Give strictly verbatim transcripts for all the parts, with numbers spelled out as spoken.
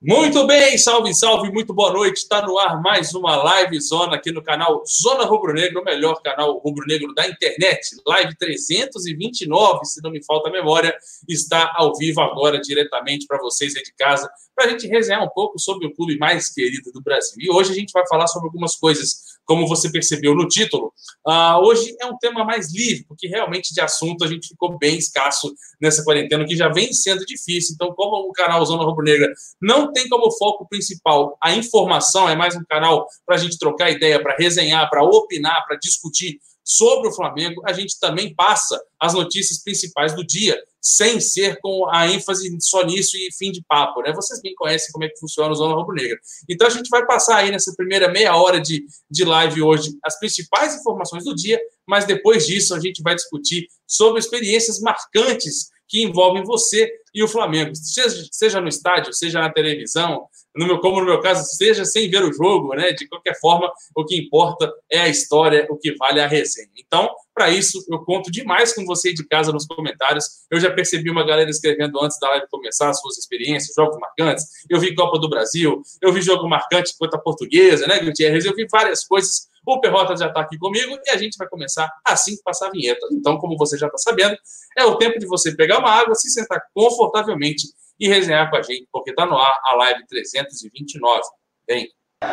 Muito bem, salve, salve, muito boa noite. Está no ar mais uma live zona aqui no canal Zona Rubro Negro, o melhor canal rubro-negro da internet. Live trezentos e vinte e nove, se não me falta a memória, está ao vivo agora diretamente para vocês aí de casa, para a gente resenhar um pouco sobre o clube mais querido do Brasil. E hoje a gente vai falar sobre algumas coisas, como você percebeu no título. Uh, hoje é um tema mais livre, porque realmente de assunto a gente ficou bem escasso nessa quarentena, que já vem sendo difícil. Então, como o canal Zona Rubro Negra não tem como foco principal a informação, é mais um canal para a gente trocar ideia, para resenhar, para opinar, para discutir sobre o Flamengo, a gente também passa as notícias principais do dia, sem ser com a ênfase só nisso e fim de papo, né? Vocês bem conhecem como é que funciona o Zona Rubro Negra. Então a gente vai passar aí nessa primeira meia hora de, de live hoje as principais informações do dia, mas depois disso a gente vai discutir sobre experiências marcantes que envolvem você e o Flamengo, seja, seja no estádio, seja na televisão, no meu, como no meu caso, seja sem ver o jogo, né? De qualquer forma, o que importa é a história, o que vale é a resenha. Então, para isso, eu conto demais com você de casa nos comentários. Eu já percebi uma galera escrevendo antes da live começar suas experiências, jogos marcantes. Eu vi Copa do Brasil, eu vi jogo marcante contra a Portuguesa, né, Gutierrez? Eu vi várias coisas. O Perrota já está aqui comigo e a gente vai começar assim que passar a vinheta. Então, como você já está sabendo, é o tempo de você pegar uma água, se sentar confortavelmente e resenhar com a gente, porque está no ar a live trezentos e vinte e nove. Vem!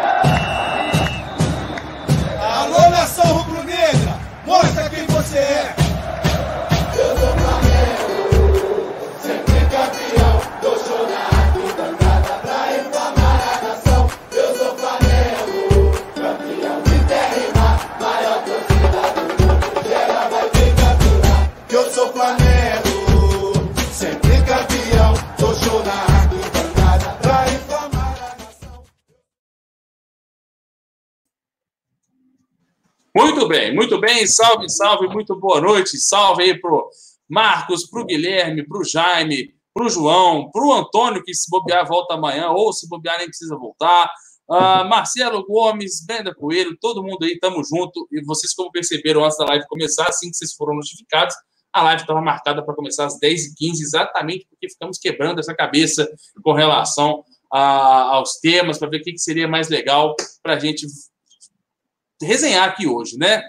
Alô, nação rubro-negra! Mostra quem você é! Eu sou Flamengo, sempre campeão, tô chorando, danada pra inflamar a nação. Eu sou Flamengo, campeão de terra e mar, maior torcida do mundo, ela vai ter capturar. Eu sou Flamengo, sempre campeão, tô chorando, danada pra inflamar a nação. Muito bem, muito bem, salve, salve, muito boa noite, salve aí pro Marcos, pro Guilherme, pro Jaime, pro João, pro Antônio, que se bobear volta amanhã, ou se bobear nem precisa voltar, uh, Marcelo Gomes, Benda Coelho, todo mundo aí, tamo junto, e vocês como perceberam antes da live começar, assim que vocês foram notificados, a live estava marcada para começar às dez e quinze, exatamente porque ficamos quebrando essa cabeça com relação a, aos temas, para ver o que, que seria mais legal para a gente resenhar aqui hoje, né?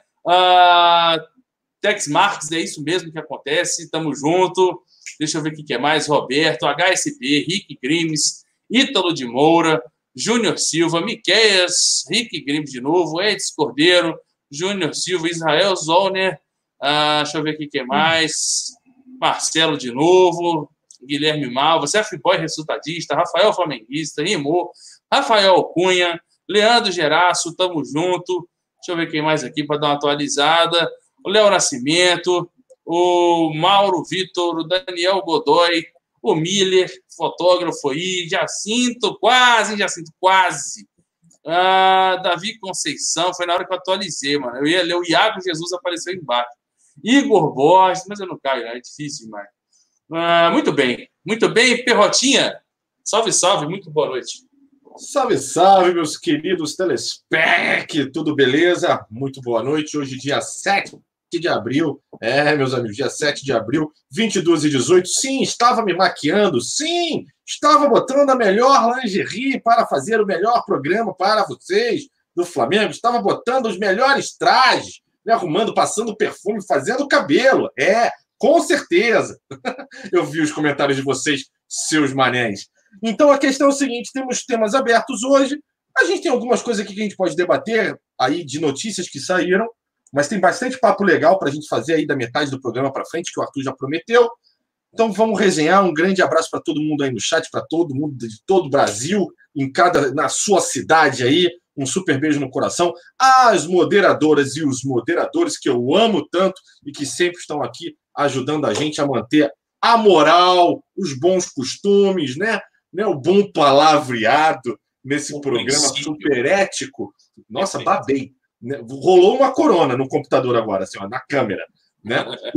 Uh, Tex Marques, é isso mesmo que acontece, tamo junto. Deixa eu ver o que, que é mais. Roberto, H S B, Rick Grimes, Ítalo de Moura, Júnior Silva, Miqueias, Rick Grimes de novo, Edson Cordeiro, Júnior Silva, Israel Zollner, uh, deixa eu ver o que, que é mais. Marcelo de novo, Guilherme Malva, Sef Boy resultadista, Rafael Flamenguista, Rimou, Rafael Cunha, Leandro Geraço, tamo junto. Deixa eu ver quem mais aqui para dar uma atualizada. O Léo Nascimento, o Mauro Vitor, o Daniel Godoy, o Miller, fotógrafo aí, Jacinto, quase, Jacinto, quase. Ah, Davi Conceição, foi na hora que eu atualizei, mano. Eu ia ler o Iago Jesus, apareceu embaixo. Igor Borges, mas eu não caio, né? É difícil demais. Ah, muito bem, muito bem. Perrotinha, salve, salve, muito boa noite. Salve, salve, meus queridos telespec, tudo beleza? Muito boa noite, hoje dia sete de abril, é, meus amigos, dia sete de abril, vinte e duas e dezoito, sim, estava me maquiando, sim, estava botando a melhor lingerie para fazer o melhor programa para vocês do Flamengo, estava botando os melhores trajes, me arrumando, passando perfume, fazendo cabelo, é, com certeza, eu vi os comentários de vocês, seus manéis. Então, a questão é o seguinte, temos temas abertos hoje, a gente tem algumas coisas aqui que a gente pode debater, aí de notícias que saíram, mas tem bastante papo legal para a gente fazer aí da metade do programa para frente, que o Arthur já prometeu. Então, vamos resenhar, um grande abraço para todo mundo aí no chat, para todo mundo de todo o Brasil, em cada, na sua cidade aí, um super beijo no coração. As moderadoras e os moderadores que eu amo tanto e que sempre estão aqui ajudando a gente a manter a moral, os bons costumes, né? Né, o bom palavreado nesse o programa princípio. Super ético. Nossa, babei. Né? Rolou uma corona no computador agora, assim, ó, na câmera. Né?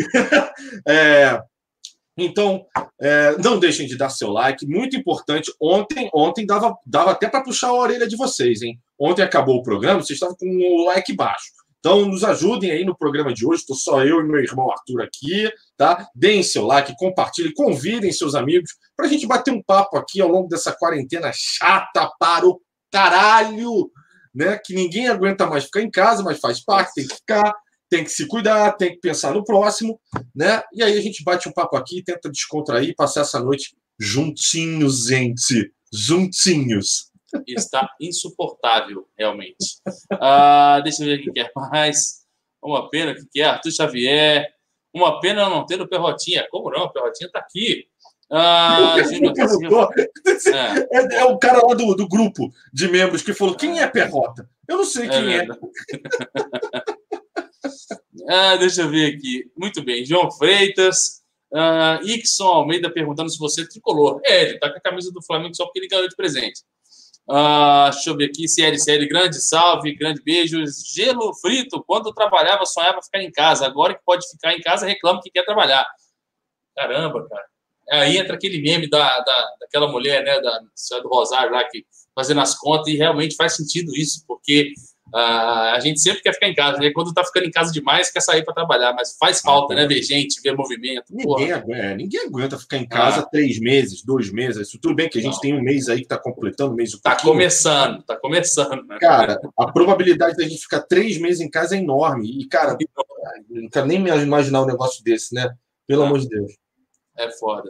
é, então, é, não deixem de dar seu like. Muito importante. Ontem, ontem dava, dava até para puxar a orelha de vocês, hein? Ontem acabou o programa, vocês estavam com o like baixo. Então, nos ajudem aí no programa de hoje. Estou só eu e meu irmão Arthur aqui, tá? Deem seu like, compartilhem, convidem seus amigos para a gente bater um papo aqui ao longo dessa quarentena chata para o caralho, né? Que ninguém aguenta mais ficar em casa, mas faz parte, tem que ficar, tem que se cuidar, tem que pensar no próximo, né? E aí a gente bate um papo aqui, tenta descontrair e passar essa noite juntinhos, gente. Juntinhos. Está insuportável, realmente. Ah, deixa eu ver o que é mais. Uma pena que é Arthur Xavier. Uma pena não ter o Perrotinha. Como não? O Perrotinha está aqui. Ah, é. É, é o cara lá do, do grupo de membros que falou: quem é Perrota? Eu não sei quem é. é. ah, deixa eu ver aqui. Muito bem. João Freitas. Uh, Ixon Almeida perguntando se você é tricolor. É, ele tá com a camisa do Flamengo só porque ele ganhou de presente. Uh, deixa eu ver aqui. C L C L, grande salve, grande beijo. Gelo Frito, quando eu trabalhava, sonhava ficar em casa. Agora que pode ficar em casa, reclama que quer trabalhar. Caramba, cara. Aí entra aquele meme da, da, daquela mulher, né, da, do Rosário lá, que fazendo as contas, e realmente faz sentido isso, porque Uh, a gente sempre quer ficar em casa, né? Quando tá ficando em casa demais, quer sair para trabalhar, mas faz falta, ah, né? Ver gente, ver movimento. Ninguém aguenta, ninguém aguenta ficar em casa ah. três meses, dois meses. Isso tudo bem que a gente Não. tem um mês aí que tá completando, um mês. Um tá pouquinho. começando, tá começando. Né? Cara, a probabilidade da gente ficar três meses em casa é enorme. E, cara, não quero nem me imaginar um negócio desse, né? Pelo ah. amor de Deus. É foda.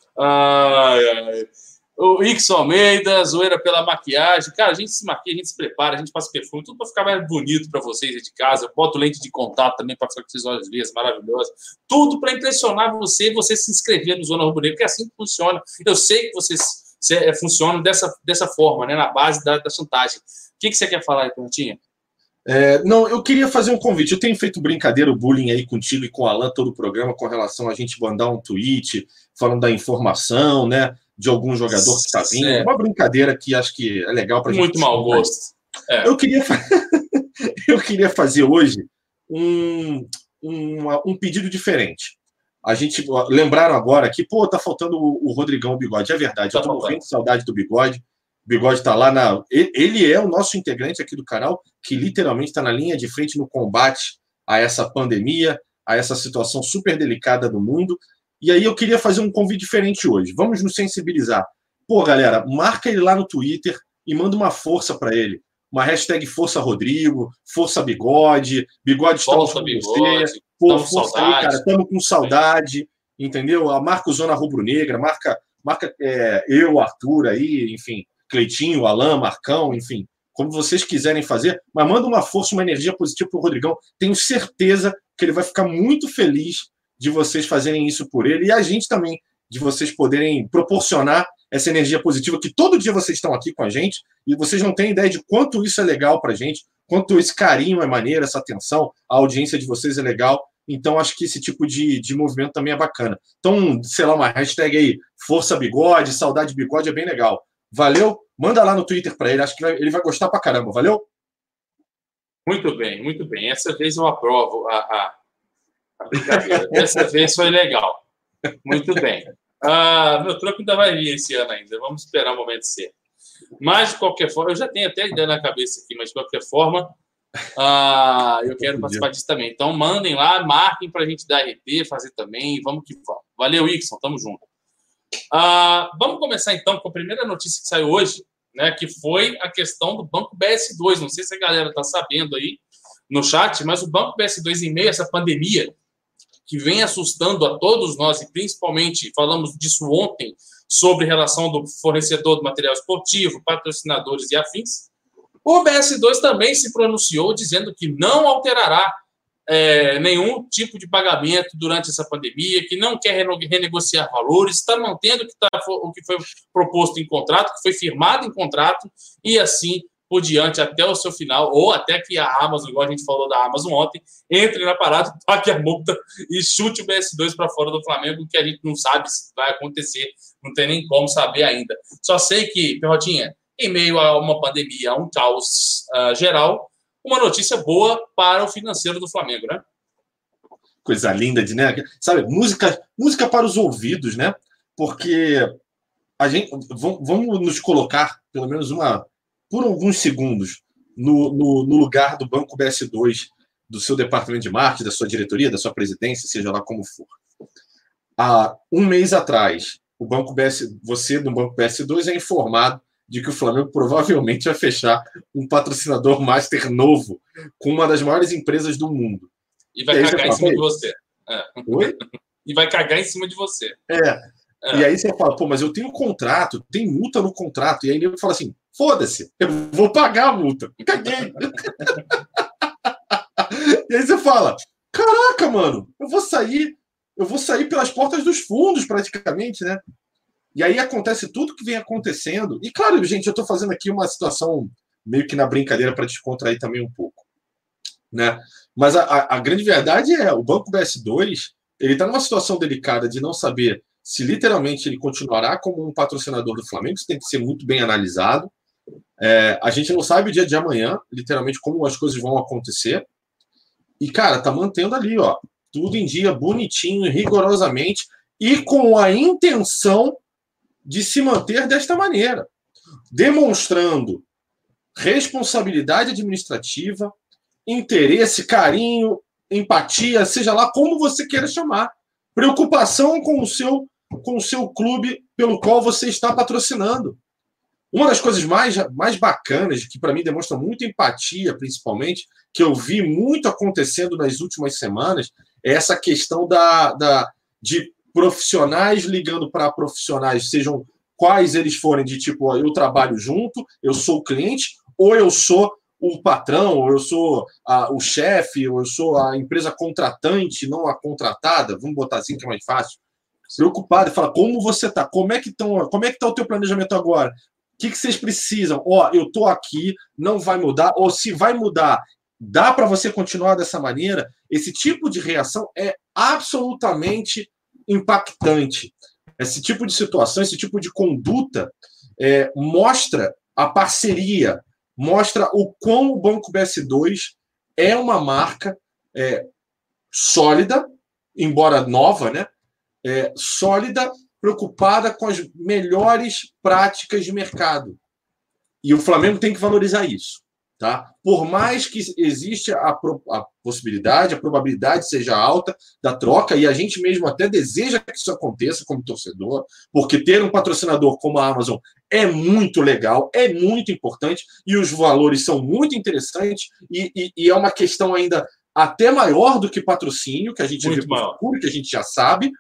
Ai, ai. O Ixon Almeida, zoeira pela maquiagem. Cara, a gente se maquia, a gente se prepara, a gente passa perfume, tudo para ficar mais bonito para vocês aí de casa. Eu boto lente de contato também para ficar com esses olhos verdes maravilhosos. Tudo para impressionar você e você se inscrever no Zona Rubro Negra, porque é assim que funciona. Eu sei que vocês funcionam dessa, dessa forma, né, na base da, da chantagem. O que, que você quer falar aí, Perrotinha? É, não, eu queria fazer um convite. Eu tenho feito brincadeira, o bullying aí contigo e com o Alan, todo o programa, com relação a gente mandar um tweet falando da informação, né? De algum jogador que está vindo. É. Uma brincadeira que acho que é legal para a gente. Muito mau gosto. É. Eu, queria fa... eu queria fazer hoje um, um, um pedido diferente. A gente lembraram agora que, pô, tá faltando o, o Rodrigão Bigode. É verdade, tá eu tô faltando. morrendo de saudade do Bigode. O Bigode tá lá na. Ele é o nosso integrante aqui do canal, que literalmente está na linha de frente no combate a essa pandemia, a essa situação super delicada do mundo. E aí eu queria fazer um convite diferente hoje. Vamos nos sensibilizar. Pô, galera, marca ele lá no Twitter e manda uma força para ele. Uma hashtag Força Rodrigo, Força Bigode, Bigode estamos com você. Pô, força aí, cara, estamos com saudade, entendeu? Marca o Zona Rubro Negra, marca, marca é, eu, Arthur aí, enfim, Cleitinho, Alan, Marcão, enfim, como vocês quiserem fazer, mas manda uma força, uma energia positiva pro Rodrigão. Tenho certeza que ele vai ficar muito feliz de vocês fazerem isso por ele, e a gente também, de vocês poderem proporcionar essa energia positiva, que todo dia vocês estão aqui com a gente, e vocês não têm ideia de quanto isso é legal pra gente, quanto esse carinho é maneiro, essa atenção, a audiência de vocês é legal, então acho que esse tipo de, de movimento também é bacana. Então, sei lá, uma hashtag aí, Força Bigode, Saudade Bigode, é bem legal. Valeu? Manda lá no Twitter pra ele, acho que vai, ele vai gostar pra caramba, valeu? Muito bem, muito bem. Essa vez eu aprovo a... a... brincadeira. Dessa vez foi legal. Muito bem. Ah, meu troco ainda vai vir esse ano ainda. Vamos esperar o momento ser. Mas, de qualquer forma, eu já tenho até ideia na cabeça aqui, mas de qualquer forma, ah, eu quero participar disso também. Então, mandem lá, marquem para a gente dar R T, fazer também. Vamos que vamos. Valeu, Ixon. Tamo junto. Ah, vamos começar, então, com a primeira notícia que saiu hoje, né, que foi a questão do Banco B S dois. Não sei se a galera está sabendo aí no chat, mas o Banco B S dois, em meio a essa pandemia, que vem assustando a todos nós, e principalmente falamos disso ontem, sobre relação do fornecedor do material esportivo, patrocinadores e afins, o B S dois também se pronunciou dizendo que não alterará é, nenhum tipo de pagamento durante essa pandemia, que não quer renegociar valores, está mantendo o que, tá, o que foi proposto em contrato, que foi firmado em contrato, e assim por diante até o seu final, ou até que a Amazon, igual a gente falou da Amazon ontem, entre na parada, pague a multa e chute o B S dois para fora do Flamengo, que a gente não sabe se vai acontecer, não tem nem como saber ainda. Só sei que, Perrotinha, em meio a uma pandemia, a um caos uh, geral, uma notícia boa para o financeiro do Flamengo, né? Coisa linda, de, né? Sabe, música, música para os ouvidos, né? Porque a gente, vamos nos colocar, pelo menos uma... por alguns segundos, no, no, no lugar do Banco B S dois, do seu departamento de marketing, da sua diretoria, da sua presidência, seja lá como for. Há um mês atrás, o Banco B S, você do Banco B S dois é informado de que o Flamengo provavelmente vai fechar um patrocinador master novo com uma das maiores empresas do mundo. E vai e cagar em cima de você. É. Oi? E vai cagar em cima de você. É. é. E aí você fala, pô, mas eu tenho contrato, tem multa no contrato. E aí ele fala assim, foda-se, eu vou pagar a multa. Caguei. E aí você fala, caraca, mano, eu vou sair, eu vou sair pelas portas dos fundos, praticamente, né? E aí acontece tudo que vem acontecendo. E claro, gente, eu estou fazendo aqui uma situação meio que na brincadeira para descontrair também um pouco, né? Mas a, a, a grande verdade é, o Banco B S dois, ele está numa situação delicada de não saber se literalmente ele continuará como um patrocinador do Flamengo. Isso tem que ser muito bem analisado. É, a gente não sabe o dia de amanhã, literalmente, como as coisas vão acontecer. E, cara, tá mantendo ali, ó, tudo em dia, bonitinho, rigorosamente, e com a intenção de se manter desta maneira, demonstrando responsabilidade administrativa, interesse, carinho, empatia, seja lá como você queira chamar, preocupação com o seu, com o seu clube pelo qual você está patrocinando. Uma das coisas mais, mais bacanas, que para mim demonstra muita empatia, principalmente, que eu vi muito acontecendo nas últimas semanas, é essa questão da, da, de profissionais ligando para profissionais, sejam quais eles forem, de tipo, ó, eu trabalho junto, eu sou o cliente, ou eu sou o patrão, ou eu sou a, o chefe, ou eu sou a empresa contratante, não a contratada, vamos botar assim que é mais fácil, preocupado e falar, como você está? Como é que estão, como é que está o teu planejamento agora? O que, que vocês precisam? Ó, eu estou aqui, não vai mudar, ou se vai mudar, dá para você continuar dessa maneira? Esse tipo de reação é absolutamente impactante. Esse tipo de situação, esse tipo de conduta é, mostra a parceria, mostra o quão o Banco B S dois é uma marca é, sólida, embora nova, né? É, sólida, preocupada com as melhores práticas de mercado. E o Flamengo tem que valorizar isso. Tá? Por mais que exista a, pro, a possibilidade, a probabilidade seja alta da troca, e a gente mesmo até deseja que isso aconteça como torcedor, porque ter um patrocinador como a Amazon é muito legal, é muito importante, e os valores são muito interessantes, e, e, e é uma questão ainda até maior do que patrocínio, que a gente muito vê no futuro, que a gente já sabe,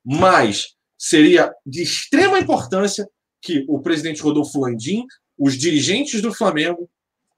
mas seria de extrema importância que o presidente Rodolfo Landim, os dirigentes do Flamengo,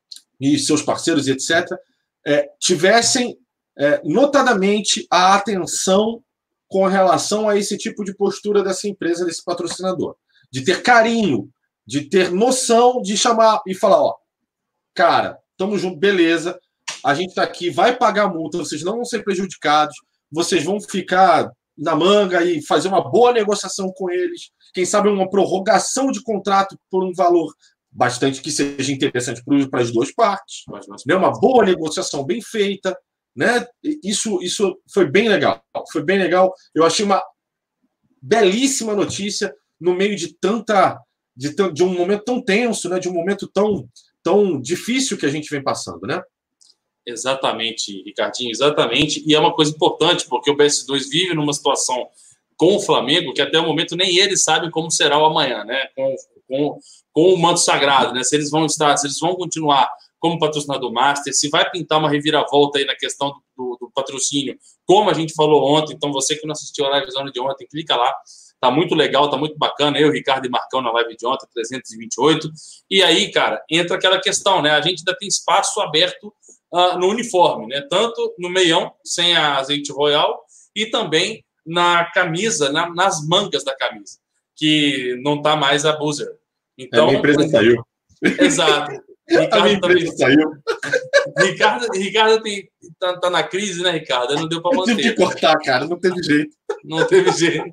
e seus parceiros e etcétera, é, tivessem é, notadamente a atenção com relação a esse tipo de postura dessa empresa, desse patrocinador. De ter carinho, de ter noção de chamar e falar, ó, cara, estamos juntos, beleza, a gente está aqui, vai pagar a multa, vocês não vão ser prejudicados, vocês vão ficar na manga e fazer uma boa negociação com eles, quem sabe uma prorrogação de contrato por um valor bastante que seja interessante para as duas partes, né? Uma boa negociação bem feita, né? Isso, isso foi bem legal, foi bem legal. Eu achei uma belíssima notícia no meio de tanta, de, de um momento tão tenso, né? De um momento tão, tão difícil que a gente vem passando, né? Exatamente, Ricardinho, exatamente. E é uma coisa importante, porque o B S dois vive numa situação com o Flamengo que até o momento nem eles sabem como será o amanhã, né? Com, com, com o manto sagrado, né? Se eles vão estar, se eles vão continuar como patrocinador master, se vai pintar uma reviravolta aí na questão do, do, do patrocínio, como a gente falou ontem. Então, você que não assistiu a live zona de ontem, clica lá. Tá muito legal, tá muito bacana. Eu, Ricardo e Marcão na live de ontem, trezentos e vinte e oito. E aí, cara, entra aquela questão, né? A gente ainda tem espaço aberto uh, no uniforme, né? Tanto no meião, sem a azeite royal, e também na camisa, na, nas mangas da camisa, que não tá mais a buzzer. Então, a minha empresa saiu. Exato. Ricardo a minha empresa também saiu. Ricardo, Ricardo tem, tá, tá na crise, né, Ricardo? Não deu para manter. Tive que cortar, cara, não teve jeito. Não teve jeito.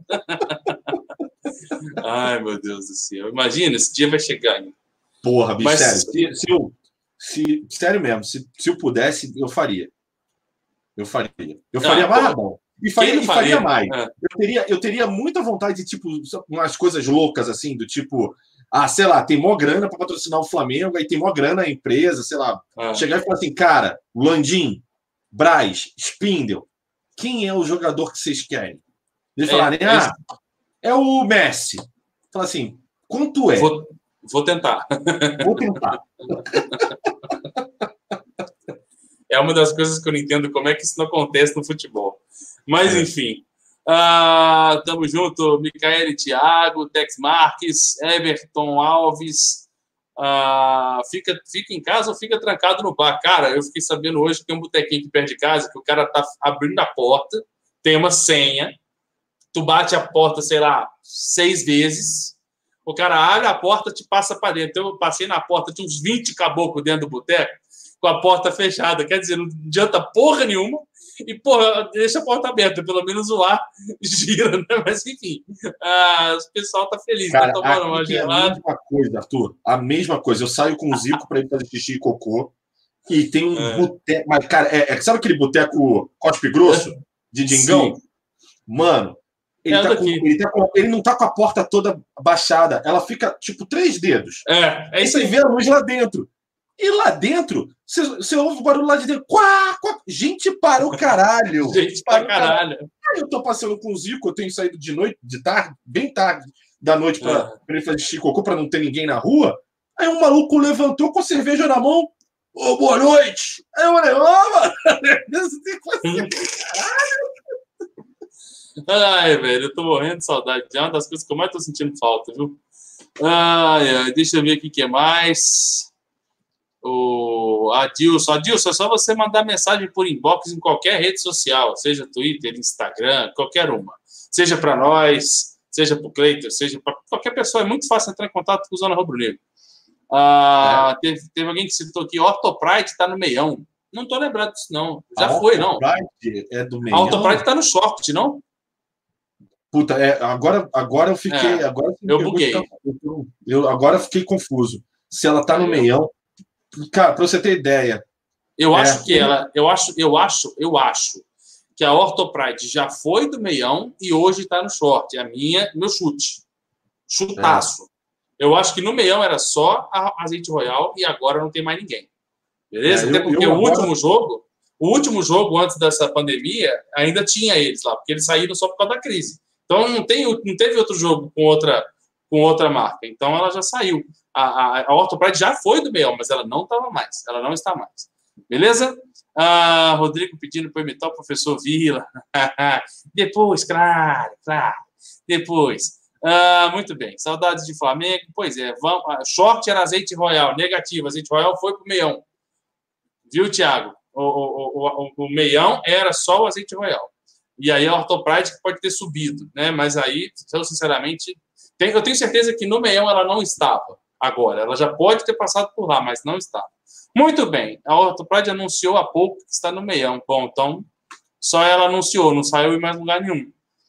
Ai, meu Deus do céu. Imagina, esse dia vai chegar ainda. Porra, bicho, Mas, sério. Se, se eu, se, sério mesmo, se, se eu pudesse, eu faria. Eu faria. Eu faria ah, mais, bom. E faria, e faria mais. É. Eu, teria, eu teria muita vontade de, tipo, umas coisas loucas, assim, do tipo, ah, sei lá, tem mó grana para patrocinar o Flamengo, aí tem mó grana a empresa, sei lá. É. Chegar e falar assim, cara, o Landim, Braz, Spindle, quem é o jogador que vocês querem? Eles É, falarem, é ah, é o Messi. Fala assim, quanto é? Vou, vou tentar. Vou tentar. É uma das coisas que eu não entendo como é que isso não acontece no futebol. Mas, É. enfim. Ah, tamo junto, Micaele Thiago, Tex Marques, Everton Alves. Ah, fica, fica em casa ou fica trancado no bar? Cara, eu fiquei sabendo hoje que tem um botequinho aqui perto de casa que o cara tá abrindo a porta, tem uma senha, tu bate a porta, sei lá, seis vezes, o cara abre a porta, te passa para dentro. Então, eu passei na porta, tinha uns vinte caboclos dentro do boteco, com a porta fechada. Quer dizer, não adianta porra nenhuma. E, porra, deixa a porta aberta, pelo menos o ar gira, né? Mas, enfim, ah, o pessoal tá feliz, Cara, tá tomando uma aqui tem a gelada. mesma coisa, Arthur. A mesma coisa. Eu saio com o Zico para ir fazer xixi e cocô. E tem um É. boteco. Mas, cara, é, é- sabe aquele boteco cospe grosso? De Dingão? Sim. Mano, ele, É tá com- daqui. ele, tá com- ele não tá com a porta toda baixada. Ela fica, tipo, três dedos. É, é Aí isso você aí. vê a luz lá dentro. E lá dentro, você, você ouve o barulho lá de dentro. Quá, quá. Gente, para o caralho. Gente, Para pra o caralho. caralho. Aí eu tô passeando com o Zico, eu tenho saído de noite, de tarde, bem tarde da noite pra, É. pra ele fazer xixi e cocô, pra não ter ninguém na rua. Aí um maluco levantou com a cerveja na mão. Ô, boa noite! Aí eu falei, ô, mano, você tem que fazer. Ai, velho, eu tô morrendo de saudade. É uma das coisas que eu mais tô sentindo falta, viu? Ai, ai, deixa eu ver aqui o que é mais. O Adilson. Adilson, é só você mandar mensagem por inbox em qualquer rede social, seja Twitter, Instagram, qualquer uma. Seja para nós, seja para o Cleiton, seja para qualquer pessoa. É muito fácil entrar em contato com o Zona Rubro Negro. Ah, teve, teve alguém que citou aqui, Ortopride está no meião. Não estou lembrado disso, não. Já A foi, não. Autopride é do meio. A Ortopride está no short, não? Puta, é, agora, agora eu fiquei. É, agora você me eu pegou buguei. de campo. Eu, eu- agora eu fiquei confuso. Se ela tá no Eu- meião. Cara, pra você ter ideia. Eu É. acho que ela, eu acho, eu acho, eu acho que a Ortopride já foi do meião e hoje está no short. É a minha, meu chute. Chutaço. Eu acho que no meião era só a Azeite Royal e agora não tem mais ninguém. Beleza? É, Até eu- porque eu o agora- último jogo, o último jogo antes dessa pandemia, ainda tinha eles lá, porque eles saíram só por causa da crise. Então não, tem, não teve outro jogo com outra, com outra marca. Então ela já saiu. A, a, a Ortopride já foi do meião, mas ela não estava mais. Ela não está mais. Beleza? Ah, Rodrigo pedindo para imitar o professor Vila. Depois, claro, claro. Depois. Ah, muito bem. Saudades de Flamengo. Pois é. Vamos, ah, short era Azeite Royal. Negativo. Azeite Royal foi para o meião. Viu, Thiago? O, o, o, o meião era só o Azeite Royal. E aí a Ortopride pode ter subido, né? Mas aí, eu sinceramente, tem, eu tenho certeza que no meião ela não estava agora. Ela já pode ter passado por lá, mas não estava. Muito bem. A Ortopride anunciou há pouco que está no meião. Bom, então, só ela anunciou, não saiu em mais lugar nenhum.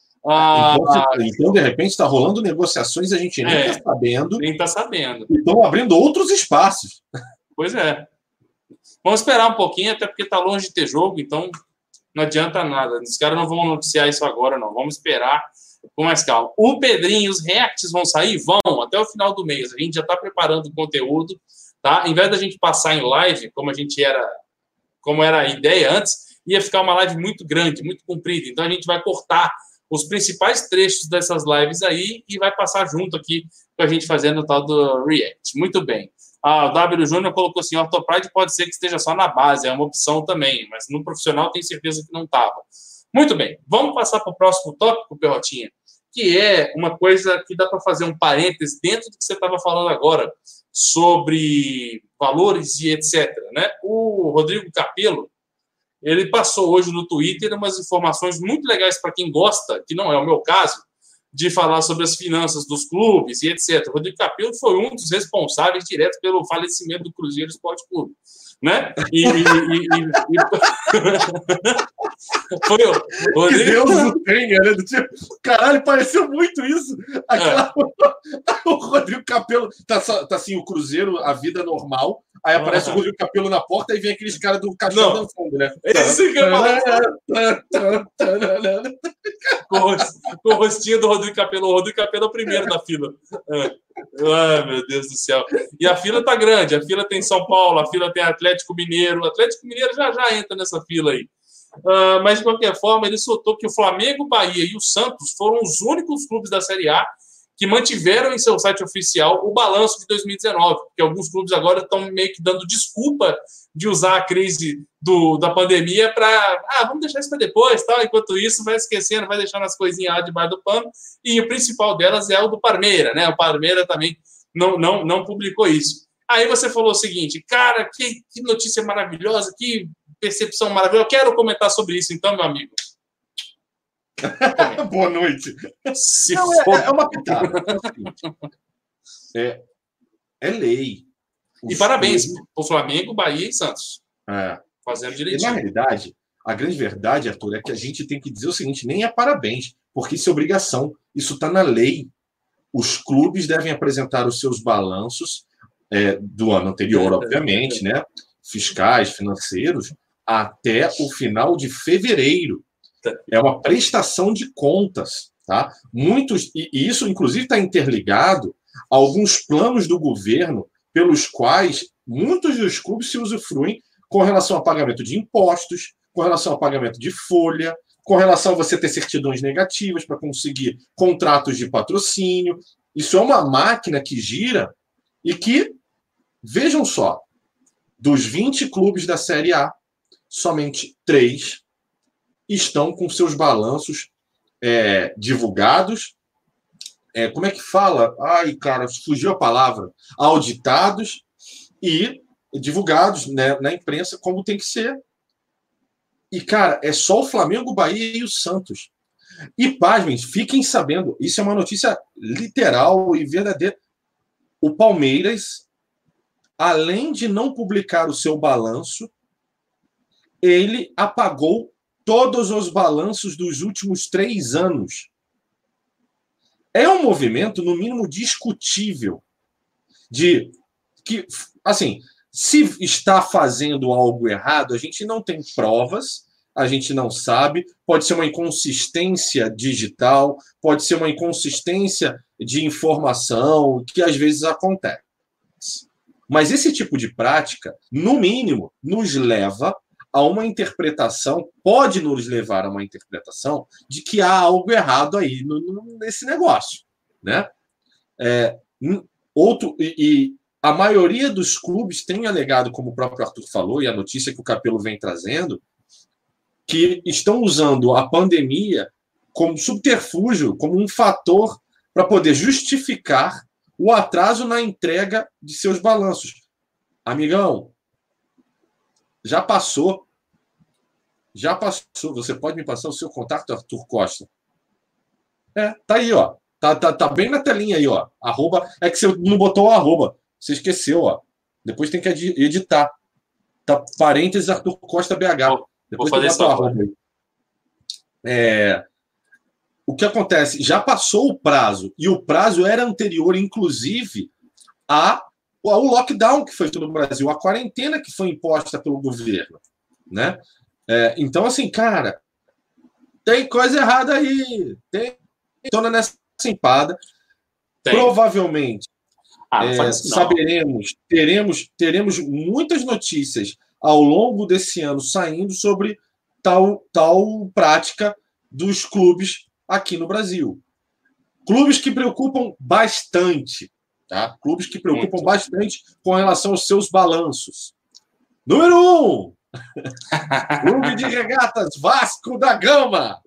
Ah, Então, então, de repente, está rolando negociações, a gente nem É. está sabendo. nem está sabendo. E estão abrindo outros espaços. Pois é. Vamos esperar um pouquinho, até porque está longe de ter jogo, então não adianta nada. Os caras não vão noticiar isso agora, não. Vamos esperar com mais calma. O Pedrinho, os reacts vão sair? Vão, até o final do mês. A gente já está preparando o conteúdo, tá? Em vez da gente passar em live, como a gente era, como era a ideia antes, ia ficar uma live muito grande, muito comprida. Então a gente vai cortar os principais trechos dessas lives aí e vai passar junto aqui com a gente fazendo o tal do React. Muito bem. Ah, o W Júnior colocou assim, Ortopride pode ser que esteja só na base, é uma opção também, mas no profissional tem certeza que não estava. Muito bem, vamos passar para o próximo tópico, Perrotinha, que é uma coisa que dá para fazer um parênteses dentro do que você estava falando agora, sobre valores e etcétera. Né? O Rodrigo Capello, ele passou hoje no Twitter umas informações muito legais para quem gosta, que não é o meu caso, de falar sobre as finanças dos clubes e etcétera. O Rodrigo Capello foi um dos responsáveis direto pelo falecimento do Cruzeiro Esporte Clube. Né? E, e, e, e, e... foi o Que Rodrigo... Deus o tenha, né? Do tipo, caralho, pareceu muito isso. Aquela... o Rodrigo Capello tá, só- tá assim, o Cruzeiro, a vida normal. Aí aparece Ah. o Rodrigo Capello na porta e vem aqueles caras do caixão Não. dançando, né? Esse que eu falei. Com o rost- com o rostinho do Rodrigo Capello. O Rodrigo Capello é o primeiro da fila. É. Ai, meu Deus do céu. E a fila tá grande. A fila tem São Paulo, a fila tem Atlético Mineiro. O Atlético Mineiro já já entra nessa fila aí. Uh, mas, de qualquer forma, ele soltou que o Flamengo, o Bahia e o Santos foram os únicos clubes da Série A que mantiveram em seu site oficial o balanço de dois mil e dezenove, porque alguns clubes agora estão meio que dando desculpa de usar a crise do, da pandemia para, ah, vamos deixar isso para depois, tal. Enquanto isso, vai esquecendo, vai deixando as coisinhas lá debaixo do pano, e o principal delas é o do Parmeira, né? O Parmeira também não, não, não publicou isso. Aí você falou o seguinte, cara, que, que notícia maravilhosa, que percepção maravilhosa, eu quero comentar sobre isso então, meu amigo. Boa noite. Se Não, for... é, é uma pitada. É, é lei. E Os parabéns clubes- para o Flamengo, Bahia e Santos. É. Fazendo E, na direitinho. realidade, a grande verdade, Arthur, é que a gente tem que dizer o seguinte: nem é parabéns, porque isso é obrigação. Isso está na lei. Os clubes devem apresentar os seus balanços é, do ano anterior, obviamente, né? Fiscais, financeiros, até o final de fevereiro. É uma prestação de contas, tá? Muitos, e e isso, inclusive, está interligado a alguns planos do governo pelos quais muitos dos clubes se usufruem com relação ao pagamento de impostos, com relação ao pagamento de folha, com relação a você ter certidões negativas para conseguir contratos de patrocínio. Isso é uma máquina que gira e que, vejam só, dos vinte clubes da Série A, somente três estão com seus balanços é, divulgados. É, como é que fala? Ai, cara, fugiu a palavra. Auditados e divulgados, né, na imprensa como tem que ser. E, cara, é só o Flamengo, o Bahia e o Santos. E, pasmem, fiquem sabendo, isso é uma notícia literal e verdadeira. O Palmeiras, além de não publicar o seu balanço, ele apagou todos os balanços dos últimos três anos. É um movimento, no mínimo, discutível. De que, assim, se está fazendo algo errado, a gente não tem provas, a gente não sabe. Pode ser uma inconsistência digital, pode ser uma inconsistência de informação, que às vezes acontece. Mas esse tipo de prática, no mínimo, nos leva a uma interpretação, pode nos levar a uma interpretação de que há algo errado aí no, no, nesse negócio, né? É, outro, e, e a maioria dos clubes tem alegado, como o próprio Arthur falou, e a notícia que o Capello vem trazendo, que estão usando a pandemia como subterfúgio, como um fator para poder justificar o atraso na entrega de seus balanços. Amigão, já passou. Já passou. Você pode me passar o seu contato, Arthur Costa? É, tá aí, ó. Tá, tá, tá bem na telinha aí, ó. Arroba. É que você não botou o arroba. Você esqueceu, ó. Depois tem que editar. Tá parênteses Arthur Costa B H. Vou, Depois vou fazer você bota o arroba aí. É, o que acontece? Já passou o prazo. E o prazo era anterior, inclusive, a, ao lockdown que foi no Brasil, a quarentena que foi imposta pelo governo, né? É, então, assim, cara, tem coisa errada aí. Tem tona nessa empada. Tem. Provavelmente Ah, não é, faz isso, não. saberemos, teremos, teremos muitas notícias ao longo desse ano saindo sobre tal, tal prática dos clubes aqui no Brasil. Clubes que preocupam bastante, tá? Clubes que preocupam Muito. bastante com relação aos seus balanços. Número um, Clube de Regatas Vasco da Gama.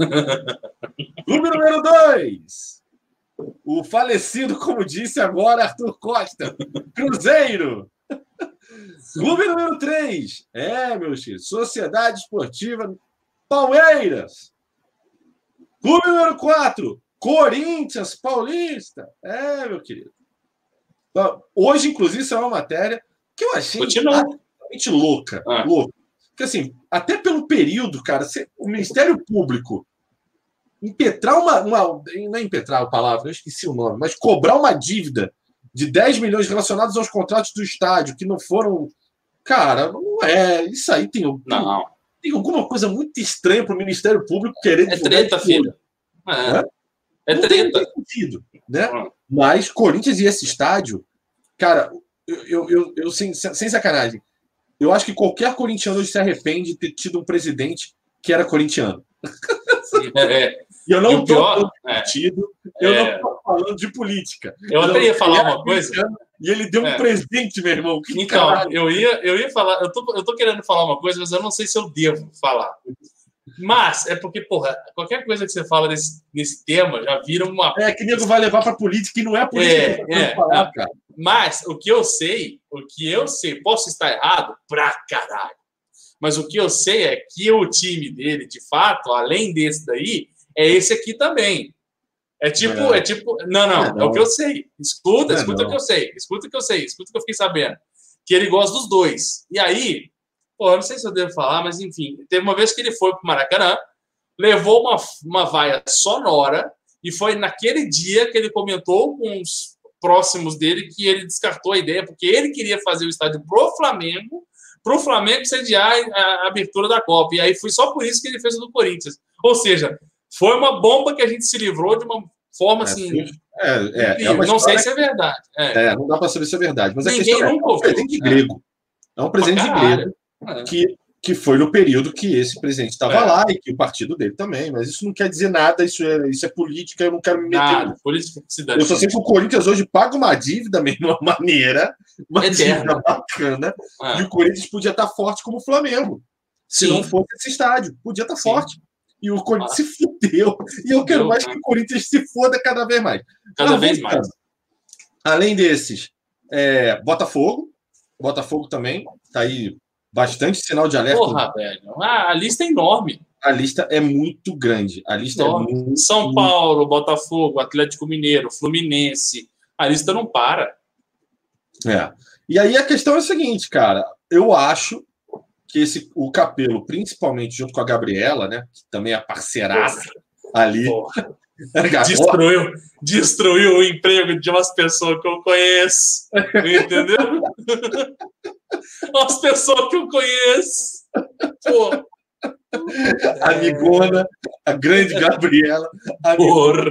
Clube número dois, o falecido, como disse agora, Arthur Costa, Cruzeiro. Clube número três, é, meus filhos, Sociedade Esportiva Palmeiras. Clube número quatro, Corinthians Paulista. É, meu querido. Hoje, inclusive, isso é uma matéria que eu achei Continua. absolutamente louca. Ah. louca. Porque, assim, até pelo período, cara, se- o Ministério Público impetrar uma, uma. Não é impetrar a palavra, eu esqueci o nome, mas cobrar uma dívida de dez milhões relacionados aos contratos do estádio que não foram. Cara, não é. Isso aí tem, tem, Não, tem alguma coisa muito estranha para o Ministério Público querer é divulgar treta, dinheiro. filho. É, Hã? é Não tem- treta. não tem sentido, né? Ah. Mas Corinthians e esse estádio, cara, eu, eu, eu, eu sem, sem sacanagem, eu acho que qualquer corintiano hoje se arrepende de ter tido um presidente que era corintiano. É, é. E eu E não o estou pior- falando de é. partido, eu É. não estou falando de política. Eu até Não, ia falar ele era uma coisa. corintiano E ele deu um É. presente, meu irmão. Que Então, caralho. eu ia, eu ia falar, eu tô, eu tô querendo falar uma coisa, mas eu não sei se eu devo falar. Mas é porque, porra, qualquer coisa que você fala nesse, nesse tema já vira uma. É que nego vai levar pra política e não é a política É, que eu tô querendo é, falar, é. cara. Mas o que eu sei, o que eu sei, posso estar errado pra caralho. Mas o que eu sei é que o time dele, de fato, além desse daí, é esse aqui também. É tipo, Não. é tipo. Não, não, Não é é, não. o que eu sei. Escuta, Não é escuta o não. que eu sei. Escuta o que eu sei, escuta o que eu fiquei sabendo. Que ele gosta dos dois. E aí, pô, eu não sei se eu devo falar, mas enfim, teve uma vez que ele foi pro Maracanã, levou uma, uma vaia sonora, e foi naquele dia que ele comentou com os próximos dele que ele descartou a ideia, porque ele queria fazer o estádio pro Flamengo, pro Flamengo sediar a, a abertura da Copa. E aí foi só por isso que ele fez o do Corinthians. Ou seja, foi uma bomba que a gente se livrou de uma forma assim. É, é, é incrível. uma Não sei história se é verdade. É. É, não dá para saber se é verdade. Mas Ninguém a questão é, nunca é um ouviu. presente É. grego. É um presente Pra caralho. grego É. que, que foi no período que esse presidente estava É. lá e que o partido dele também. Mas isso não quer dizer nada, isso é, isso é política, eu não quero me meter Nada. nisso. Por isso que cidade. Eu só sei que o Corinthians hoje paga uma dívida, mesma maneira, uma Eterna. dívida bacana, É. e o Corinthians podia estar forte como o Flamengo. Se Sim. não fosse esse estádio, podia estar Sim. forte. E o Corinthians Ah. se fudeu. E eu quero Fudeu, mais né? que o Corinthians se foda cada vez mais. Cada Mas vez voltando. mais. Além desses, é, Botafogo. Botafogo também. Tá aí bastante sinal de alerta. Porra, velho. Ah, a lista é enorme. A lista é muito grande. A lista Enorme. é muito. São Paulo, Botafogo, Atlético Mineiro, Fluminense. A lista não para. É. E aí a questão é a seguinte, cara. Eu acho que esse, o Capello, principalmente junto com a Gabriela, né? Que também é a parceiraça ali. Porra. Agora, Destruiu, destruiu o emprego de umas pessoas que eu conheço. Entendeu? Umas pessoas que eu conheço. Pô. a amigona, a grande Gabriela. A Porra.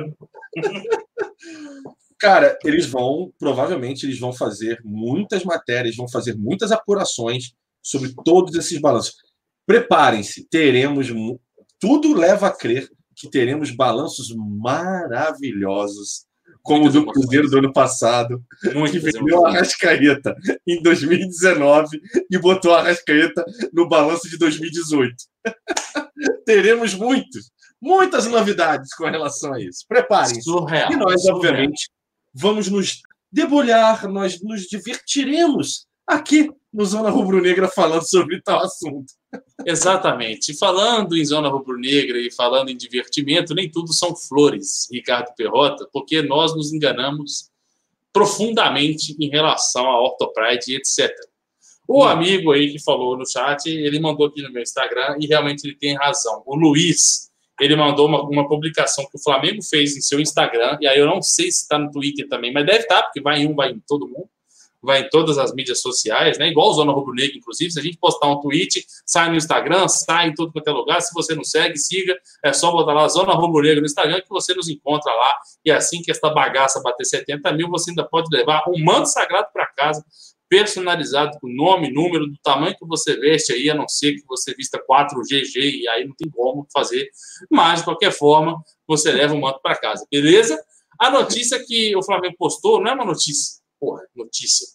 Cara, eles vão, provavelmente, eles vão fazer muitas matérias, vão fazer muitas apurações sobre todos esses balanços. Preparem-se, teremos. mu- Tudo leva a crer que teremos balanços maravilhosos, como o do Muitas Cruzeiro do ano passado, que Muitas vendeu a Arrascaeta em dois mil e dezenove e botou a Arrascaeta no balanço de dois mil e dezoito. Teremos muitos, muitas novidades com relação a isso. Preparem-se. Surreal. E nós, surreal. obviamente, vamos nos debulhar, nós nos divertiremos aqui no Zona Rubro-Negra falando sobre tal assunto. Exatamente. E falando em zona rubro-negra e falando em divertimento, nem tudo são flores, Ricardo Perrota, porque nós nos enganamos profundamente em relação à Orthopride e etcétera. O Hum. amigo aí que falou no chat, ele mandou aqui no meu Instagram e realmente ele tem razão. O Luiz, ele mandou uma, uma publicação que o Flamengo fez em seu Instagram, e aí eu não sei se está no Twitter também, mas deve estar, porque vai em um, vai em todo mundo. Vai em todas as mídias sociais, né? Igual o Zona Rubro Negra, inclusive. Se a gente postar um tweet, sai no Instagram, sai em todo quanto é lugar. Se você não segue, siga. É só botar lá Zona Rubro Negra no Instagram que você nos encontra lá. E assim que esta bagaça bater setenta mil, você ainda pode levar um manto sagrado para casa, personalizado com nome, número, do tamanho que você veste aí, a não ser que você vista quatro G G, e aí não tem como fazer. Mas, de qualquer forma, você leva o manto para casa, beleza? A notícia que o Flamengo postou não é uma notícia. Porra, notícia.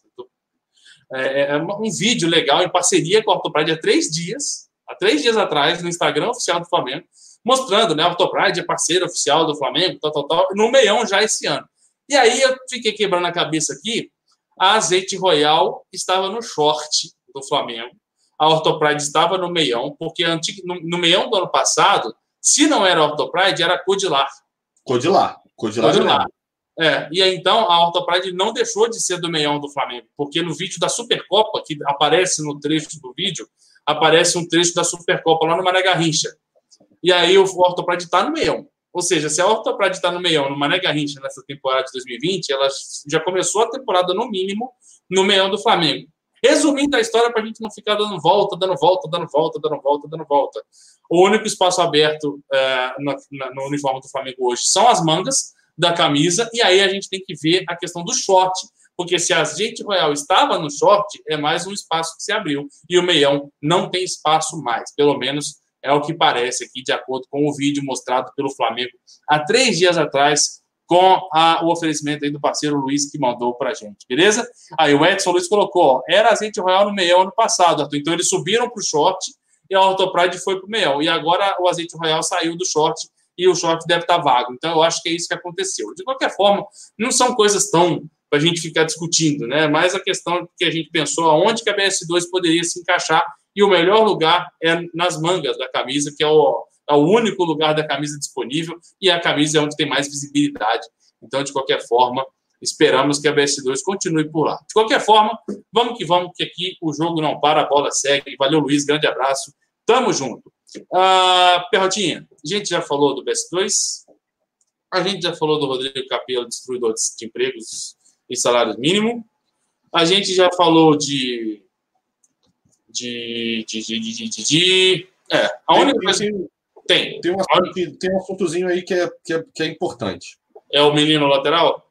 É, é um vídeo legal em parceria com a Orthopride há três dias, há três dias atrás, no Instagram oficial do Flamengo, mostrando, né, a Orthopride é parceira oficial do Flamengo, tal, tal, tal, no meião já esse ano. E aí eu fiquei quebrando a cabeça aqui, a Azeite Royal estava no short do Flamengo, a Orthopride estava no meião, porque antigo, no, no meião do ano passado, se não era Orthopride, era Codilar. Codilar. Codilar. Codilar. É, e aí, então, a Orthopride não deixou de ser do meião do Flamengo, porque no vídeo da Supercopa, que aparece no trecho do vídeo, aparece um trecho da Supercopa lá no Mané Garrincha. E aí o Orthopride está no meião. Ou seja, se a Orthopride está no meião, no Mané Garrincha, nessa temporada de dois mil e vinte, ela já começou a temporada, no mínimo, no meião do Flamengo. Resumindo a história, para a gente não ficar dando volta, dando volta, dando volta, dando volta, dando volta. O único espaço aberto é, no, no uniforme do Flamengo hoje são as mangas da camisa, e aí a gente tem que ver a questão do short, porque se a Azeite Royal estava no short, é mais um espaço que se abriu, e o meião não tem espaço mais, pelo menos É o que parece aqui, de acordo com o vídeo mostrado pelo Flamengo há três dias atrás, com a, o oferecimento aí do parceiro Luiz, que mandou pra gente, beleza? Aí o Edson Luiz colocou, ó, era azeite royal no meião ano passado, Arthur. Então eles subiram pro short e a Ortopride foi pro meião. E agora o azeite royal saiu do short e o short deve estar vago. Então eu acho que é isso que aconteceu. De qualquer forma, não são coisas tão para a gente ficar discutindo, né? Mas a questão que a gente pensou, aonde que a B S dois poderia se encaixar, e o melhor lugar é nas mangas da camisa, que é o, é o único lugar da camisa disponível, e a camisa é onde tem mais visibilidade. Então, de qualquer forma, esperamos que a B S dois continue por lá. De qualquer forma, vamos que vamos, que aqui o jogo não para, a bola segue. Valeu, Luiz, grande abraço. Tamo junto. Ah, Perrotinha, a gente já falou do B S dois, a gente já falou do Rodrigo Capello, destruidor de empregos e salário mínimo. A gente já falou de... De... De... De... De... de, de é, a única tem, coisa... Tem, tem. Tem, um assunto, tem um assuntozinho aí que é, que, é, que é importante. É o menino lateral?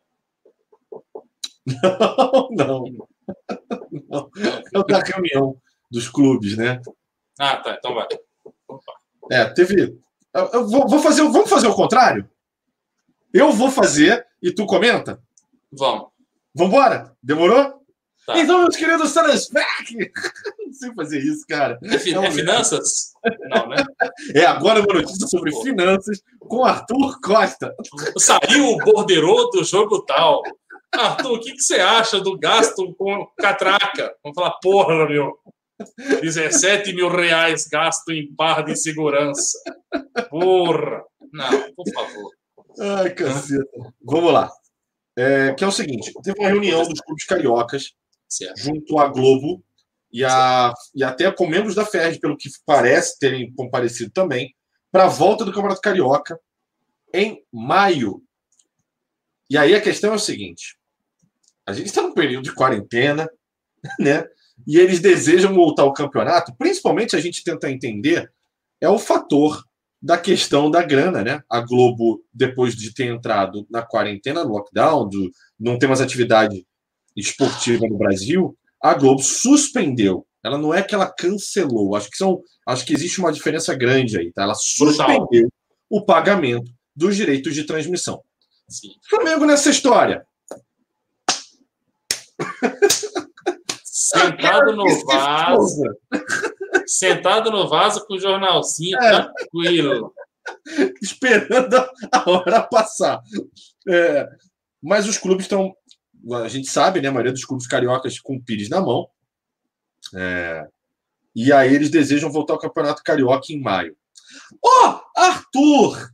Não, não. não. É o da reunião dos clubes, né? Ah, tá. Então vai. Opa. É, teve... Eu, eu vou, vou fazer, vamos fazer o contrário? Eu vou fazer e tu comenta? Vamos. Vambora? Demorou? Tá. Então, meus queridos telespec, não sei fazer isso, cara. É, fi é, é finanças? Não, né? É, agora uma notícia sobre Pô. finanças com Arthur Costa. Saiu o borderô do jogo tal. Arthur, o que, que você acha do gasto com catraca? Vamos falar, porra, meu. dezessete mil reais gasto em barra de segurança. Porra. Não, por favor. Ai, caceta. Vamos lá. É, que é o seguinte, teve uma reunião dos clubes cariocas certo. junto à Globo e, a, e até com membros da F E R J, pelo que parece terem comparecido também, para a volta do Campeonato Carioca em maio. E aí a questão é o seguinte, a gente está num período de quarentena, né? E eles desejam voltar ao campeonato, principalmente a gente tenta entender, é o fator da questão da grana, né? A Globo, depois de ter entrado na quarentena, no lockdown, do, não ter mais atividade esportiva no Brasil, a Globo suspendeu. Ela não é que ela cancelou. Acho que são, acho que existe uma diferença grande aí, tá? Ela suspendeu Brutal. o pagamento dos direitos de transmissão. Sim. Flamengo nessa história. Sentado no vaso. Sentado no vaso com o jornalzinho, é. tranquilo. Esperando a hora passar. É, mas os clubes estão... A gente sabe, né? A maioria dos clubes cariocas com o Pires na mão. É, e aí eles desejam voltar ao Campeonato Carioca em maio. Ó, oh, Arthur!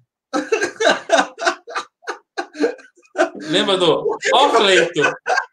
Lembra do... Ó, oh, Cleiton!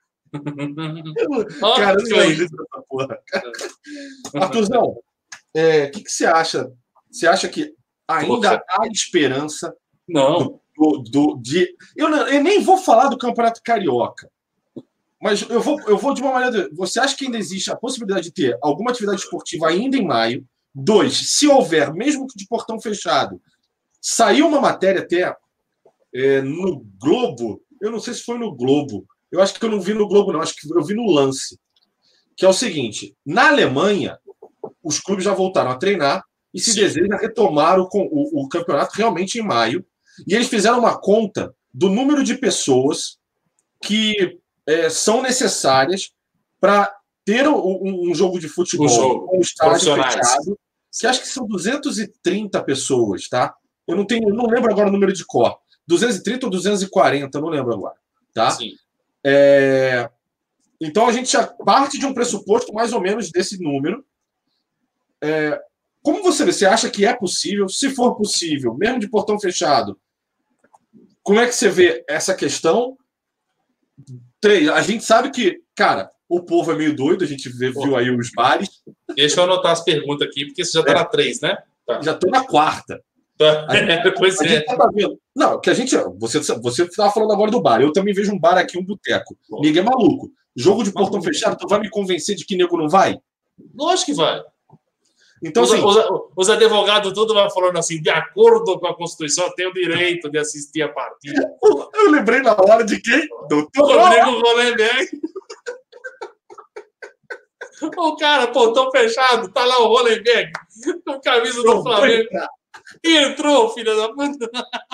Oh, cara, eu não dessa porra. Arthurzão, o é, que, que você acha? Você acha que ainda Poxa. há esperança? Não. Do, do, de, eu, não, eu nem vou falar do Campeonato Carioca, mas eu vou, eu vou de uma maneira. Você acha que ainda existe a possibilidade de ter alguma atividade esportiva ainda em maio? Dois, se houver, mesmo que de portão fechado, saiu uma matéria até é, no Globo, eu não sei se foi no Globo, eu acho que eu não vi no Globo, não, acho que eu vi no Lance, que é o seguinte, na Alemanha, os clubes já voltaram a treinar e se Sim. deseja retomar o, o, o campeonato realmente em maio, e eles fizeram uma conta do número de pessoas que é, são necessárias para ter um, um jogo de futebol jogo. com um estádio fechado, que acho que são duzentas e trinta pessoas, tá? Eu não tenho, eu não lembro agora o número de cor. duzentas e trinta ou duzentas e quarenta, não lembro agora, tá? Sim. É... Então a gente já parte de um pressuposto mais ou menos desse número. É... Como você vê? Você acha que é possível? Se for possível, mesmo de portão fechado, como é que você vê essa questão? Três, a gente sabe que, cara, o povo é meio doido, a gente vê, viu aí os bares. Deixa eu anotar as perguntas aqui, porque você já está é. na três, né? Tá. Já estou na quarta. Tá. A gente, pois a é. gente tá vendo. Não, que a gente. Você você estava falando agora do bar. Eu também vejo um bar aqui, um boteco. Nego é maluco. Jogo de portão maluco. fechado, tu vai me convencer de que nego não vai? Lógico que vai. Então, os, assim, os, os advogados todos vão falando assim, de acordo com a Constituição, eu tenho o direito de assistir a partida. Eu lembrei na hora de quem? Doutor Rodrigo Rolenberg. O cara, portão fechado, tá lá o Hollenberg com camisa do Flamengo. Entrou, filho da puta.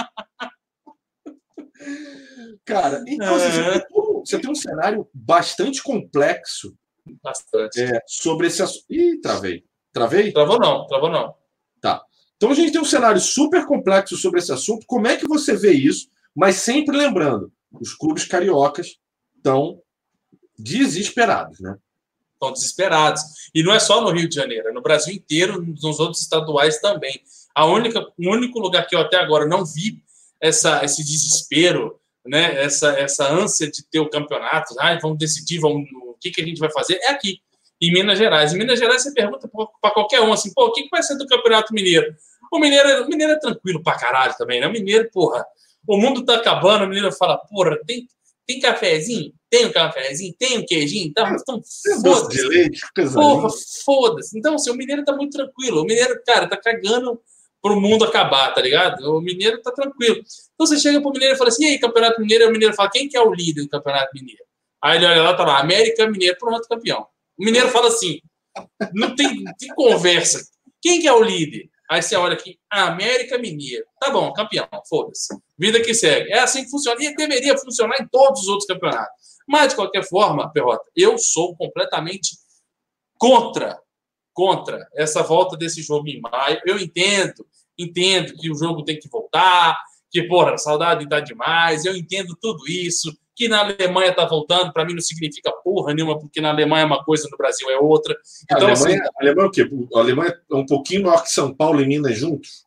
Cara, então assim, você, tem um, você tem um cenário bastante complexo. Bastante. É, sobre esse assunto. Ih, travei. Travei? Travou não, travou não. Tá. Então a gente tem um cenário super complexo sobre esse assunto. Como é que você vê isso? Mas sempre lembrando, os clubes cariocas estão desesperados, né? Estão desesperados. E não é só no Rio de Janeiro, é no Brasil inteiro, nos outros estaduais também. A única, o único lugar que eu até agora não vi essa, esse desespero, né? essa, essa ânsia de ter o campeonato, ah, vamos decidir vamos, o que, que a gente vai fazer, é aqui, em Minas Gerais. Em Minas Gerais você pergunta para qualquer um assim, pô, o que, que vai ser do Campeonato Mineiro? O Mineiro, o Mineiro é tranquilo pra caralho também, né? O Mineiro, porra, o mundo tá acabando, o Mineiro fala, porra, tem, tem cafezinho? Tem um cafezinho? Tem um queijinho? Então, então foda-se. De leite, porra, foda-se. Então, assim, o Mineiro tá muito tranquilo. O Mineiro, cara, tá cagando pro mundo acabar, tá ligado? O Mineiro tá tranquilo. Então você chega pro Mineiro e fala assim, e aí, Campeonato Mineiro? Aí o Mineiro fala, quem que é o líder do Campeonato Mineiro? Aí ele olha lá, tá lá, América Mineiro, pronto, campeão. O Mineiro fala assim, não tem, tem conversa. Quem que é o líder? Aí você olha aqui, América Mineiro. Tá bom, campeão, foda-se. Vida que segue. É assim que funciona. E deveria funcionar em todos os outros campeonatos. Mas, de qualquer forma, Perrota, eu sou completamente contra, contra essa volta desse jogo em maio. Eu entendo, entendo que o jogo tem que voltar, que, porra, a saudade tá demais. Eu entendo tudo isso. Que na Alemanha tá voltando, para mim não significa porra nenhuma, porque na Alemanha é uma coisa, no Brasil é outra. Então, a Alemanha, assim, a Alemanha é o quê? A Alemanha é um pouquinho maior que São Paulo e Minas juntos?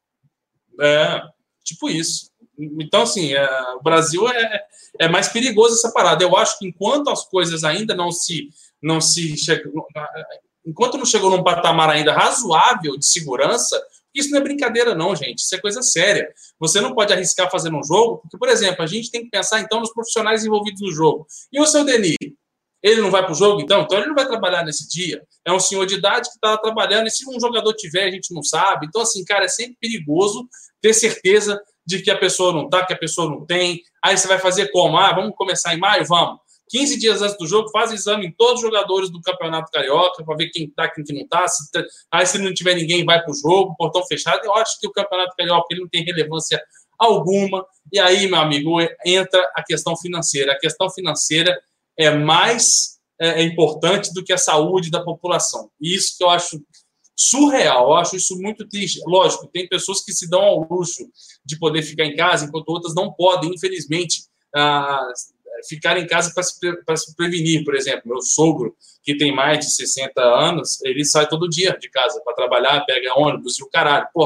É, tipo isso. Então, assim, é, o Brasil é, é mais perigoso essa parada. Eu acho que enquanto as coisas ainda não se... Não se chegam, enquanto não chegou num patamar ainda razoável de segurança, isso não é brincadeira não, gente. Isso é coisa séria. Você não pode arriscar fazendo um jogo, porque, por exemplo, a gente tem que pensar, então, nos profissionais envolvidos no jogo. E o seu Denis? Ele não vai para o jogo, então? Então ele não vai trabalhar nesse dia. É um senhor de idade que está trabalhando, e se um jogador tiver, a gente não sabe. Então, assim, cara, é sempre perigoso ter certeza de que a pessoa não está, que a pessoa não tem. Aí você vai fazer como? Ah, vamos começar em maio? Vamos. quinze dias antes do jogo, faz exame em todos os jogadores do Campeonato Carioca para ver quem está, quem que não está. Se tá, aí, se não tiver ninguém, vai para o jogo, portão fechado. Eu acho que o Campeonato Carioca ele não tem relevância alguma. E aí, meu amigo, entra a questão financeira. A questão financeira é mais é, é importante do que a saúde da população. E isso que eu acho surreal. Eu acho isso muito triste. Lógico, tem pessoas que se dão ao luxo de poder ficar em casa, enquanto outras não podem, infelizmente, ah, ficar em casa para se, para se prevenir. Por exemplo, meu sogro, que tem mais de sessenta anos, ele sai todo dia de casa para trabalhar, pega ônibus e o caralho. Pô,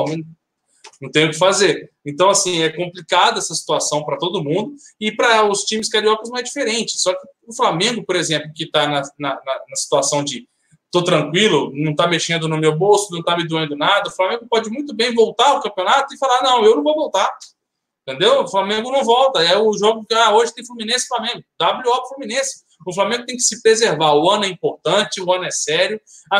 não tem o que fazer. Então, assim, é complicada essa situação para todo mundo e para os times cariocas não é diferente. Só que o Flamengo, por exemplo, que está na, na, na situação de tô tranquilo, não está mexendo no meu bolso, não está me doendo nada, o Flamengo pode muito bem voltar ao campeonato e falar, não, eu não vou voltar. Entendeu? O Flamengo não volta. É o jogo que ah, hoje tem Fluminense e Flamengo. W O Fluminense. O Flamengo tem que se preservar. O ano é importante, o ano é sério.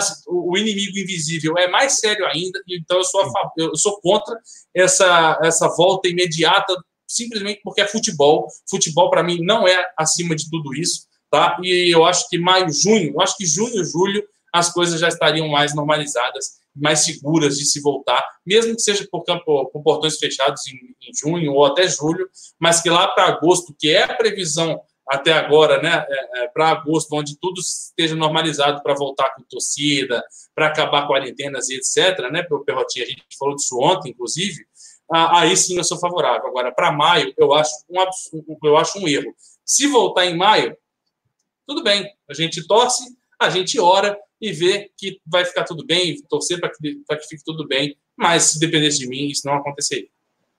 O inimigo invisível é mais sério ainda. Então eu sou, a favor, eu sou contra essa, essa volta imediata, simplesmente porque é futebol. Futebol, para mim, não é acima de tudo isso. Tá? E eu acho que maio, junho, eu acho que junho, julho, as coisas já estariam mais normalizadas, mais seguras de se voltar, mesmo que seja por, campo, por portões fechados em, em junho ou até julho, mas que lá para agosto, que é a previsão até agora, né, é, é, para agosto, onde tudo esteja normalizado para voltar com torcida, para acabar quarentenas e etcétera, né, pelo Perrotinha, a gente falou disso ontem, inclusive, ah, aí sim eu sou favorável. Agora, para maio, eu acho um absurdo, eu acho um erro. Se voltar em maio, tudo bem, a gente torce, a gente ora, e ver que vai ficar tudo bem, torcer para que, que fique tudo bem, mas se dependesse de mim, isso não aconteceria.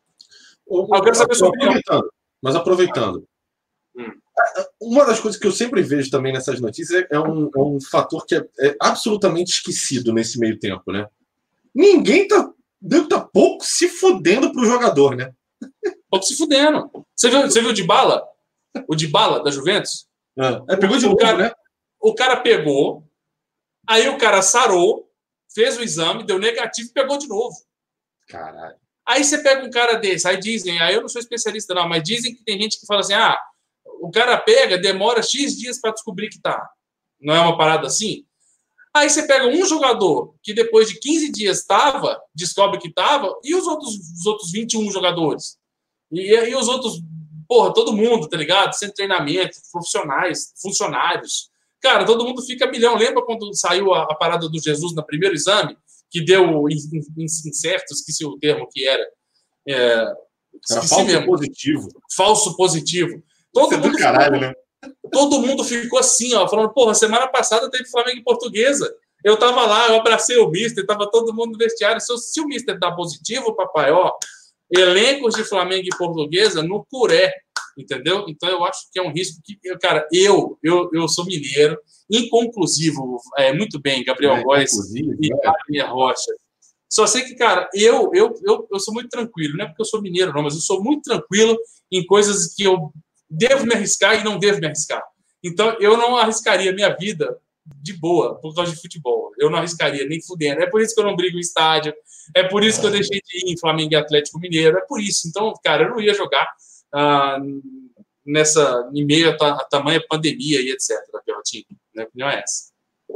O, eu quero saber a sua opinião. Aproveitando, mas aproveitando, hum. uma das coisas que eu sempre vejo também nessas notícias é um, é um fator que é, é absolutamente esquecido nesse meio tempo, né? Ninguém tá, tá pouco se fudendo pro jogador, né? Pouco se fudendo. Você viu, você viu o Dybala? O Dybala da Juventus? É, é pegou de novo, cara, né? O cara pegou, aí o cara sarou, fez o exame, deu negativo e pegou de novo. Caralho. Aí você pega um cara desse, aí dizem, aí eu não sou especialista não, mas dizem que tem gente que fala assim, ah, o cara pega, demora X dias para descobrir que tá. Não é uma parada assim? Aí você pega um jogador que depois de quinze dias estava, descobre que estava, e os outros, os outros vinte e um jogadores? E, e os outros, porra, todo mundo, tá ligado? Sem treinamento, profissionais, funcionários. Cara, todo mundo fica milhão. Lembra quando saiu a, a parada do Jesus no primeiro exame, que deu incerto, esqueci o termo que era. É, era falso mesmo. positivo. Falso positivo. Todo Isso mundo é do caralho, ficou, né? Todo mundo ficou assim, ó, falando, porra, semana passada teve Flamengo e Portuguesa. Eu tava lá, eu abracei o mister, tava todo mundo no vestiário. Se, se o mister dá positivo, papai, ó, elencos de Flamengo e Portuguesa no Curé, entendeu? Então eu acho que é um risco que, eu, cara, eu, eu, eu sou mineiro, inconclusivo, é, muito bem, Gabriel é, Góes e Wagner é. Rocha. Só sei que, cara, eu, eu, eu, eu sou muito tranquilo, não é porque eu sou mineiro, não, mas eu sou muito tranquilo em coisas que eu devo me arriscar e não devo me arriscar. Então, eu não arriscaria minha vida de boa por causa de futebol. Eu não arriscaria nem fudendo. É por isso que eu não brigo em estádio. É por isso que eu deixei de ir em Flamengo e Atlético Mineiro. É por isso. Então, cara, eu não ia jogar ah, nessa, em meio a, a tamanha pandemia e etcétera. Minha opinião é essa.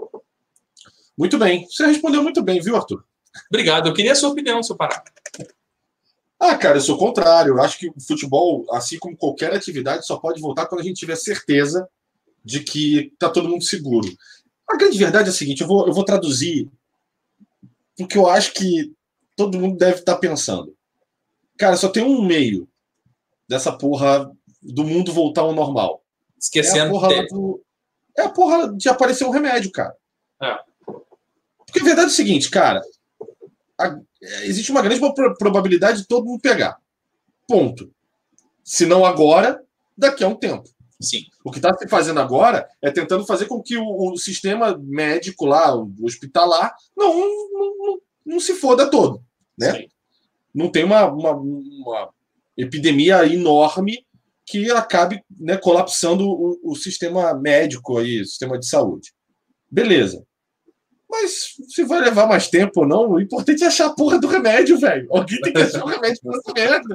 Muito bem. Você respondeu muito bem, viu, Arthur? Obrigado. Eu queria a sua opinião, seu Pará. Ah, cara, eu sou o contrário. Eu acho que o futebol, assim como qualquer atividade, só pode voltar quando a gente tiver certeza de que tá todo mundo seguro. A grande verdade é a seguinte, eu vou, eu vou traduzir porque eu acho que todo mundo deve estar pensando. Cara, só tem um meio dessa porra do mundo voltar ao normal. Esquecendo é a porra, lá do, é a porra de aparecer um remédio, cara. É. Porque a verdade é o seguinte, cara, a, existe uma grande probabilidade de todo mundo pegar. Ponto. Se não agora, daqui a um tempo. Sim. O que está se fazendo agora é tentando fazer com que o, o sistema médico lá, o hospitalar, não, não, não, não se foda todo. Né? Sim. Não tem uma, uma, uma epidemia enorme que acabe, né, colapsando o, o sistema médico, aí, o sistema de saúde. Beleza. Mas se vai levar mais tempo ou não, o importante é achar a porra do remédio, velho. Alguém tem que achar o remédio pra essa merda.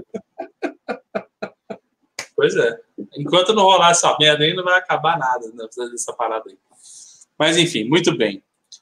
Pois é. Enquanto não rolar essa merda aí, não vai acabar nada, né, dessa parada aí. Mas, enfim, muito bem.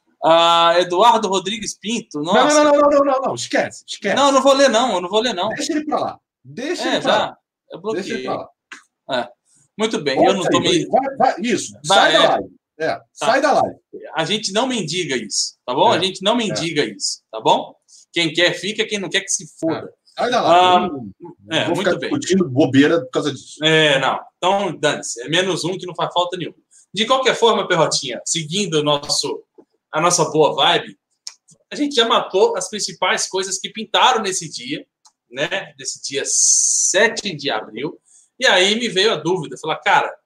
Uh, Eduardo Rodrigues Pinto. Nossa. Não, não, não, não, não, não, esquece, esquece. Não, eu não vou ler, não, eu não vou ler, não. Deixa ele pra lá. Deixa é, ele pra já. lá. Eu bloqueei. Deixa ele pra lá. É. Muito bem, Volta eu não tô aí, me... vai, vai, isso, vai, sai é. da live. É, tá. Sai da live. A gente não mendiga isso, tá bom? É. A gente não mendiga é. isso, tá bom? Quem quer fica, quem não quer que se foda. É. Sai da live. Ah, não, é, vou muito ficar bem. discutindo bobeira por causa disso. É, não. Então, dane-se. É menos um que não faz falta nenhuma. De qualquer forma, Perrotinha, seguindo o nosso, a nossa boa vibe, a gente já matou as principais coisas que pintaram nesse dia, né? Nesse dia sete de abril. E aí me veio a dúvida. Falar, cara,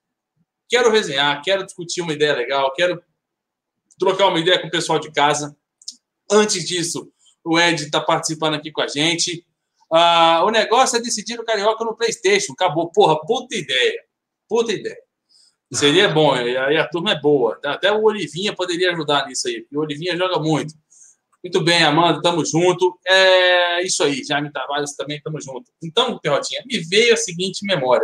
quero resenhar, quero discutir uma ideia legal, quero trocar uma ideia com o pessoal de casa. Antes disso, o Ed está participando aqui com a gente. Ah, o negócio é decidir o Carioca no PlayStation. Acabou. Porra, puta ideia. Puta ideia. Seria bom. E aí a turma é boa. Até o Olivinha poderia ajudar nisso aí, porque o Olivinha joga muito. Muito bem, Amanda, tamo junto. É isso aí, Jaime Tavares também tamo junto. Então, Perrotinha, me veio a seguinte memória.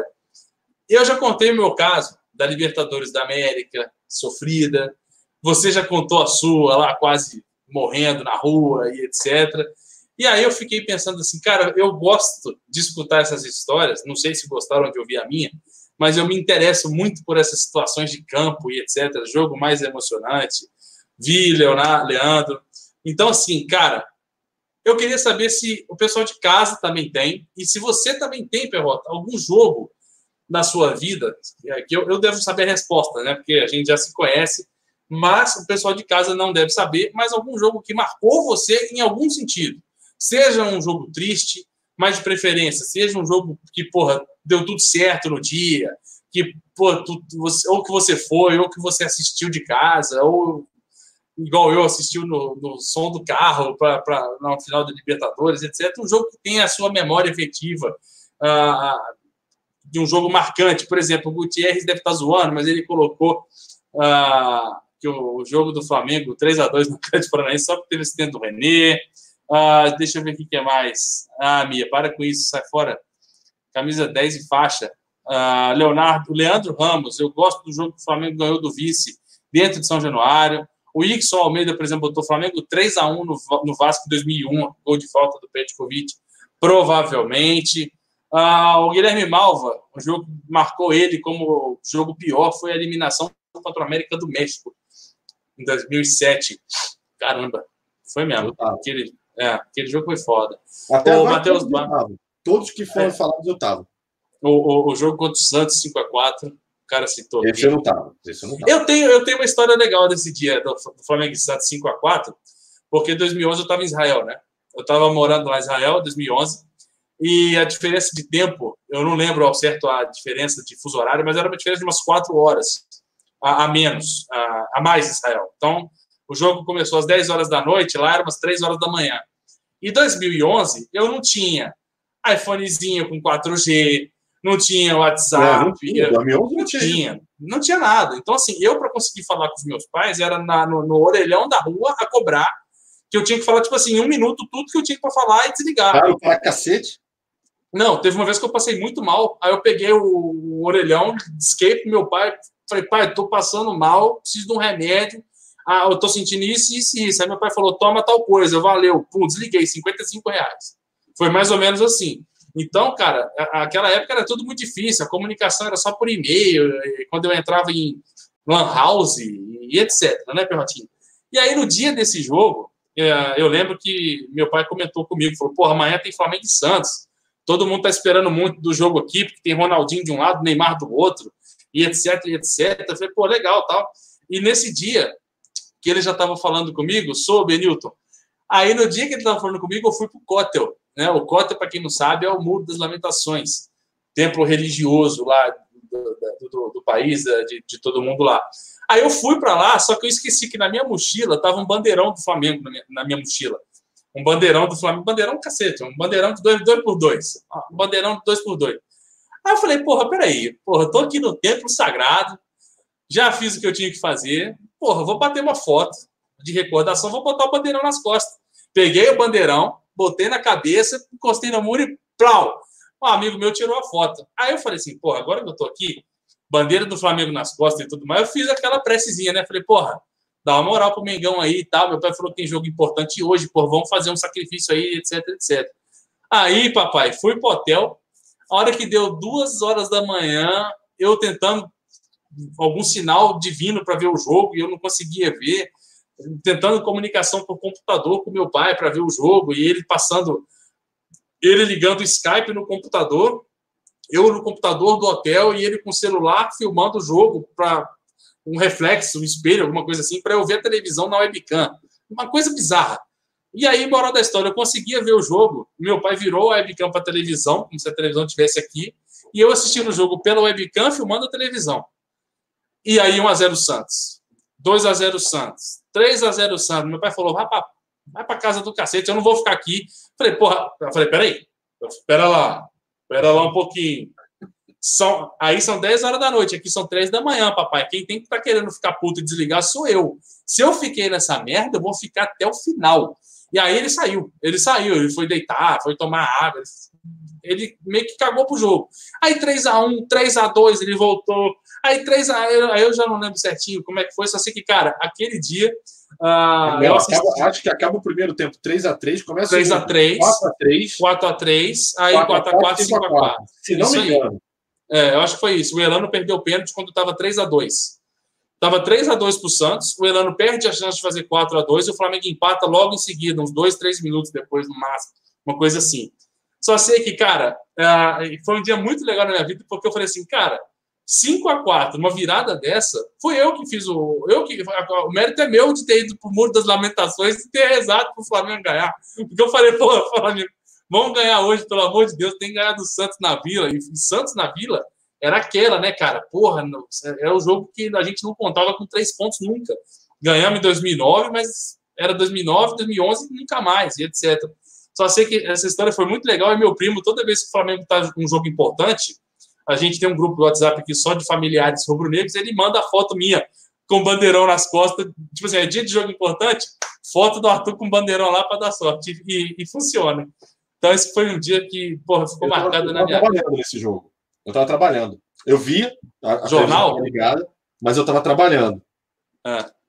Eu já contei o meu caso da Libertadores da América, sofrida. Você já contou a sua lá, quase morrendo na rua e etcétera. E aí eu fiquei pensando assim, cara, eu gosto de escutar essas histórias. Não sei se gostaram de ouvir a minha, mas eu me interesso muito por essas situações de campo e etcétera. Jogo mais emocionante. Vi Leonardo, Leandro. Então, assim, cara, eu queria saber se o pessoal de casa também tem, e se você também tem, Perrota, algum jogo na sua vida, que eu, eu devo saber a resposta, né? Porque a gente já se conhece, mas o pessoal de casa não deve saber, mas algum jogo que marcou você em algum sentido. Seja um jogo triste, mas de preferência, seja um jogo que, porra, deu tudo certo no dia, que, pô, tu, você, ou que você foi, ou que você assistiu de casa, ou igual eu assistiu no, no som do carro para no final da Libertadores, etcétera. Um jogo que tem a sua memória efetiva, uh, de um jogo marcante. Por exemplo, o Gutierrez deve estar zoando, mas ele colocou uh, que o, o jogo do Flamengo, três a dois no Atlético Paranaense, só porque teve esse tempo do René. Uh, deixa eu ver o que é mais. Ah, Mia, para com isso, sai fora. Camisa dez e faixa. Uh, Leonardo, Leandro Ramos, eu gosto do jogo que o Flamengo ganhou do vice dentro de São Januário. O Ixon Almeida, por exemplo, botou Flamengo três a um no, no Vasco em dois mil e um, gol de falta do Petkovic, provavelmente. Ah, o Guilherme Malva, o jogo que marcou ele como jogo pior foi a eliminação contra o América do México, em dois mil e sete. Caramba, foi mesmo. Aquele, é, aquele jogo foi foda. Até o agora, Matheus, todos, todos que foram é. falados eu tava. O, o, o jogo contra o Santos, cinco a quatro, o cara citou. Esse eu não tava. Esse eu, não tava. Eu, tenho, eu tenho uma história legal desse dia, do, do Flamengo e Santos cinco a quatro, porque em dois mil e onze eu estava em Israel, né? Eu estava morando lá em Israel, em dois mil e onze, e a diferença de tempo, eu não lembro ao certo a diferença de fuso horário, mas era uma diferença de umas quatro horas a, a menos, a, a mais em Israel. Então, o jogo começou às dez horas da noite, lá era umas três horas da manhã. Em dois mil e onze, eu não tinha iPhonezinho com quatro G, não tinha WhatsApp. É, não tinha, dois mil e onze não, não tinha. tinha. Não tinha nada. Então, assim, eu, para conseguir falar com os meus pais, era na, no, no orelhão da rua a cobrar, que eu tinha que falar, tipo assim, em um minuto, tudo que eu tinha para falar e desligar. Claro, para cacete. Não, teve uma vez que eu passei muito mal, aí eu peguei o, o orelhão, disquei pro meu pai, falei, pai, tô passando mal, preciso de um remédio, ah, eu tô sentindo isso, isso e isso. Aí meu pai falou, toma tal coisa, valeu, pum, desliguei, cinquenta e cinco reais. Foi mais ou menos assim. Então, cara, aquela época era tudo muito difícil, a comunicação era só por e-mail, quando eu entrava em lan house e etcétera, né, Perrotinho? E aí, no dia desse jogo, eu lembro que meu pai comentou comigo, falou, porra, amanhã tem Flamengo e Santos, todo mundo tá esperando muito do jogo aqui, porque tem Ronaldinho de um lado, Neymar do outro, e etc, e etcétera. Eu falei, pô, legal, tal. E nesse dia, que ele já estava falando comigo sobre Newton, aí no dia que ele estava falando comigo, eu fui pro Cótel, né? O Cótel, para quem não sabe, é o Muro das Lamentações, templo religioso lá do, do, do, do país, de, de todo mundo lá. Aí eu fui para lá, só que eu esqueci que na minha mochila estava um bandeirão do Flamengo na minha, na minha mochila. Um bandeirão do Flamengo, bandeirão cacete, um bandeirão de dois, dois por dois. Um bandeirão de dois por dois. Aí eu falei, porra, peraí, porra, eu tô aqui no templo sagrado, já fiz o que eu tinha que fazer, porra, vou bater uma foto de recordação, vou botar o bandeirão nas costas. Peguei o bandeirão, botei na cabeça, encostei no muro e plau! Um amigo meu tirou a foto. Aí eu falei assim, porra, agora que eu tô aqui, bandeira do Flamengo nas costas e tudo mais, eu fiz aquela precezinha, né? Falei, porra, dá uma moral pro Mengão aí e tal. Meu pai falou que tem jogo importante hoje, porra, vamos fazer um sacrifício aí, etc, etcétera. Aí, papai, fui pro hotel. A hora que deu duas horas da manhã, eu tentando algum sinal divino para ver o jogo e eu não conseguia ver, tentando comunicação por computador com meu pai para ver o jogo e ele passando, ele ligando o Skype no computador, eu no computador do hotel e ele com o celular filmando o jogo para um reflexo, um espelho, alguma coisa assim, para eu ver a televisão na webcam. Uma coisa bizarra. E aí, moral da história, eu conseguia ver o jogo, meu pai virou a webcam para a televisão, como se a televisão estivesse aqui, e eu assistindo o jogo pela webcam, filmando a televisão. E aí, um a zero Santos, dois a zero Santos, três a zero Santos. Meu pai falou, vai para vai para casa do cacete, eu não vou ficar aqui. Falei, porra, eu falei, peraí, espera lá, espera lá um pouquinho. São, aí são dez horas da noite, aqui são três da manhã, papai. Quem tem que estar tá querendo ficar puto e desligar sou eu. Se eu fiquei nessa merda, eu vou ficar até o final. E aí ele saiu, ele saiu, ele foi deitar, foi tomar água, ele meio que cagou pro jogo. Aí três a um, três a dois, ele voltou. Aí três a um, aí eu já não lembro certinho como é que foi, só sei que, cara, aquele dia... Uh, não, acaba, acho que acaba o primeiro tempo três a três, começa três a três, quatro a três, quatro a três, aí quatro a quatro, cinco a quatro. Se não me engano. É, eu acho que foi isso. O Elano perdeu o pênalti quando estava três a dois. Estava três a dois para o Santos, o Elano perde a chance de fazer quatro a dois e o Flamengo empata logo em seguida, uns dois, três minutos depois, no máximo. Uma coisa assim. Só sei que, cara, foi um dia muito legal na minha vida, porque eu falei assim, cara, cinco a quatro, uma virada dessa, foi eu que fiz o... Eu que, o mérito é meu de ter ido para o Muro das Lamentações e ter rezado para o Flamengo ganhar. Porque eu falei, pô, Flamengo, vamos ganhar hoje, pelo amor de Deus, tem que ganhar do Santos na Vila. E Santos na Vila era aquela, né, cara? Porra, era o jogo que a gente não contava com três pontos nunca. Ganhamos em dois mil e nove, mas era dois mil e nove, dois mil e onze, nunca mais, e etcétera. Só sei que essa história foi muito legal e meu primo, toda vez que o Flamengo está com um jogo importante, a gente tem um grupo do WhatsApp aqui só de familiares rubro-negros, ele manda a foto minha com bandeirão nas costas, tipo assim, é dia de jogo importante, foto do Arthur com bandeirão lá para dar sorte, e, e funciona. Então esse foi um dia que, porra, ficou tava, marcado na minha vida. Eu estava trabalhando nesse jogo, eu estava trabalhando. Eu vi a, a jornal ligada, mas eu estava trabalhando. É.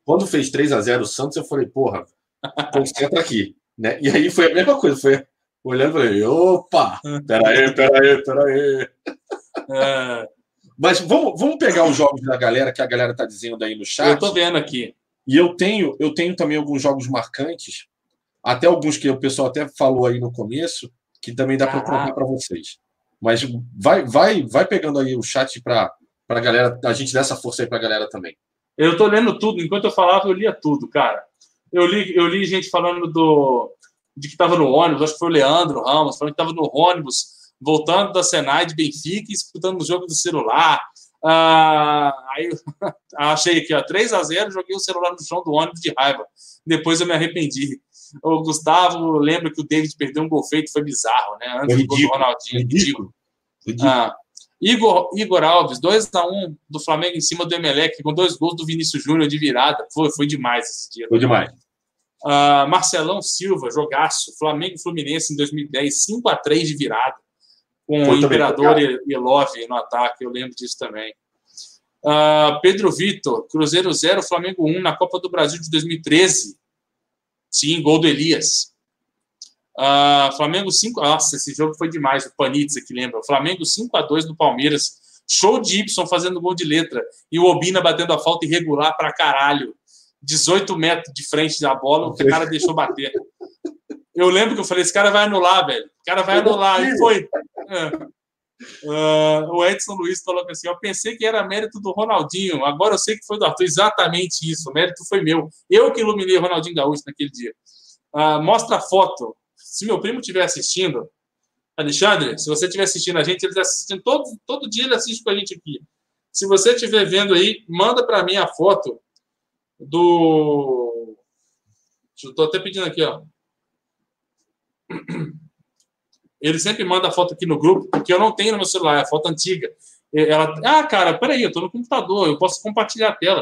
Quando fez três a zero o Santos, eu falei, porra, concentra aqui. Né? E aí foi a mesma coisa, foi olhando e falei, opa, peraí, peraí, peraí. É, Mas vamos, vamos pegar os jogos da galera, que a galera tá dizendo aí no chat. eu tô vendo aqui. E eu tenho, eu tenho também alguns jogos marcantes, até alguns que o pessoal até falou aí no começo, que também dá para contar para vocês. Mas vai, vai, vai pegando aí o chat para a galera, a gente dá essa força aí para a galera também. Eu tô lendo tudo. Enquanto eu falava, eu lia tudo, cara. Eu li, eu li gente falando do, de que estava no ônibus, acho que foi o Leandro Ramos, falando que estava no ônibus, voltando da Senai de Benfica e escutando o jogo do celular. Ah, aí achei aqui, ó, três a zero, joguei o celular no chão do ônibus de raiva. Depois eu me arrependi. O Gustavo lembra que o David perdeu um gol feito, foi bizarro, né? Antes do gol do Ronaldinho. Ridículo. Ridículo. Ah, Igor, Igor Alves, dois a um do Flamengo em cima do Emelec, com dois gols do Vinícius Júnior de virada. Foi, foi demais esse dia. Foi demais. Ah, Marcelão Silva, jogaço. Flamengo e Fluminense em dois mil e dez, cinco a três de virada. Com o Imperador e, e Love no ataque, eu lembro disso também. Uh, Pedro Vitor, Cruzeiro zero, Flamengo um na Copa do Brasil de dois mil e treze. Sim, gol do Elias. Uh, Flamengo cinco. Nossa, esse jogo foi demais. O Panitza que lembra. Flamengo cinco a dois do Palmeiras. Show de Y fazendo gol de letra. E o Obina batendo a falta irregular pra caralho. dezoito metros de frente da bola, o cara deixou bater. Eu lembro que eu falei: esse cara vai anular, velho. O cara vai anular. E foi. É. Uh, o Edson Luiz falou assim: eu pensei que era mérito do Ronaldinho, agora eu sei que foi do Arthur. Exatamente isso, o mérito foi meu. Eu que iluminei o Ronaldinho Gaúcho naquele dia. Uh, mostra a foto. Se meu primo estiver assistindo, Alexandre, se você estiver assistindo a gente, ele está assistindo todo, todo dia, ele assiste com a gente aqui. Se você estiver vendo aí, manda para mim a foto do. Estou até pedindo aqui, ó. Ele sempre manda a foto aqui no grupo, porque eu não tenho no meu celular, é a foto antiga. Ela, ah, cara, peraí, eu tô no computador, eu posso compartilhar a tela.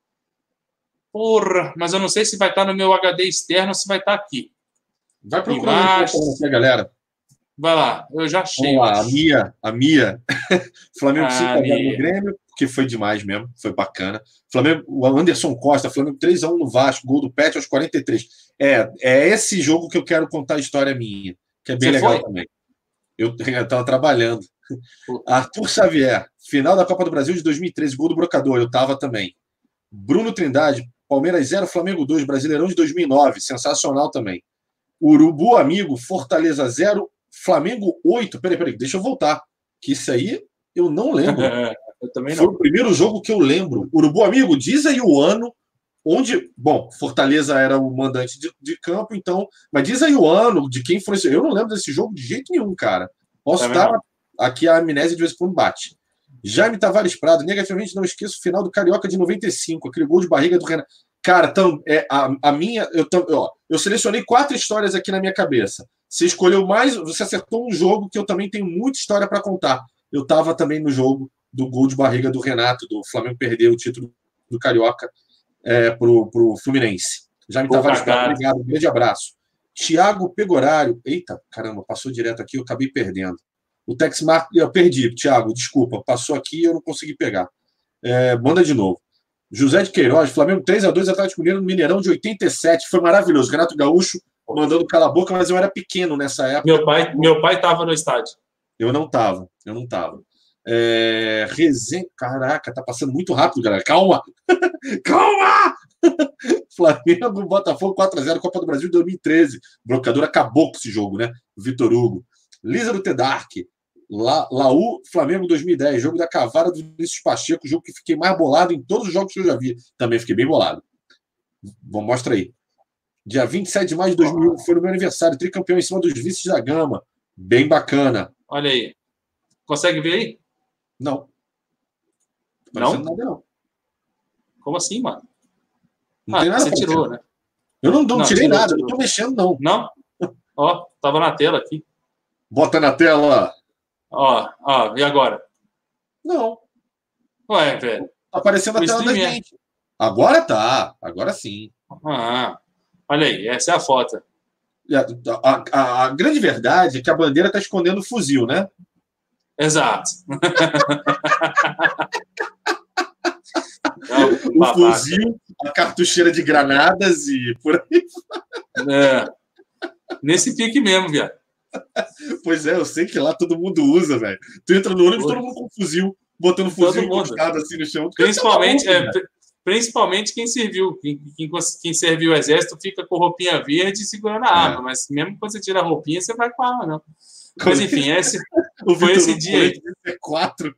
Porra, mas eu não sei se vai estar no meu H D externo ou se vai estar aqui. Vai procurar aqui, galera. Vai lá, eu já achei. Vamos lá, a Mia, a Mia. Flamengo cinco a zero no Grêmio, que foi demais mesmo, foi bacana. Flamengo, o Anderson Costa, Flamengo três a um no Vasco, gol do Pet aos quarenta e três. É, é esse jogo que eu quero contar a história minha. Que é bem Você legal foi? Também. Eu estava trabalhando. Arthur Xavier, final da Copa do Brasil de dois mil e treze, gol do Brocador, eu estava também. Bruno Trindade, Palmeiras zero, Flamengo dois, Brasileirão de dois mil e nove, sensacional também. Urubu Amigo, Fortaleza zero, Flamengo oito. Peraí, peraí, deixa eu voltar. Que isso aí eu não lembro. Eu também não. Foi o primeiro jogo que eu lembro. Urubu Amigo, diz aí o ano. Onde, bom, Fortaleza era o mandante de, de campo, então, mas diz aí o ano de quem foi esse. Eu não lembro desse jogo de jeito nenhum, cara. Posso Também estar não. Aqui a amnésia de vez em quando bate. Jaime Tavares Prado, negativamente não esqueço o final do Carioca de noventa e cinco, aquele gol de barriga do Renato. Cara, então, é, a, a minha. Eu, ó, eu selecionei quatro histórias aqui na minha cabeça. Você escolheu mais, você acertou um jogo que eu também tenho muita história para contar. Eu estava também no jogo do gol de barriga do Renato, do Flamengo perder o título do Carioca. É, pro, pro Fluminense. Já me estava obrigado, um grande abraço. Thiago Pegorário, eita, caramba, passou direto aqui, eu acabei perdendo. O Texmar, eu perdi, Thiago, desculpa, passou aqui e eu não consegui pegar. É, manda de novo. José de Queiroz, Flamengo três a dois, Atlético Mineiro no Mineirão de oitenta e sete, foi maravilhoso. Renato Gaúcho mandando cala a boca, mas eu era pequeno nessa época. Meu pai, meu pai estava no estádio. Eu não estava, eu não estava. É, Resenha, caraca, tá passando muito rápido, galera. Calma, calma. Flamengo, Botafogo quatro a zero, Copa do Brasil de dois mil e treze. O Brocador acabou com esse jogo, né? Vitor Hugo, Lisa do Tedark, La, Laú, Flamengo dois mil e dez, jogo da Cavara do Vinícius Pacheco, jogo que fiquei mais bolado em todos os jogos que eu já vi. Também fiquei bem bolado. Bom, mostra aí. Dia vinte e sete de maio de dois mil e um, foi no meu aniversário, tricampeão em cima dos vices da Gama. Bem bacana. Olha aí. Consegue ver aí? Não. Não? Nada, não. Como assim, mano? Não ah, tem nada você tirou, né? Eu não, não, não tirei tirou, nada, tirou. Não tô mexendo, não. Não? Ó, tava na tela aqui. Bota na tela. Ó, ó, e agora? Não. Ué, velho. Tá aparecendo a O tela da stream é. gente. Agora tá, agora sim. Ah, olha aí, essa é a foto. A, a, a, a grande verdade é que a bandeira tá escondendo o fuzil, né? Exato. O fuzil a cartucheira de granadas e por aí. É. Nesse pique mesmo, viado. Pois é, eu sei que lá todo mundo usa, velho. Tu entra no ônibus, Oi. todo mundo com fuzil, botando fuzil mundo. encostado assim no chão. Principalmente, Tá maluco, é, velho. principalmente quem serviu. Quem, quem, quem serviu o exército fica com roupinha verde e segurando a É. arma. Mas mesmo quando você tira a roupinha, você vai com a arma, não. Mas enfim, esse, O foi Vitor esse no dia aí. colete de C quatro.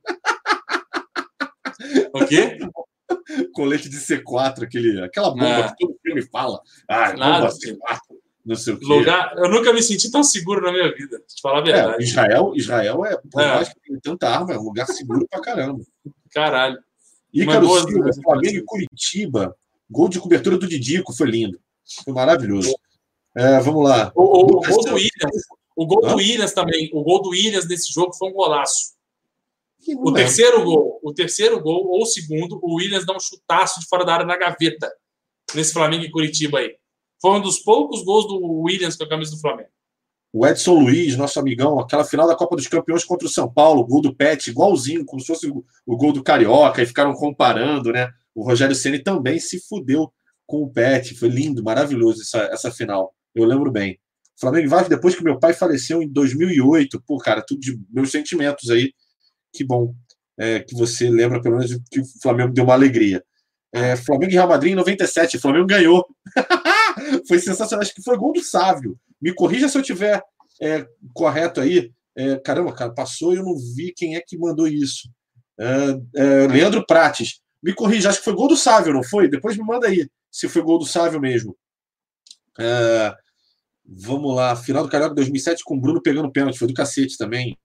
O quê? Colete de C quatro, aquele, aquela bomba É. que todo filme fala. Ah, Nada, bomba C quatro, não sei o quê. Lugar, eu nunca me senti tão seguro na minha vida, pra te falar a É, verdade. Israel, Israel é, por É. mais que tenha tanta arma, é um lugar seguro pra caramba. Caralho. Ícaro boa- Silva, Flamengo e Curitiba. Gol de cobertura do Didico, foi lindo. Foi maravilhoso. É, vamos lá. O, o- o Lucas gol do Santos. Williams, o gol Hã? do Williams também, o gol do Williams nesse jogo foi um golaço. Que não O é. terceiro gol, o terceiro gol ou o segundo, o Williams dá um chutaço de fora da área na gaveta nesse Flamengo e Curitiba aí. Foi um dos poucos gols do Williams com a camisa do Flamengo. O Edson Luiz, nosso amigão, aquela final da Copa dos Campeões contra o São Paulo, gol do Pet, igualzinho, como se fosse o, o gol do Carioca, e ficaram comparando, né? O Rogério Ceni também se fudeu com o Pet. Foi lindo, maravilhoso essa, essa final. Eu lembro bem. Flamengo e Vasco, depois que meu pai faleceu em dois mil e oito. Pô, cara, tudo de meus sentimentos aí. Que bom é, que você lembra, pelo menos, que o Flamengo deu uma alegria. É, Flamengo e Real Madrid em noventa e sete. O Flamengo ganhou. Foi sensacional. Acho que foi gol do Sávio. Me corrija se eu tiver é, correto aí. É, caramba, cara, passou e eu não vi quem é que mandou isso. É, é, Leandro Prates. Me corrija, acho que foi gol do Sávio, não foi? Depois me manda aí se foi gol do Sávio mesmo. É, vamos lá. Final do Carioca dois mil e sete com o Bruno pegando pênalti. Foi do cacete também.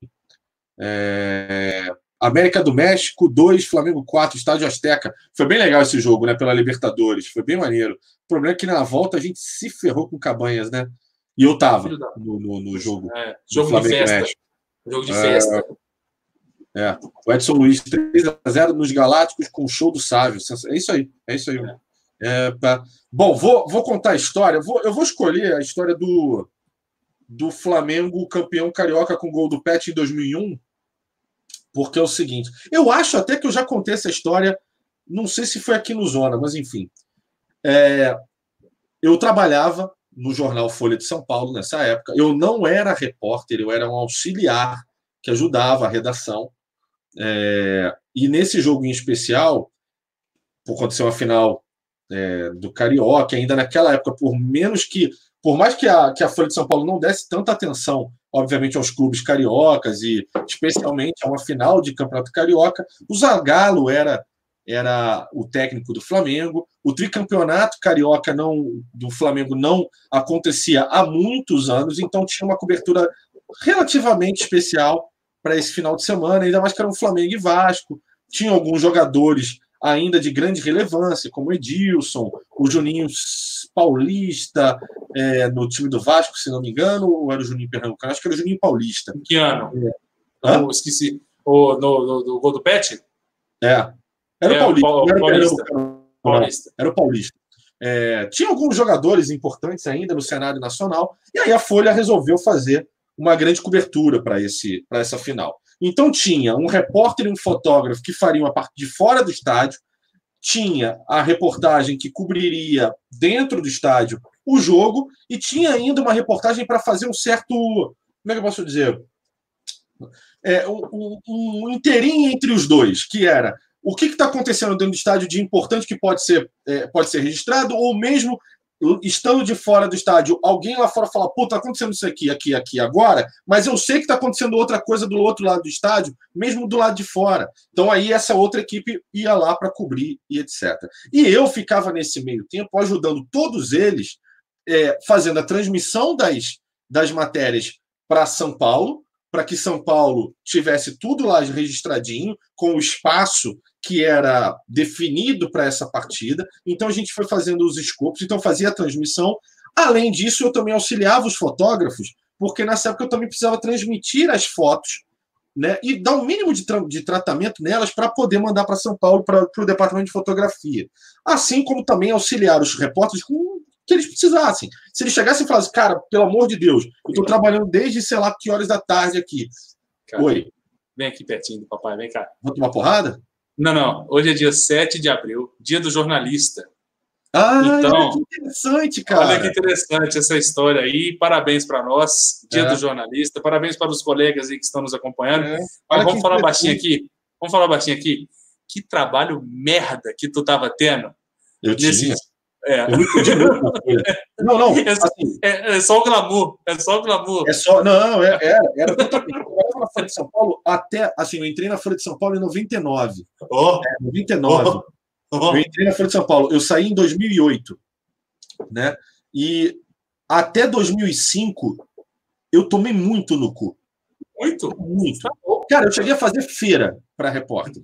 É, América do México dois, Flamengo quatro, Estádio Azteca. Foi bem legal esse jogo, né? Pela Libertadores. Foi bem maneiro. O problema é que na volta a gente se ferrou com Cabanhas, né? E eu tava Filho da- no, no, no jogo. É, do jogo de Flamengo e festa. México. Jogo de É. festa. É. O Edson Luiz três a zero nos Galácticos com o show do Sávio. É isso aí. É isso aí. É, tá. Bom, vou, vou contar a história. Vou, eu vou escolher a história do, do Flamengo campeão carioca com gol do Pet em dois mil e um, porque é o seguinte. Eu acho até que eu já contei essa história. Não sei se foi aqui no Zona, mas enfim. É, eu trabalhava no jornal Folha de São Paulo nessa época. Eu não era repórter, eu era um auxiliar que ajudava a redação. É, e nesse jogo em especial, por acontecer uma final é, do Carioca, ainda naquela época, por menos que, por mais que a, que a Folha de São Paulo não desse tanta atenção, obviamente, aos clubes cariocas e especialmente a uma final de Campeonato Carioca, o Zagallo era, era o técnico do Flamengo, o tricampeonato carioca não, do Flamengo não acontecia há muitos anos, então tinha uma cobertura relativamente especial para esse final de semana, ainda mais que era um Flamengo e Vasco. Tinha alguns jogadores ainda de grande relevância, como o Edilson, o Juninho Paulista, é, no time do Vasco, se não me engano, ou era o Juninho Pernambucano? Acho que era o Juninho Paulista. Em que ano? Hã? Eu esqueci. O, no, no, no gol do Pet? É. Era É, o Paulista. o não era o Paulista. Pernambucano, não. Paulista. Era o Paulista. É, tinha alguns jogadores importantes ainda no cenário nacional, e aí a Folha resolveu fazer uma grande cobertura para esse, para essa final. Então tinha um repórter e um fotógrafo que fariam a parte de fora do estádio, tinha a reportagem que cobriria dentro do estádio o jogo, e tinha ainda uma reportagem para fazer um certo, como é que eu posso dizer? É, um, um, um inteirinho entre os dois, que era o que está acontecendo dentro do estádio de importante que pode ser, é, pode ser registrado, ou mesmo estando de fora do estádio, alguém lá fora fala, pô, tá acontecendo isso aqui, aqui, aqui, agora, mas eu sei que tá acontecendo outra coisa do outro lado do estádio, mesmo do lado de fora. Então aí essa outra equipe ia lá para cobrir e etcétera. E eu ficava nesse meio tempo ajudando todos eles, é, fazendo a transmissão das, das matérias para São Paulo, para que São Paulo tivesse tudo lá registradinho, com o espaço que era definido para essa partida. Então a gente foi fazendo os escopos, então fazia a transmissão. Além disso, eu também auxiliava os fotógrafos, porque nessa época eu também precisava transmitir as fotos, né, e dar um mínimo de, tra de tratamento nelas para poder mandar para São Paulo, para o departamento de fotografia. Assim como também auxiliar os repórteres com o que eles precisassem. Se eles chegassem e falassem, cara, pelo amor de Deus, eu estou trabalhando desde sei lá que horas da tarde aqui. Cara, Oi. Vem aqui pertinho do papai, vem cá. Vou tomar porrada? Não, não. Hoje é dia sete de abril, dia do jornalista. Ah, Então, olha que interessante, cara. olha que interessante essa história aí. Parabéns para nós, Dia É. do Jornalista. Parabéns para os colegas aí que estão nos acompanhando. É. Mas Olha vamos que falar interessante. baixinho aqui. Vamos falar baixinho aqui. Que trabalho merda que tu tava tendo. Eu nesse... tinha. É. Eu me fudi muito na Folha. Não, não. É, Assim, é, é só o glamour. É só o glamour. é só. Não, era. Era, era totalmente. Eu trabalhava na Folha de São Paulo até. Assim, eu entrei na Folha de São Paulo em noventa e nove. Oh, É, noventa e nove. oh. Eu entrei na Folha de São Paulo. Eu saí em dois mil e oito. Né? E até dois mil e cinco eu tomei muito no cu. Muito? Muito. Cara, eu cheguei a fazer feira para repórter.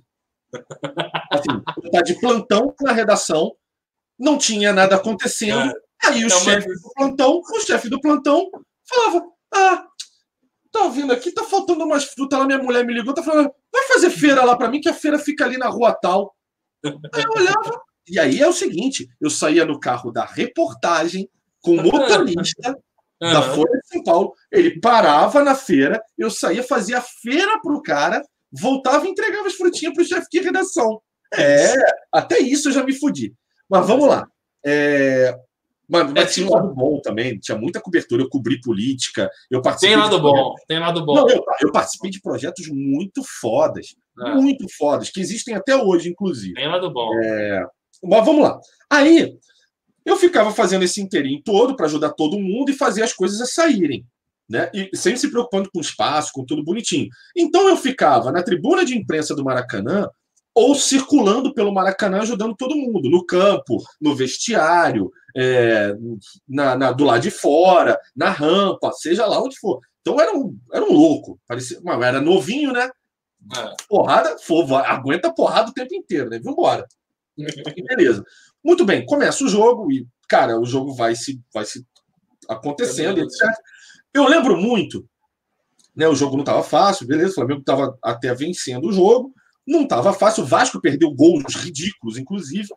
Assim, eu tá de plantão na redação, não tinha nada acontecendo. Aí o É uma- chefe do plantão, o chefe do plantão falava: Ah, tá vindo aqui, tá faltando umas frutas lá. Minha mulher me ligou, tá falando: vai fazer feira lá para mim, que a feira fica ali na rua tal. Aí eu olhava. E aí é o seguinte: eu saía no carro da reportagem com o motorista da Aham. Folha de São Paulo, ele parava na feira, eu saía, fazia feira pro cara, voltava e entregava as frutinhas pro chefe de redação. É, até isso eu já me fudi. Mas vamos lá. É, mas, mas É tinha um tipo- lado bom também, tinha muita cobertura, eu cobri política, eu participei Tem lado de bom. Tem lado bom. Não, eu, eu participei de projetos muito fodas, É. muito fodas, que existem até hoje, inclusive. Tem lado bom. Mas vamos lá. Aí, eu ficava fazendo esse inteirinho todo para ajudar todo mundo e fazer as coisas a saírem. Né? E sempre se preocupando com espaço, com tudo bonitinho. Então, eu ficava na tribuna de imprensa do Maracanã ou circulando pelo Maracanã ajudando todo mundo, no campo, no vestiário, é, na, na- do lado de fora, na rampa, seja lá onde for. Então, era um, era um louco. Parecia, mas era novinho, né? É. Porrada, for, vai, aguenta porrada o tempo inteiro, né? Vambora. E beleza. Muito bem, começa o jogo e, cara, o jogo vai se, vai se acontecendo, etcétera. Eu lembro muito, né? O jogo não estava fácil, beleza, o Flamengo estava até vencendo o jogo, não estava fácil, o Vasco perdeu gols ridículos, inclusive,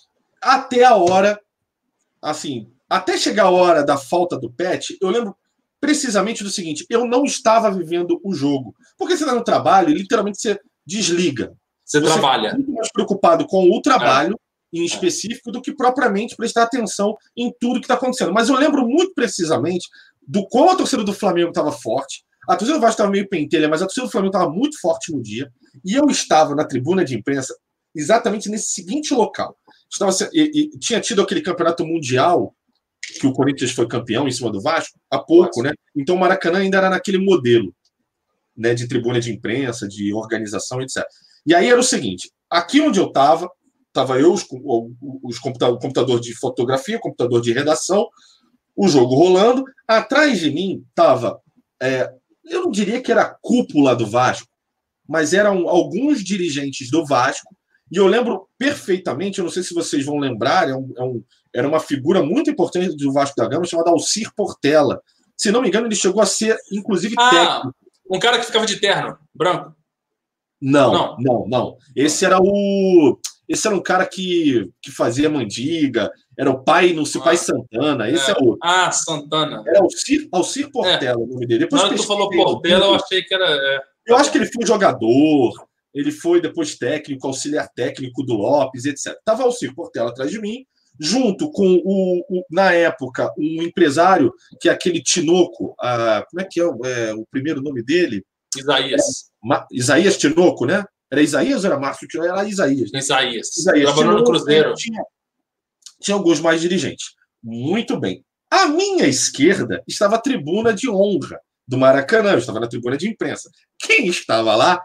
até a hora, assim, até chegar a hora da falta do Pet, eu lembro precisamente do seguinte: eu não estava vivendo o jogo, porque você está no trabalho e literalmente você desliga. Você, Você trabalha. fica muito mais preocupado com o trabalho em específico do que propriamente prestar atenção em tudo que está acontecendo. Mas eu lembro muito precisamente do quão a torcida do Flamengo estava forte. A torcida do Vasco estava meio pentelha, mas a torcida do Flamengo estava muito forte no dia. E eu estava na tribuna de imprensa exatamente nesse seguinte local. Estava, e, e tinha tido aquele campeonato mundial que o Corinthians foi campeão em cima do Vasco há pouco, né? Então o Maracanã ainda era naquele modelo, né, de tribuna de imprensa, de organização, etcétera. E aí era o seguinte: aqui onde eu estava, estava eu, os, os computador, o computador de fotografia, o computador de redação, o jogo rolando. Atrás de mim estava, é, eu não diria que era a cúpula do Vasco, mas eram alguns dirigentes do Vasco. E eu lembro perfeitamente, eu não sei se vocês vão lembrar, é um, é um, era uma figura muito importante do Vasco da Gama, chamada Alcir Portela. Se não me engano, ele chegou a ser, inclusive, Ah, técnico. um cara que ficava de terno, branco. Não, Não. não, não. Esse era o. Esse era um cara que, que fazia mandiga, era o pai, não sei, Ah. pai Santana. Esse é, É. é outro. Ah, Santana. Era Alcir, Alcir Portela, o nome dele. Na Depois hora que tu falou pesquisei. Portela, eu achei que era. é. Eu acho que ele foi jogador, ele foi depois técnico, auxiliar técnico do Lopes, etcétera. Tava Alcir Portela atrás de mim, junto com o, o na época, um empresário que é aquele Tinoco. Ah, como é que é, o- é o primeiro nome dele? Isaías. Ma- Isaías Tinoco, né? Era Isaías ou era Márcio Tinoco? Era Isaías. Né? Isaías. Isaías Trabalhou no Tinoco, Cruzeiro. Tinha, tinha alguns mais dirigentes. Muito bem. À minha esquerda estava a tribuna de honra do Maracanã. Eu estava na tribuna de imprensa. Quem estava lá?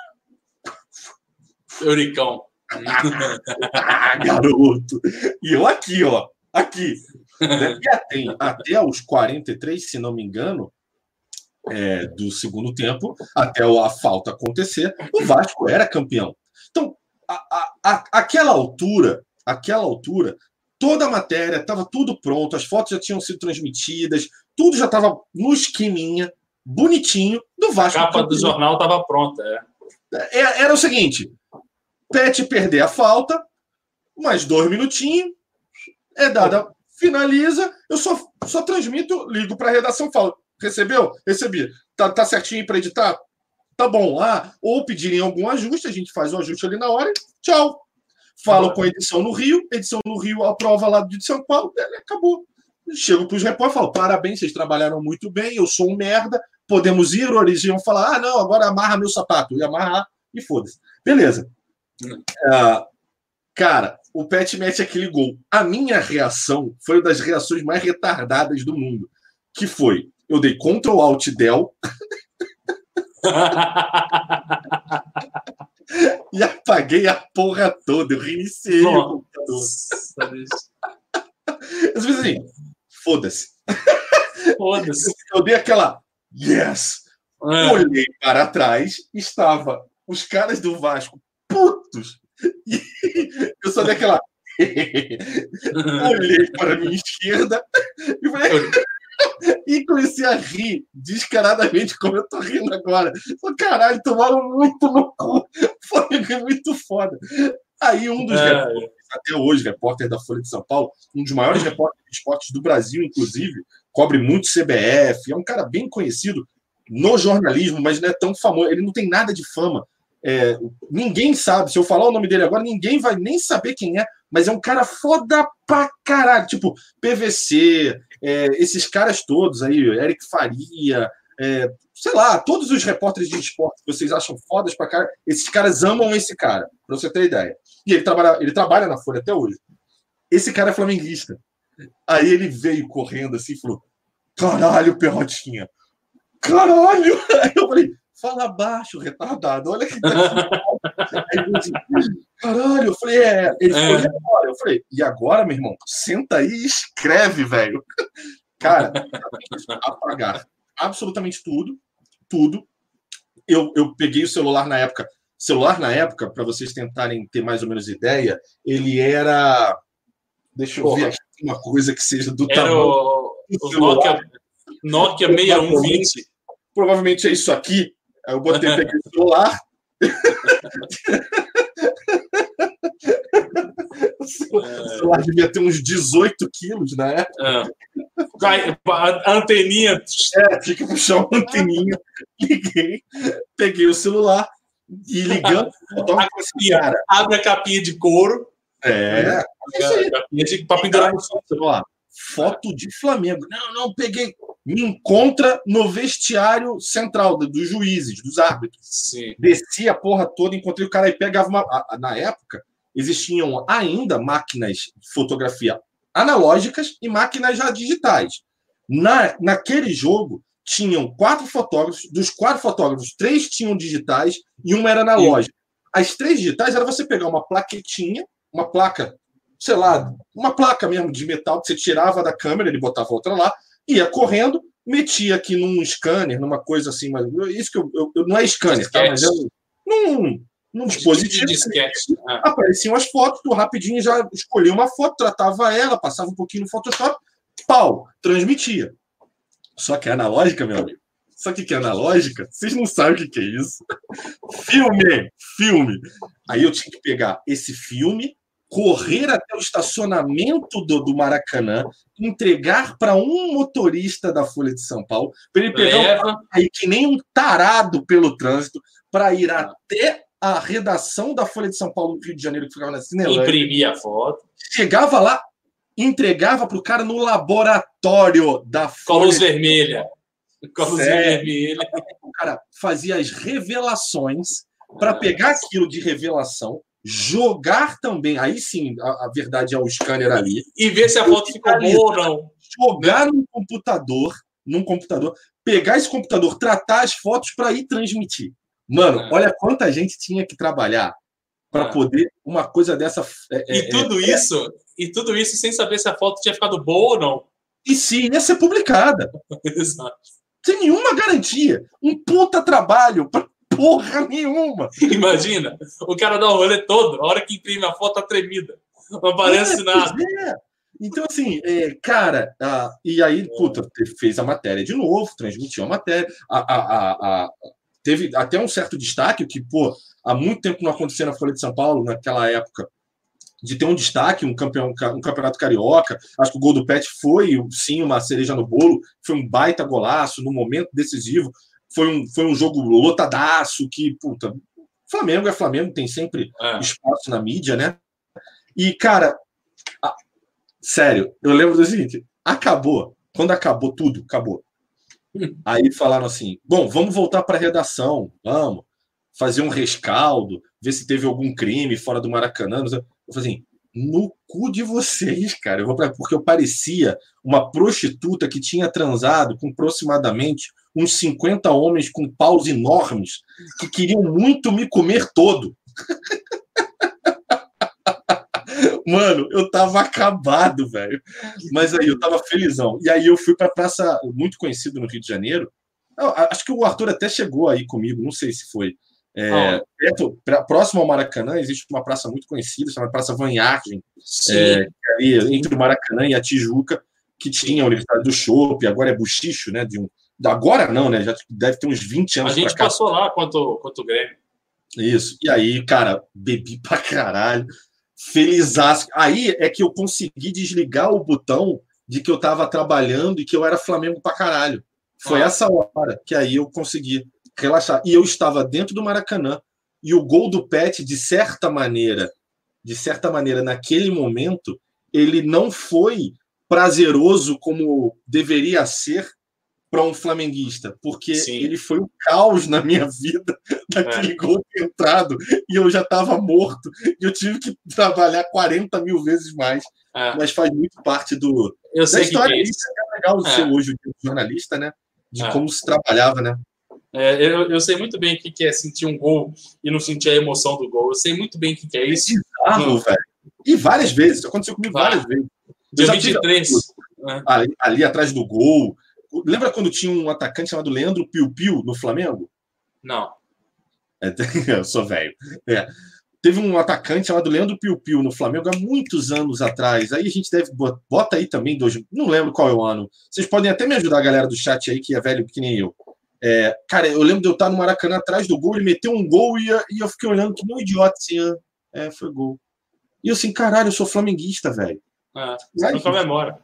Euricão. Ah, garoto! E eu aqui, ó. Aqui. Né? E até, até os quarenta e três, se não me engano, é, do segundo tempo, até a falta acontecer, o Vasco era campeão. Então, a, a, a, aquela altura, aquela altura, toda a matéria, estava tudo pronto, as fotos já tinham sido transmitidas, tudo já estava no esqueminha, bonitinho, do A Vasco. capa do campeão. jornal estava pronta. É. É- Era o seguinte: Pet perder a falta, mais dois minutinhos, é dada, finaliza, eu só, só transmito, ligo para a redação e falo: recebeu? Recebi. Tá, tá certinho para editar? Tá bom. Ah, ou pedirem algum ajuste, a gente faz o ajuste ali na hora e tchau. falo com a edição no Rio, edição no Rio aprova lá de São Paulo, acabou. Chego para os repórteres e falo, parabéns, vocês trabalharam muito bem, eu sou um merda, podemos ir, o Origem falar, ah, não, agora amarra meu sapato. E amarrar e foda-se. Beleza. Uh, cara, o Pet mete aquele gol. A minha reação foi uma das reações mais retardadas do mundo, que foi, eu dei Ctrl Alt Del e apaguei a porra toda. Eu reiniciei Nossa. o computador. Eu fiz assim, foda-se. Foda-se. Eu dei aquela yes. É. Olhei para trás, estava os caras do Vasco putos. E eu só dei aquela. Olhei para a minha esquerda e falei. E comecei a rir descaradamente, como eu tô rindo agora. Falei, caralho, tomaram muito no cu. Foi muito foda. Aí um dos é. repórteres, até hoje, repórter da Folha de São Paulo, um dos maiores repórteres de esportes do Brasil, inclusive, cobre muito C B F, é um cara bem conhecido no jornalismo, mas não é tão famoso, ele não tem nada de fama. É, ninguém sabe, se eu falar o nome dele agora, ninguém vai nem saber quem é, mas é um cara foda pra caralho, tipo P V C, é, esses caras todos aí, Eric Faria, é, sei lá, todos os repórteres de esporte que vocês acham fodas pra caralho, esses caras amam esse cara, pra você ter ideia. E ele trabalha, ele trabalha na Folha até hoje. Esse cara é flamenguista. Aí ele veio correndo assim e falou, caralho, Perrotinha, caralho! Aí eu falei, fala baixo, retardado, olha que tá aqui. Aí ele disse, caralho, eu falei, é. Ele falou, e agora? Eu falei, e agora, meu irmão? Senta aí e escreve, velho. Cara, apagar absolutamente tudo, tudo. Eu, eu peguei o celular na época. Celular na época, para vocês tentarem ter mais ou menos ideia, ele era. Deixa eu Porra. ver aqui uma coisa que seja do era tamanho. O, o Nokia, Nokia sessenta e um vinte. Provavelmente é isso aqui. Aí eu botei, peguei o celular. O celular devia ter uns dezoito quilos na época. É. A anteninha. É, tinha que puxar uma anteninha. Liguei, peguei o celular e ligando. A capinha, cara. Abre a capinha de couro. É. A capinha de para pendurar no celular. Foto de Flamengo. Não, não, peguei. Me encontra no vestiário central dos juízes, dos árbitros. Sim. Desci a porra toda, encontrei o cara e pegava uma. Na época, existiam ainda máquinas de fotografia analógicas e máquinas já digitais. Na, naquele jogo, tinham quatro fotógrafos. Dos quatro fotógrafos, três tinham digitais e uma era analógica. As três digitais era você pegar uma plaquetinha, uma placa, sei lá, uma placa mesmo de metal que você tirava da câmera, ele botava outra lá, ia correndo, metia aqui num scanner, numa coisa assim, mas isso que eu, eu, eu não é scanner, tá? Mas é um, num, num dispositivo. De disquete. Ah. Apareciam as fotos, tu rapidinho já escolhia uma foto, tratava ela, passava um pouquinho no Photoshop, pau, transmitia. Só que é analógica, meu amigo. Sabe o que é analógica? Vocês não sabem o que é isso. Filme! Filme! Aí eu tinha que pegar esse filme, correr até o estacionamento do, do Maracanã, entregar para um motorista da Folha de São Paulo, para ele pegar um, aí que nem um tarado pelo trânsito, para ir até a redação da Folha de São Paulo, no Rio de Janeiro, que ficava na Cinelândia. Imprimia a foto. Chegava lá, entregava para o cara no laboratório da Folha. Com luz vermelha. Com luz vermelha. O cara fazia as revelações para pegar aquilo de revelação, jogar também, aí sim, a, a verdade é o scanner ali. E ver se a foto ficou boa ou não. Jogar num computador, num computador, pegar esse computador, tratar as fotos para ir transmitir. Mano, é. olha quanta gente tinha que trabalhar para é. poder uma coisa dessa. É, e tudo é, isso, é. e tudo isso sem saber se a foto tinha ficado boa ou não. E sim, ia ser publicada. Exato. Sem nenhuma garantia. Um puta trabalho para porra nenhuma. Imagina, o cara dá o rolê todo, a hora que imprime a foto tá tremida. Não aparece é, nada. É. Então, assim, é, cara, a, e aí, puta, fez a matéria de novo, transmitiu a matéria. A, a, a, a, teve até um certo destaque, que, pô, há muito tempo não acontecia na Folha de São Paulo, naquela época, de ter um destaque, um, campeão, um campeonato carioca. Acho que o gol do Pet foi, sim, uma cereja no bolo, foi um baita golaço, no momento decisivo. Foi um, foi um jogo lotadaço, que, puta, Flamengo é Flamengo, tem sempre é. espaço na mídia, né? E, cara, a... sério, eu lembro do seguinte, acabou. Quando acabou tudo, acabou. Hum. Aí falaram assim, bom, vamos voltar para a redação, vamos fazer um rescaldo, ver se teve algum crime fora do Maracanã. Eu falei assim, no cu de vocês, cara. Eu vou pra... Porque eu parecia uma prostituta que tinha transado com aproximadamente uns cinquenta homens com paus enormes que queriam muito me comer todo. Mano, eu tava acabado, velho. Mas aí eu tava felizão. E aí eu fui pra praça muito conhecida no Rio de Janeiro. Eu, acho que o Arthur até chegou aí comigo, não sei se foi. É, oh. perto, próximo ao Maracanã existe uma praça muito conhecida, chamada Praça Van Yarden, é, ali entre o Maracanã e a Tijuca, que tinha a Universidade do Chopp, agora é Buchicho, né? De um, agora não, né? Já deve ter uns vinte anos. A gente passou lá quanto, quanto o Grêmio. Isso. E aí, cara, bebi pra caralho, felizaço. Aí é que eu consegui desligar o botão de que eu tava trabalhando e que eu era Flamengo pra caralho. Foi ah. essa hora que aí eu consegui relaxar. E eu estava dentro do Maracanã e o gol do Pet, de certa maneira, de certa maneira, naquele momento, ele não foi prazeroso como deveria ser para um flamenguista, porque Sim. ele foi o caos na minha vida daquele é. gol ter entrado e eu já estava morto e eu tive que trabalhar quarenta mil vezes mais. É. Mas faz muito parte do eu da sei história. Que é isso é legal de é. ser hoje o jornalista, né? De é. como se trabalhava, né? É, eu, eu sei muito bem o que é sentir um gol e não sentir a emoção do gol. Eu sei muito bem o que é isso. É bizarro, velho. E várias vezes. Isso aconteceu comigo ah. várias vezes. Dia vinte e três. É. Ali, ali atrás do gol. Lembra quando tinha um atacante chamado Leandro Piu Piu no Flamengo? Não. É, eu sou velho. É. Teve um atacante chamado Leandro Piu Piu no Flamengo há muitos anos atrás. Aí a gente deve... Bota aí também, dois, não lembro qual é o ano. Vocês podem até me ajudar, a galera do chat aí, que é velho que nem eu. É, cara, eu lembro de eu estar no Maracanã atrás do gol, ele meteu um gol e, e eu fiquei olhando que nem um idiota, assim, é, foi gol. E eu assim, caralho, eu sou flamenguista, velho. É, você não comemora.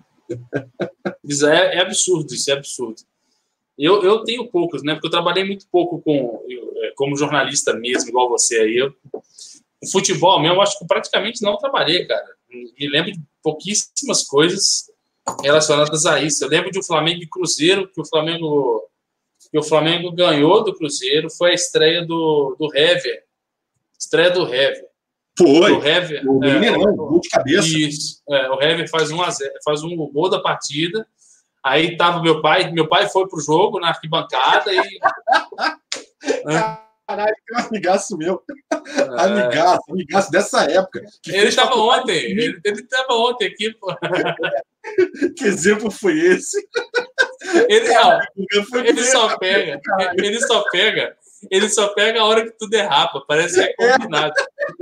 Isso é, é absurdo, isso é absurdo. Eu, eu tenho poucos, né? Porque eu trabalhei muito pouco com, eu, como jornalista mesmo, igual você aí. Eu, o futebol mesmo, eu acho que praticamente não trabalhei, cara. Me lembro de pouquíssimas coisas relacionadas a isso. Eu lembro de um Flamengo e Cruzeiro, que o Flamengo... que o Flamengo ganhou do Cruzeiro, foi a estreia do, do Hever. Estreia do Hever. Foi. O Hever, o é, Mineirão, gol de cabeça. Isso. É, o Hever faz um, a zero, faz um gol da partida. Aí tava meu pai, meu pai foi pro jogo na arquibancada e... Caralho, que amigaço meu. É... Amigaço, amigaço dessa época. Ele estava ontem, ele, ele tava ontem aqui, pô. Que exemplo foi esse? Ele, não, ele só pega, ele só pega, ele só pega a hora que tu derrapa, parece que é combinado.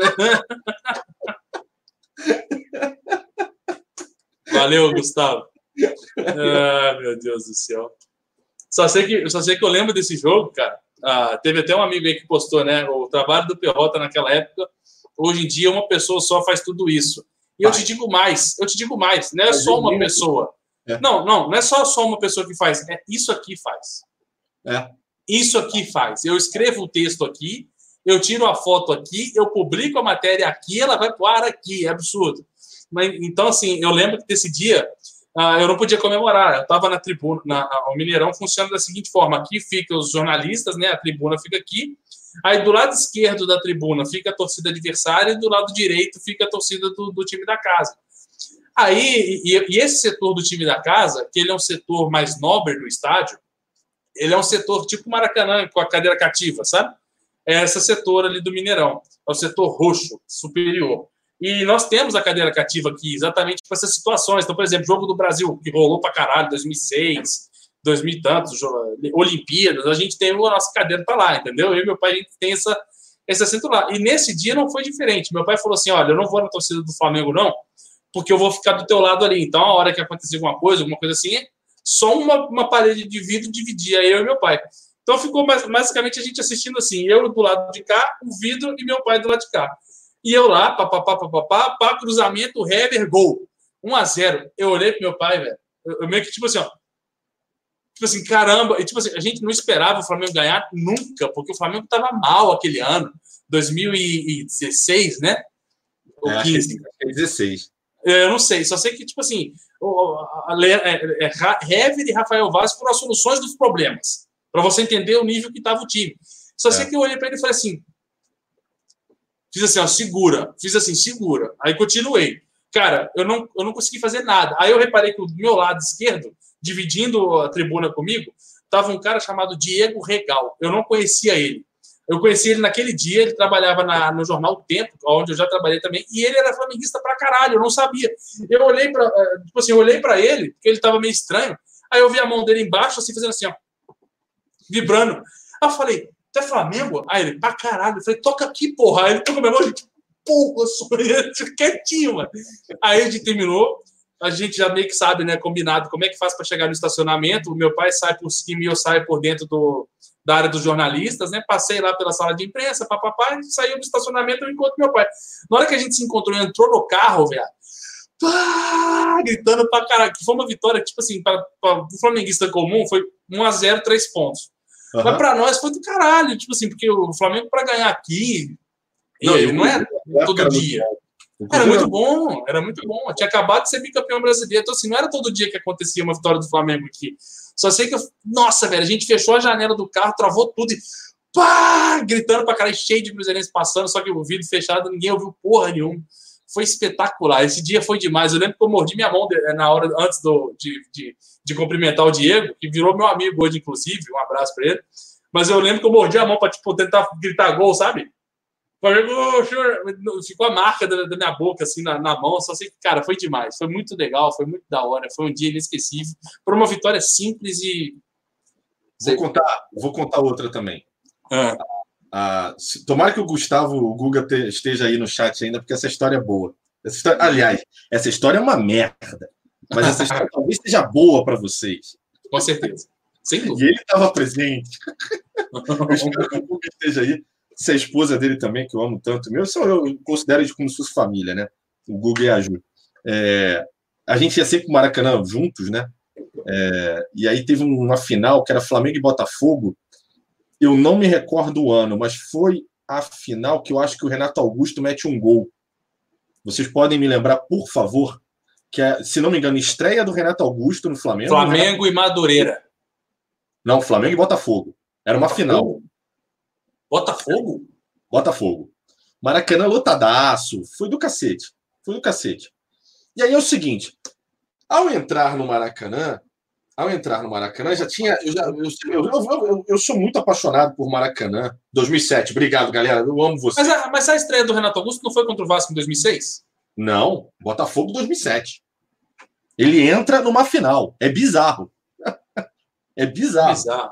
Valeu, Gustavo. Ah, meu Deus do céu. Só sei que, só sei que eu lembro desse jogo, cara. Ah, teve até um amigo aí que postou, né? O trabalho do Perrota naquela época. Hoje em dia, uma pessoa só faz tudo isso. E eu te digo mais, eu te digo mais, não é só uma pessoa. É. Não, não, não é só, só uma pessoa que faz, é isso aqui faz. É. Isso aqui faz. Eu escrevo o texto aqui, eu tiro a foto aqui, eu publico a matéria aqui, ela vai pro ar aqui, é absurdo. Mas, então, assim, eu lembro que desse dia uh, eu não podia comemorar, eu estava na tribuna, na, o Mineirão funciona da seguinte forma, aqui ficam os jornalistas, né, a tribuna fica aqui, aí do lado esquerdo da tribuna fica a torcida adversária e do lado direito fica a torcida do, do time da casa. Aí, e, e esse setor do time da casa, que ele é um setor mais nobre do estádio, ele é um setor tipo Maracanã, com a cadeira cativa, sabe? É esse setor ali do Mineirão. É o setor roxo, superior. E nós temos a cadeira cativa aqui exatamente para essas situações. Então, por exemplo, jogo do Brasil, que rolou pra caralho, dois mil e seis, dois mil e tantos, Olimpíadas, a gente tem a nossa cadeira tá lá, entendeu? Eu e meu pai, a gente tem essa, esse assento lá. E nesse dia não foi diferente. Meu pai falou assim, olha, eu não vou na torcida do Flamengo, não, porque eu vou ficar do teu lado ali. Então, a hora que acontecer alguma coisa, alguma coisa assim, só uma, uma parede de vidro dividia eu e meu pai. Então, ficou basicamente a gente assistindo assim, eu do lado de cá, o vidro e meu pai do lado de cá. E eu lá, papapá, papapá, pá, cruzamento, Hever, gol. um a zero. Eu olhei pro meu pai, velho. Eu, eu meio que, tipo assim, ó. Tipo assim, caramba. E, tipo assim, a gente não esperava o Flamengo ganhar nunca, porque o Flamengo tava mal aquele ano, dois mil e dezesseis, né? Ou É, quinze. acho que é dezesseis. Eu não sei, só sei que, tipo assim, o- a- a- é, é, Ra- Hever e Rafael Vaz foram as soluções dos problemas, para você entender o nível que estava o time. Só sei É. que eu olhei para ele e falei assim, fiz assim, ó, segura, fiz assim, segura. Aí continuei. Cara, eu não, eu não consegui fazer nada. Aí eu reparei que do meu lado esquerdo, dividindo a tribuna comigo, estava um cara chamado Diego Regal. Eu não conhecia ele. Eu conheci ele naquele dia, ele trabalhava na, no jornal O Tempo, onde eu já trabalhei também, e ele era flamenguista pra caralho, eu não sabia. Eu olhei pra, tipo assim, eu olhei pra ele, porque ele tava meio estranho, aí eu vi a mão dele embaixo, assim, fazendo assim, ó, vibrando. Aí eu falei, tu é Flamengo? Aí ele, pra caralho. Eu falei, toca aqui, porra. Aí ele tocou minha mão, gente, porra, eu sou quietinho, mano. Aí a gente terminou, a gente já meio que sabe, né, combinado, como é que faz pra chegar no estacionamento. O meu pai sai por cima e eu saio por dentro do... da área dos jornalistas, né? Passei lá pela sala de imprensa, papapá, saiu do estacionamento, eu encontro meu pai. Na hora que a gente se encontrou, entrou no carro, velho, pá, gritando pra caralho, que foi uma vitória, tipo assim, para o flamenguista comum, foi um a zero, três pontos. Uhum. Mas pra nós foi do caralho, tipo assim, porque o Flamengo pra ganhar aqui, Não, não, eu- não é eu- todo eu- dia. O Era Cruzeiro- muito bom, era muito bom. Tinha acabado de ser bicampeão brasileiro, então assim, não era todo dia que acontecia uma vitória do Flamengo aqui. Só sei que, eu... nossa, velho, a gente fechou a janela do carro, travou tudo e pá, gritando pra caralho, cheio de cruzeirenses passando, só que o vidro fechado, ninguém ouviu porra nenhuma. Foi espetacular. Esse dia foi demais. Eu lembro que eu mordi minha mão na hora, antes do, de, de, de cumprimentar o Diego, que virou meu amigo hoje, inclusive, um abraço pra ele. Mas eu lembro que eu mordi a mão pra, tipo, tentar gritar gol, sabe? Ficou a marca da, da minha boca, assim, na, na mão. Só sei que, cara, foi demais. Foi muito legal, foi muito da hora. Foi um dia inesquecível. Por uma vitória simples e... Vou contar, vou contar outra também. Ah, Ah, se- tomara que o Gustavo, o Guga te- esteja aí no chat ainda, porque essa história é boa. Essa história, aliás, essa história é uma merda. Mas essa história talvez seja boa para vocês. com certeza. Sem E dúvida. ele estava presente. Eu espero que o Guga esteja aí. Se a esposa dele também, que eu amo tanto, meu, só eu considero eles como se fosse família, né? O Guga e a Ju. É, a gente ia sempre pro Maracanã juntos, né? É, e aí teve uma final que era Flamengo e Botafogo. Eu não me recordo o ano, mas foi a final que eu acho que o Renato Augusto mete um gol. Vocês podem me lembrar, por favor, que é, se não me engano, estreia do Renato Augusto no Flamengo. Flamengo e Madureira. Não, Flamengo e Botafogo. Era uma final. Botafogo? Botafogo. Maracanã lotadaço. Foi do cacete. Foi do cacete. E aí é o seguinte, ao entrar no Maracanã, ao entrar no Maracanã, já tinha... Eu, já, eu, eu, eu, eu, eu sou muito apaixonado por Maracanã. dois mil e sete. Obrigado, galera. Eu amo vocês. Mas a, mas a estreia do Renato Augusto não foi contra o Vasco em dois mil e seis? Não, Botafogo dois mil e sete. Ele entra numa final. É bizarro. É bizarro. Bizarro.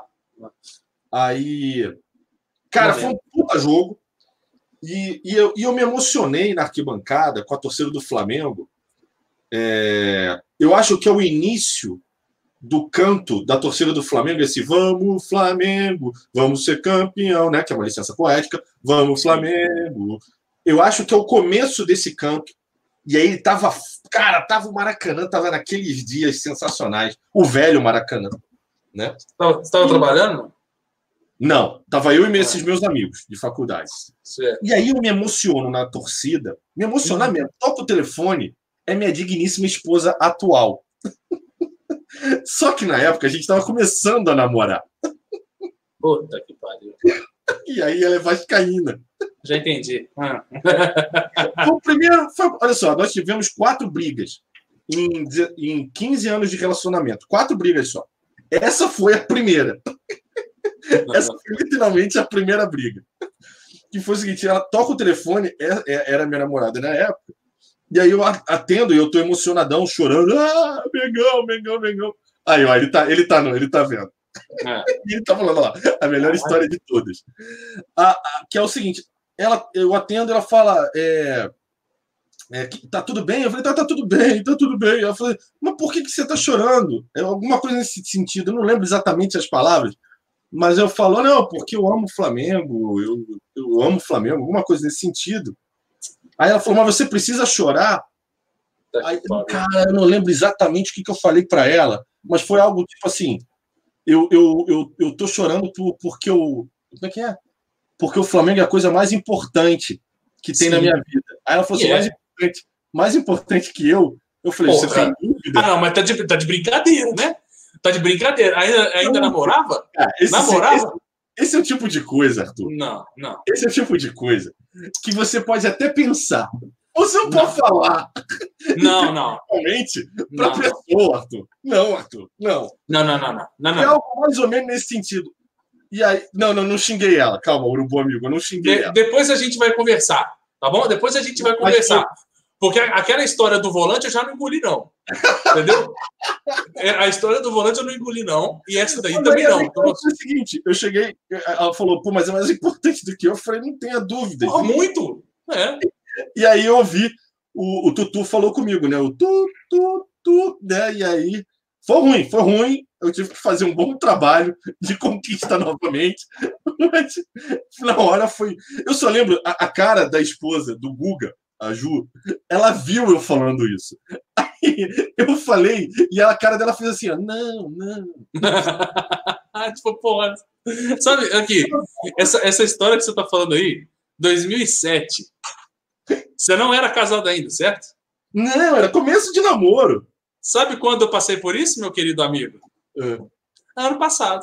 Aí, cara, foi um puta jogo. E, e, eu, e eu me emocionei na arquibancada com a torcida do Flamengo. É, eu acho que é o início do canto da torcida do Flamengo, esse vamos Flamengo, vamos ser campeão, né? Que é uma licença poética, vamos Flamengo. Eu acho que é o começo desse canto. E aí ele tava, cara, tava o Maracanã, tava naqueles dias sensacionais. O velho Maracanã, né? Você estava trabalhando? Não, tava eu e esses meus amigos de faculdade. Certo. E aí eu me emociono na torcida, me emocionar mesmo. Toca o telefone, é minha digníssima esposa atual. Só que na época a gente tava começando a namorar. Puta que pariu. E aí ela é vascaína. Já entendi. Ah. Foi o primeiro, foi, olha só, nós tivemos quatro brigas em, em quinze anos de relacionamento. Quatro brigas só. Essa foi a primeira. Essa foi literalmente a primeira briga. Que foi o seguinte, ela toca o telefone, era minha namorada na época, e aí eu atendo e eu tô emocionadão, chorando. Ah, Mengão, Mengão, Mengão. Aí, ó, ele tá, ele tá, não, ele tá vendo. É. E ele tá falando lá, a melhor história de todas. A, a, que é o seguinte, ela, eu atendo, ela fala, é, é, que tá tudo bem? Eu falei, tá, tá tudo bem, tá tudo bem. Ela falou, mas por que, que você tá chorando? É alguma coisa nesse sentido, eu não lembro exatamente as palavras, mas eu falo, não, porque eu amo o Flamengo, eu, eu amo o Flamengo, alguma coisa nesse sentido. Aí ela falou, mas você precisa chorar? Aí, cara, eu não lembro exatamente o que, que eu falei para ela, mas foi algo tipo assim, eu, eu, eu, eu tô chorando por, porque eu... Como é que é? Porque o Flamengo é a coisa mais importante que tem Sim. na minha vida. Aí ela falou assim, Yeah. mais importante, mais importante que eu. Eu falei, Porra. você tem dúvida? Ah, não, mas tá de, tá de brincadeira, né? Tá de brincadeira. Ainda, ainda Não. namorava? Cara, esse, Namorava? esse, esse é o tipo de coisa, Arthur. Não, não. Esse é o tipo de coisa que você pode até pensar. Você não, Não. pode falar Não, não. realmente para a Não, pessoa, Arthur. Não, Arthur. Não. não, não, não, não. não, É não. algo mais ou menos nesse sentido. E aí, não, não, não xinguei ela. Calma, urubu amigo, eu não xinguei De- ela. depois a gente vai conversar, tá bom? Depois a gente vai Mas conversar. Porque a- aquela história do volante eu já não engoli, não. Entendeu? É, a história do volante eu não engoli, não. E essa daí Mas também aí, não. aí, Então, foi o seguinte, eu cheguei, ela falou, pô, mas é mais importante do que eu. Eu falei, não tenha dúvida. porra, muito. É. E aí eu ouvi, o, o Tutu falou comigo, né? O tu, tu, tu, né? E aí foi ruim, foi ruim. Eu tive que fazer um bom trabalho de conquista novamente. Mas na hora foi. Eu só lembro a, a cara da esposa do Guga, a Ju, ela viu eu falando isso. Aí eu falei, e a cara dela fez assim: ó, não, não. Tipo, porra. Sabe, aqui, essa, essa história que você tá falando aí, dois mil e sete. Você não era casado ainda, certo? Não, era começo de namoro. Sabe quando eu passei por isso, meu querido amigo? É. Ano passado.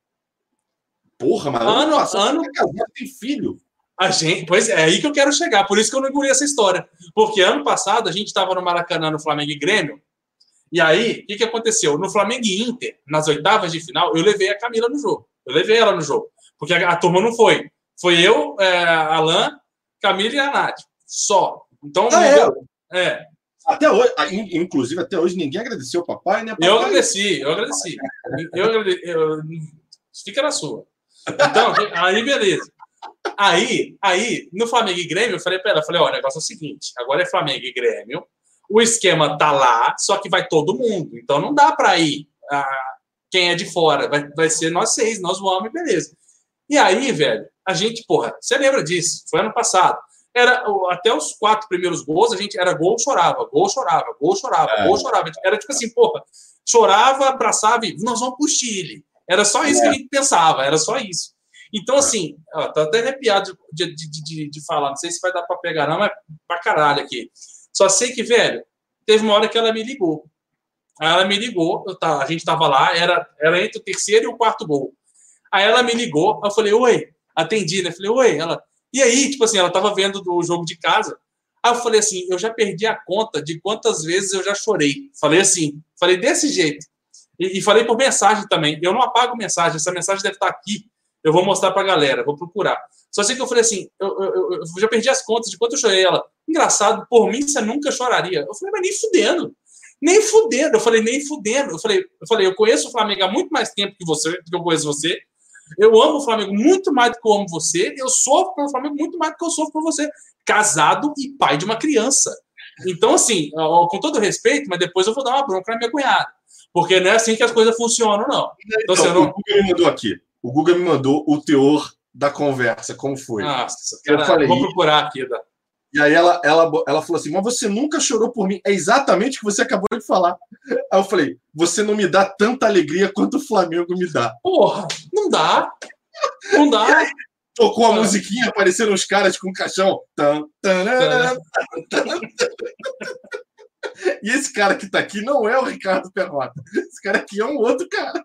Porra, mas Ano- passado, ano- tá casado, tem filho. A gente, pois é, é aí que eu quero chegar. Por isso que eu não engoli essa história. Porque ano passado a gente estava no Maracanã, no Flamengo e Grêmio. E aí, o que, que aconteceu? No Flamengo e Inter, nas oitavas de final, eu levei a Camila no jogo. Eu levei ela no jogo. Porque a, a turma não foi. Foi eu, é, Alan, Camila e a Nath. Só. Então, Ah, é? eu- é. Até hoje, ah, in- inclusive, até hoje, ninguém agradeceu o papai, né? Papai, Eu agradeci, eu agradeci. Eu agradeci. eu- Fica na sua. Então, aí beleza. Aí, aí, no Flamengo e Grêmio, eu falei para ela, eu falei, ó, o negócio é o seguinte, agora é Flamengo e Grêmio, o esquema tá lá, só que vai todo mundo. Então não dá para ir ah, quem é de fora, vai, vai ser nós seis, nós vamos, beleza. E aí, velho, a gente, porra, você lembra disso? Foi ano passado. Era até os quatro primeiros gols, a gente era gol, chorava, gol, chorava, gol, chorava, É. gol, chorava. Era tipo assim, porra, chorava, abraçava e nós vamos pro Chile. Era só isso É. que a gente pensava, era só isso. Então, assim, ó, tá até arrepiado de, de, de, de falar, não sei se vai dar pra pegar, não, mas pra caralho aqui. Só sei que, velho, teve uma hora que ela me ligou. Aí ela me ligou, eu tava, a gente tava lá, era, era entre o terceiro e o quarto gol. Aí ela me ligou, eu falei, oi, atendi, né? Falei, oi, ela. E aí, tipo assim, ela tava vendo do jogo de casa. Aí eu falei assim, eu já perdi a conta de quantas vezes eu já chorei. Falei assim, falei desse jeito. E, e falei por mensagem também. Eu não apago mensagem, essa mensagem deve estar aqui. Eu vou mostrar pra galera, vou procurar. Só sei que eu falei assim, eu, eu, eu, eu já perdi as contas de quanto eu chorei. Ela, engraçado, por mim você nunca choraria. Eu falei, mas nem fudendo. Nem fudendo. Eu falei, nem fudendo. Eu falei, eu falei, eu conheço o Flamengo há muito mais tempo que você, que eu conheço você. Eu amo o Flamengo muito mais do que eu amo você. Eu sofro pelo Flamengo muito mais do que eu sofro por você. Casado e pai de uma criança. Então, assim, com todo respeito, mas depois eu vou dar uma bronca na minha cunhada. Porque não é assim que as coisas funcionam, não. Então, Então, assim, eu o não... Guga me mandou aqui. O Guga me mandou o teor da conversa, como foi. Nossa, Eu cara, falei, vou procurar aqui. Tá? E aí ela, ela, ela falou assim, mas você nunca chorou por mim. É exatamente o que você acabou de falar. Aí eu falei, você não me dá tanta alegria quanto o Flamengo me dá. Porra, não dá. Não dá. Tocou a Ah. musiquinha, apareceram os caras com o caixão. Tan, tanana, tan. E esse cara que tá aqui não é o Ricardo Perrota. Esse cara aqui é um outro cara.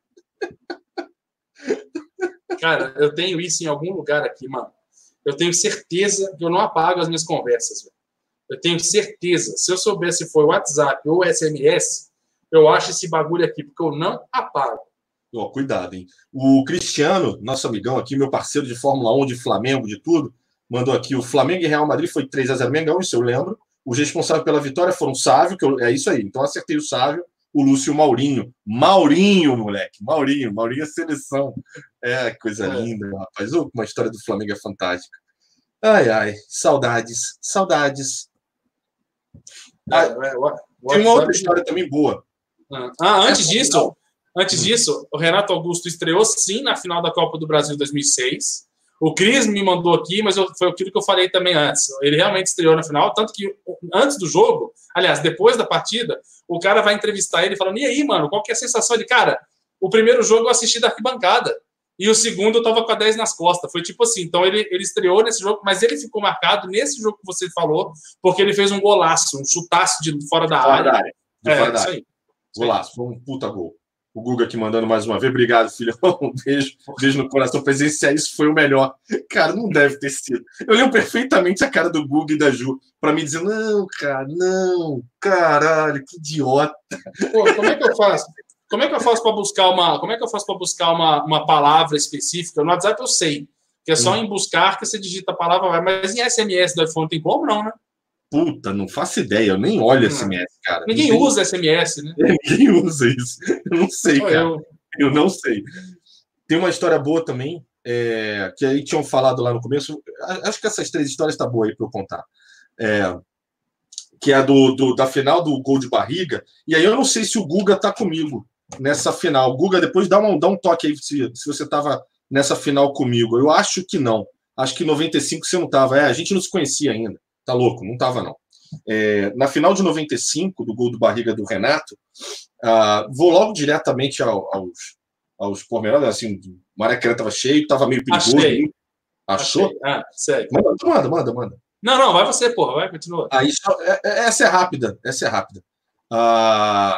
Cara, eu tenho isso em algum lugar aqui, mano. Eu tenho certeza que eu não apago as minhas conversas, velho. Eu tenho certeza. Se eu soubesse se foi WhatsApp ou S M S, eu acho esse bagulho aqui, porque eu não apago. Ó, cuidado, hein? O Cristiano, nosso amigão aqui, meu parceiro de Fórmula um, de Flamengo, de tudo, mandou aqui, o Flamengo e Real Madrid foi três a zero Mengão, isso eu lembro. Os responsáveis pela vitória foram o Sávio, que eu, é isso aí. Então acertei o Sávio, o Lúcio e o Maurinho. Maurinho, moleque. Maurinho. Maurinho é seleção. É, coisa É. linda, rapaz. Oh, uma história do Flamengo é fantástica. Ai, ai. Saudades. Saudades. Ah, É, é, o- o Tem uma outra WhatsApp- história também boa. Ah, antes disso, antes disso, o Renato Augusto estreou sim na final da Copa do Brasil dois mil e seis. O Cris me mandou aqui, mas eu, foi aquilo que eu falei também antes. Ele realmente estreou na final, tanto que antes do jogo, aliás, depois da partida, o cara vai entrevistar ele falando, e aí, mano, qual que é a sensação de, cara, o primeiro jogo eu assisti da arquibancada. e o segundo eu tava com a dez nas costas. Foi tipo assim, então ele, ele estreou nesse jogo, mas ele ficou marcado nesse jogo que você falou, porque ele fez um golaço, um chutaço de fora da Fora área. da área. De É, fora da isso área. aí. Golaço, foi um puta gol. O Guga aqui mandando mais uma vez. Obrigado, filhão. Um beijo, beijo no coração. Presenciar isso foi o melhor. Cara, não deve ter sido. Eu lembro perfeitamente a cara do Guga e da Ju pra me dizer, não, cara, não, caralho, que idiota. Pô, como é que eu faço? Como é que eu faço para buscar uma, como é que eu faço para buscar uma, uma palavra específica? No WhatsApp eu sei, que é só Hum. em buscar que você digita a palavra, vai. Mas em S M S do iPhone tem como não, né? Puta, não faço ideia. Eu nem olho Hum. S M S, cara. Ninguém Ninguém- usa S M S, né? Ninguém usa isso. Eu não sei, Só cara. eu. Eu não sei. Tem uma história boa também, é, que aí tinham falado lá no começo. a- Acho que essas três histórias tá boa aí para eu contar. É, que é a do, do- da final do gol de barriga. E aí eu não sei se o Guga tá comigo nessa final. Guga, depois dá um, dá um toque aí se, se você tava nessa final comigo. Eu acho que não. Acho que em noventa e cinco você não tava. É, a gente não se conhecia ainda. Tá louco? Não tava, não. É, na final de noventa e cinco, do gol do barriga do Renato, ah, vou logo diretamente ao- aos, aos pormenores. Assim, o Maracanã estava cheio, estava meio perigoso. Achei. hein? Achou? Achei. Ah, segue. Manda, manda, manda, manda. Não, não, vai você, porra, vai, continua. Aí, só- é- é- essa é rápida, essa é rápida. Ah,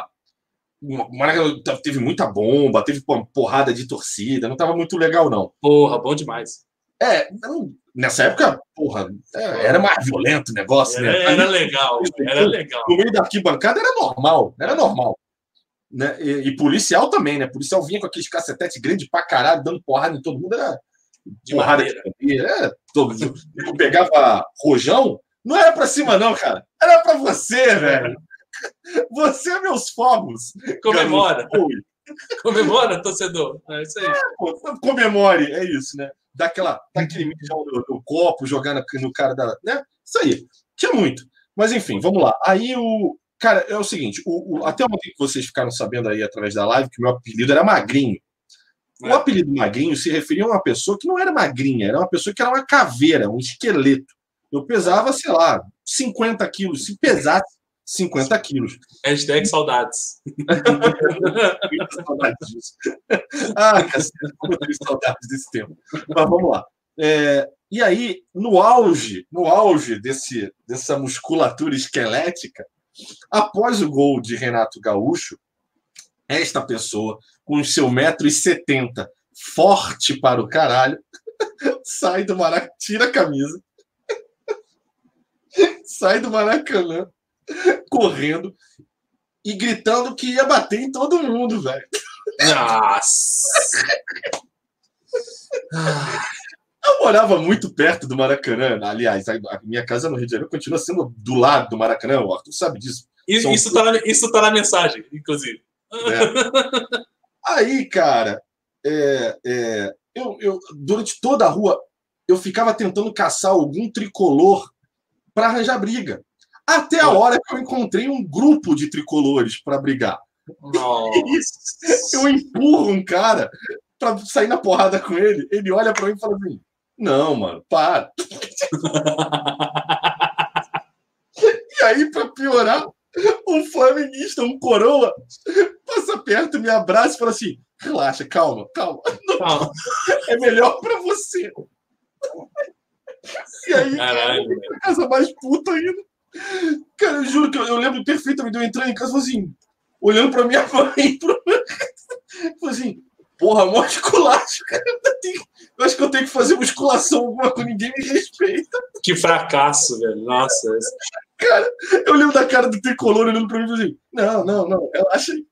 o Maracanã teve muita bomba, teve pô, porrada de torcida, não estava muito legal, não. Porra, bom demais. É, não- nessa época, porra, é, era mais violento o negócio, Era, né? era Ali- legal, era legal. No meio da arquibancada era normal, era normal. Né? E, e policial também, né? Policial vinha com aqueles cacetetes grandes pra caralho, dando porrada em todo mundo, era De porrada madeira. de candeia, é, todo, eu pegava rojão, não era pra cima não, cara, era pra você, velho. Você é meus fogos. Comemora, Garoto. comemora, torcedor. É isso aí. Pô, comemore, é isso, né? Dá, aquela, dá aquele mijão no, no copo, jogar no, no cara da. Né? Isso aí. Tinha muito. Mas enfim, vamos lá. Aí o. Cara, é o seguinte: o, o, até ontem que vocês ficaram sabendo aí através da live que o meu apelido era Magrinho. O É. apelido Magrinho se referia a uma pessoa que não era magrinha, era uma pessoa que era uma caveira, um esqueleto. Eu pesava, sei lá, cinquenta quilos. Se pesasse cinquenta quilos. Hashtag saudades. Muita saudade disso. Ah, cacete, como eu tenho saudades desse tempo. Mas vamos lá. É, e aí, no auge, no auge desse, dessa musculatura esquelética, após o gol de Renato Gaúcho, esta pessoa, com o seu um metro e setenta, forte para o caralho, sai do Maracanã, tira a camisa, sai do Maracanã, correndo e gritando que ia bater em todo mundo, velho. Nossa. Eu morava muito perto do Maracanã. Aliás, a minha casa no Rio de Janeiro continua sendo do lado do Maracanã. O Arthur sabe disso. Isso, São- isso, tá na, isso tá na mensagem, inclusive. né? Aí, cara, é, é, eu, eu, durante toda a rua, eu ficava tentando caçar algum tricolor para arranjar briga. Até a hora que eu encontrei um grupo de tricolores para brigar. Nossa. Eu empurro um cara para sair na porrada com ele. Ele olha para mim e fala assim: não, mano, para. E aí, para piorar, um flamenguista, um coroa, passa perto, me abraça e fala assim: relaxa, calma, calma. Calma. É melhor para você. E aí, Caralho, cara, eu casa mais puta ainda. Cara, eu juro que eu, eu lembro perfeitamente de eu entrar em casa e falar assim, olhando pra minha mãe, pro... falei assim, porra, mó de culacho, cara. Eu, tenho... eu acho que eu tenho que fazer musculação alguma coisa, ninguém me respeita. Que fracasso, velho. Nossa. Cara, eu lembro da cara do tricolor olhando pra mim e falei assim, não, não, não, relaxa aí.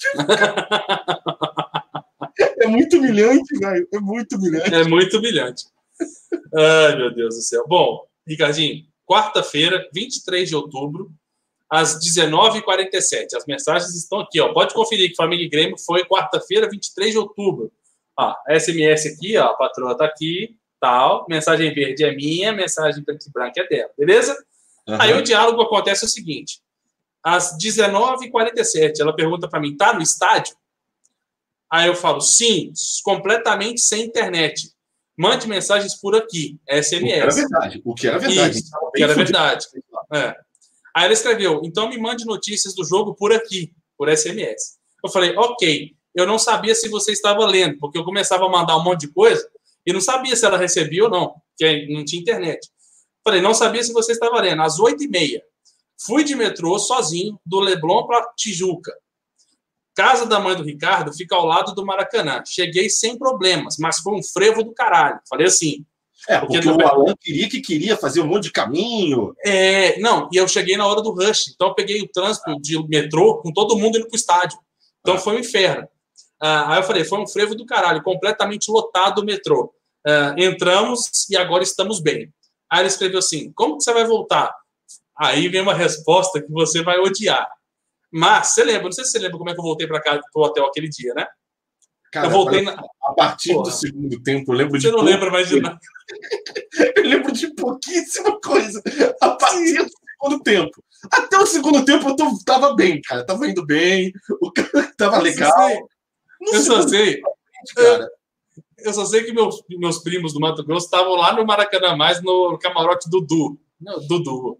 É muito humilhante, velho. É muito humilhante. É muito humilhante. Ai, meu Deus do céu. Bom, Ricardinho, quarta-feira, vinte e três de outubro, às dezenove e quarenta e sete. As mensagens estão aqui, ó. Pode conferir que Flamengo e Grêmio foi quarta-feira, vinte e três de outubro. Ó, S M S aqui, ó. A patroa tá aqui, tal. Mensagem verde é minha, mensagem preto e branca é dela, beleza? Uhum. Aí o diálogo acontece o seguinte. Às dezenove e quarenta e sete, ela pergunta para mim, tá no estádio? Aí eu falo, sim, completamente sem internet. Mande mensagens por aqui, S M S. O que era verdade. O que era verdade. Isso, o que era verdade. É. Aí ela escreveu, então me mande notícias do jogo por aqui, por S M S. Eu falei, ok, eu não sabia se você estava lendo, porque eu começava a mandar um monte de coisa e não sabia se ela recebia ou não, porque não tinha internet. Falei, não sabia se você estava lendo. Às oito e meia, fui de metrô sozinho, do Leblon para Tijuca. Casa da mãe do Ricardo fica ao lado do Maracanã. Cheguei sem problemas, mas foi um frevo do caralho. Falei assim... É, porque, porque o Alan queria que queria fazer um monte de caminho. É, não, e eu cheguei na hora do rush. Então eu peguei o trânsito de metrô com todo mundo indo pro estádio. Então ah. foi um inferno. Ah, aí eu falei, foi um frevo do caralho, completamente lotado o metrô. Ah, entramos e agora estamos bem. Aí ele escreveu assim, como que você vai voltar? Aí vem uma resposta que você vai odiar. Mas, você lembra, não sei se você lembra como é que eu voltei para casa, pro hotel aquele dia, né? Cara, eu voltei na... a partir Porra. do segundo tempo, eu lembro de... Você não lembra mais de nada. Eu lembro de pouquíssima coisa. A partir do segundo tempo. Até o segundo tempo eu tô, tava bem, cara. Tava indo bem, o cara tava legal. Eu só sei. Cara. Eu só sei que meus, meus primos do Mato Grosso estavam lá no Maracanã, mais no camarote do Dudu. Não, Dudu.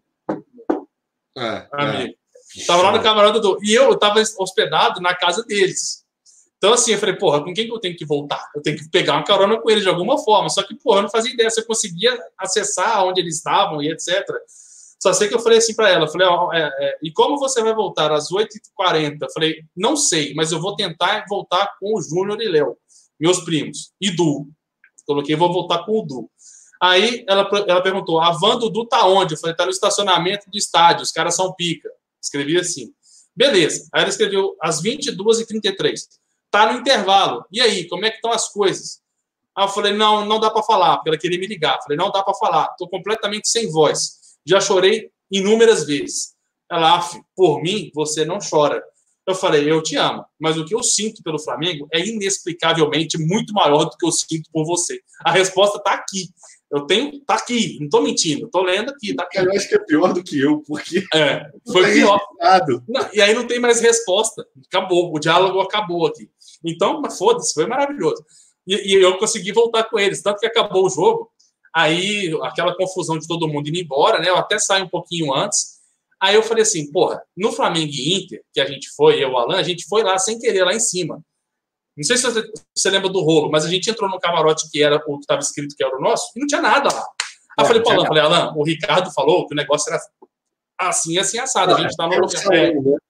É, amigo. É. Tava lá no camarote do Dudu. E eu tava hospedado na casa deles. Então, assim, eu falei, porra, com quem que eu tenho que voltar? Eu tenho que pegar uma carona com eles de alguma forma. Só que, porra, eu não fazia ideia se eu conseguia acessar onde eles estavam e etcétera. Só sei que eu falei assim para ela, eu falei, ó, é, é, e como você vai voltar às oito e quarenta? Eu falei, não sei, mas eu vou tentar voltar com o Júnior e Léo, meus primos, e Du. Coloquei, vou voltar com o Du. Aí ela, ela perguntou, a van do Du tá onde? Eu falei, tá no estacionamento do estádio, os caras são pica. Escrevi assim. Beleza. Aí ela escreveu às vinte e duas e trinta e três. Tá no intervalo. E aí, como é que estão as coisas? Aí eu falei, não, não dá para falar, porque ela queria me ligar. Eu falei, não dá para falar, tô completamente sem voz. Já chorei inúmeras vezes. Ela, af, por mim, você não chora. Eu falei, eu te amo, mas o que eu sinto pelo Flamengo é inexplicavelmente muito maior do que eu sinto por você. A resposta tá aqui. Eu tenho, tá aqui, não tô mentindo, tô lendo aqui, tá aqui. Eu acho que é pior do que eu, porque... É, foi pior. Não, e aí não tem mais resposta. Acabou, o diálogo acabou aqui. Então, foda-se, foi maravilhoso. E, e eu consegui voltar com eles, tanto que acabou o jogo, aí aquela confusão de todo mundo indo embora, né? Eu até saí um pouquinho antes. Aí eu falei assim, porra, no Flamengo e Inter, que a gente foi, eu e o Alan, a gente foi lá sem querer, lá em cima. Não sei se você, você lembra do rolo, mas a gente entrou no camarote que era o que estava escrito que era o nosso e não tinha nada lá. Aí eu falei para o Alan, falei, Alan, o Ricardo falou que o negócio era assim, assim, assado. A gente está no lugar... É,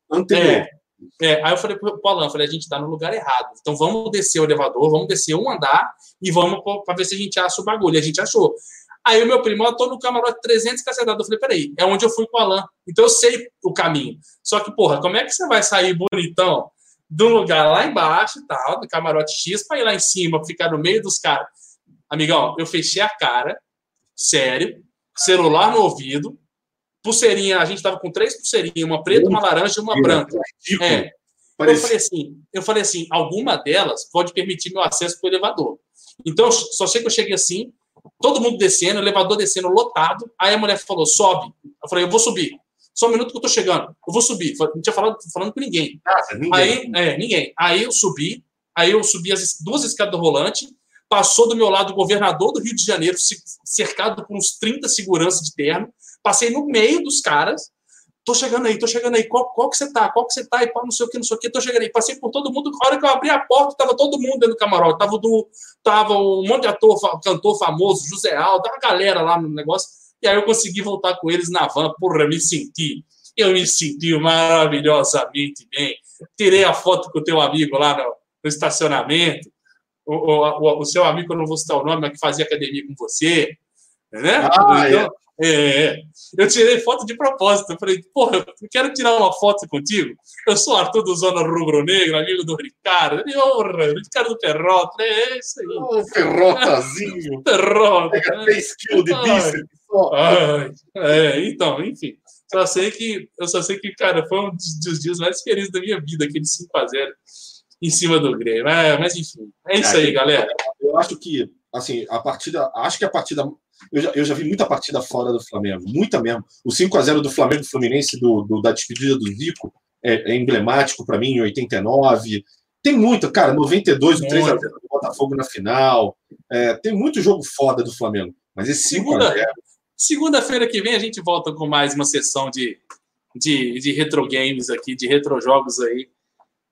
é, é, aí eu falei para o Alan, falei, a gente está no lugar errado. Então vamos descer o elevador, vamos descer um andar e vamos para ver se a gente acha o bagulho. E a gente achou. Aí o meu primo, eu tô no camarote trezentos cacetados. Eu falei, peraí, é onde eu fui com o Alan. Então eu sei o caminho. Só que, porra, como é que você vai sair bonitão de um lugar lá embaixo e tal, do camarote X, para ir lá em cima, ficar no meio dos caras? Amigão, eu fechei a cara, sério, celular no ouvido, pulseirinha, a gente tava com três pulseirinhas, uma preta, uma laranja e uma branca. É. Eu falei assim, eu falei assim, alguma delas pode permitir meu acesso pro elevador. Então, só sei que eu cheguei assim, todo mundo descendo, o elevador descendo lotado, aí a mulher falou, sobe. Eu falei, eu vou subir. Só um minuto que eu tô chegando. Eu vou subir. Não tinha falado, falando com ninguém. Ah, ninguém. Aí, é, ninguém. Aí eu subi, aí eu subi as duas escadas rolantes, passou do meu lado o governador do Rio de Janeiro, cercado por uns trinta seguranças de terno, passei no meio dos caras, tô chegando aí, tô chegando aí, qual, qual que você tá? Qual que você tá? E pá, não sei o que, não sei o que, tô chegando aí. Passei por todo mundo, a hora que eu abri a porta, tava todo mundo dentro do camarote, tava, do, tava um monte de ator, cantor famoso, José Aldo, tava uma galera lá no negócio, e aí eu consegui voltar com eles na van. Porra, me senti, eu me senti maravilhosamente bem. Tirei a foto com o teu amigo lá no, no estacionamento, o, o, o, o seu amigo, eu não vou citar o nome, mas que fazia academia com você, né? Ah, então, é. É, eu tirei foto de propósito. Eu falei, porra, eu quero tirar uma foto contigo. Eu sou Arthur do Zona Rubro Negro, amigo do Ricardo. Ele, porra, Ricardo Perrota, é isso aí. Oh, Perrotazinho. Perrota. Pega três quilos de bíceps. Ai, é, então, enfim. Só sei que, eu só sei que, cara, foi um dos dias mais felizes da minha vida, aquele cinco a zero em cima do Grêmio. É, mas, enfim, é isso aí, galera. Eu acho que, assim, a partida, acho que a partida... Eu já, eu já vi muita partida fora do Flamengo, muita mesmo. O cinco a zero do Flamengo Fluminense, do, do, da despedida do Zico, é, é emblemático para mim, em oitenta e nove. Tem muito, cara, noventa e dois, o três a zero do Botafogo na final. É, tem muito jogo foda do Flamengo. Mas esse cinco a zero... Segunda-feira que vem a gente volta com mais uma sessão de, de, de retro games aqui, de retro jogos aí.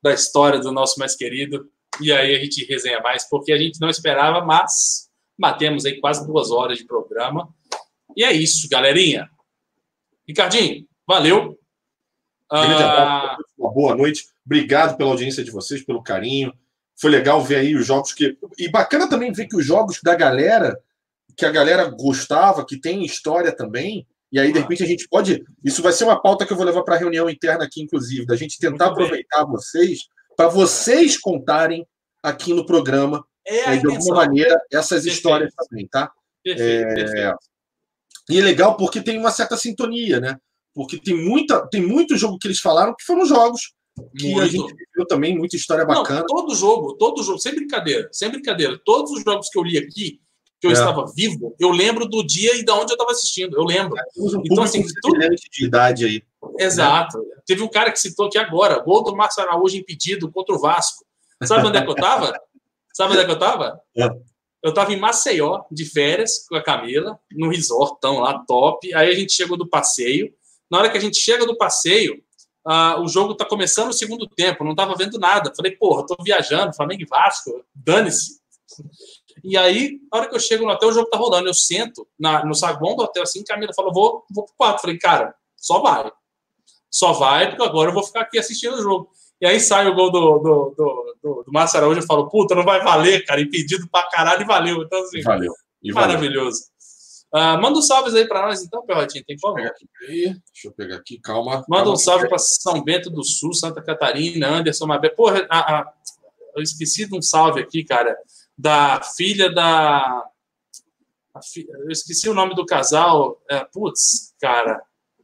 da história do nosso mais querido. E aí a gente resenha mais, porque a gente não esperava, mas batemos aí quase duas horas de programa. E é isso, galerinha. Ricardinho, valeu. Ah... Uma boa noite. Obrigado pela audiência de vocês, pelo carinho. Foi legal ver aí os jogos que... E bacana também ver que os jogos da galera, que a galera gostava, que tem história também, e aí, de repente, a gente pode... Isso vai ser uma pauta que eu vou levar para a reunião interna aqui, inclusive, da gente tentar aproveitar vocês, para vocês contarem aqui no programa, é é, de alguma maneira, essas Perfeito. histórias também, tá? Perfeito, é... perfeito. E é legal porque tem uma certa sintonia, né? Porque tem, muita, tem muito jogo que eles falaram que foram jogos que muito. A gente viu também, muita história bacana. Não, todo jogo, todo jogo, sem brincadeira, sem brincadeira. Todos os jogos que eu li aqui, que eu é. estava vivo, eu lembro do dia e de onde eu estava assistindo. Eu lembro. Um então, assim, tudo... de idade aí. Exato. Né? Teve um cara que citou aqui agora, gol do Márcio Araújo impedido contra o Vasco. Sabe onde é que eu estava? Sabe onde é que eu estava? É. Eu estava em Maceió, de férias, com a Camila, no resortão lá, top. Aí a gente chegou do passeio. Na hora que a gente chega do passeio, uh, o jogo está começando o segundo tempo, não estava vendo nada. Falei, porra, estou viajando, Flamengo e Vasco, dane-se. E aí, na hora que eu chego no hotel, o jogo está rolando. Eu sento na, no saguão do hotel, assim, a Camila falou, vou, vou pro quarto. Falei, cara, só vai. Só vai, porque agora eu vou ficar aqui assistindo o jogo. E aí sai o gol do, do, do, do, do Márcio Araújo e falo, puta, não vai valer, cara, impedido pra caralho e valeu. Então, assim, valeu. E maravilhoso. Valeu. Uh, manda um salve aí pra nós, então, Perrotinho, tem como? Deixa eu pegar aqui, calma. Manda calma, um salve pra São Bento do Sul, Santa Catarina, Anderson Mabé. Porra, a, a, eu esqueci de um salve aqui, cara, da filha da... Fi, eu esqueci o nome do casal. É, putz, cara.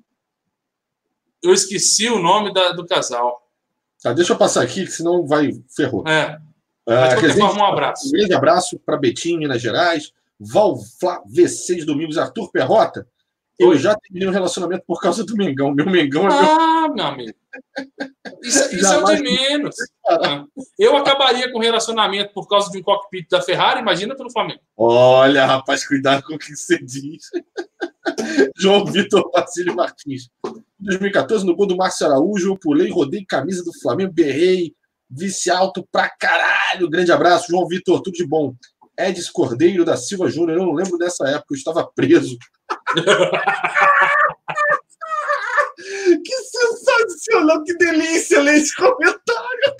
Eu esqueci o nome da, do casal. Tá, deixa eu passar aqui, que senão vai ferrou. É. Mas, de qualquer forma, um abraço. Um grande abraço para Betinho, Minas Gerais. Val V C de Domingos, Arthur Perrota. Eu Oi. já terminei um relacionamento por causa do Mengão. Meu Mengão é Ah, meu, meu amigo. Isso, isso é o de menos. Eu acabaria com um relacionamento por causa de um cockpit da Ferrari, imagina pelo Flamengo. Olha, rapaz, cuidado com o que você diz. João Vitor Basílio Martins. Em dois mil e quatorze, no gol do Márcio Araújo, eu pulei, rodei camisa do Flamengo, berrei, vice alto pra caralho. Grande abraço, João Vitor, tudo de bom. Edis Cordeiro da Silva Júnior, eu não lembro dessa época, eu estava preso. Que sensacional, que delícia ler esse comentário.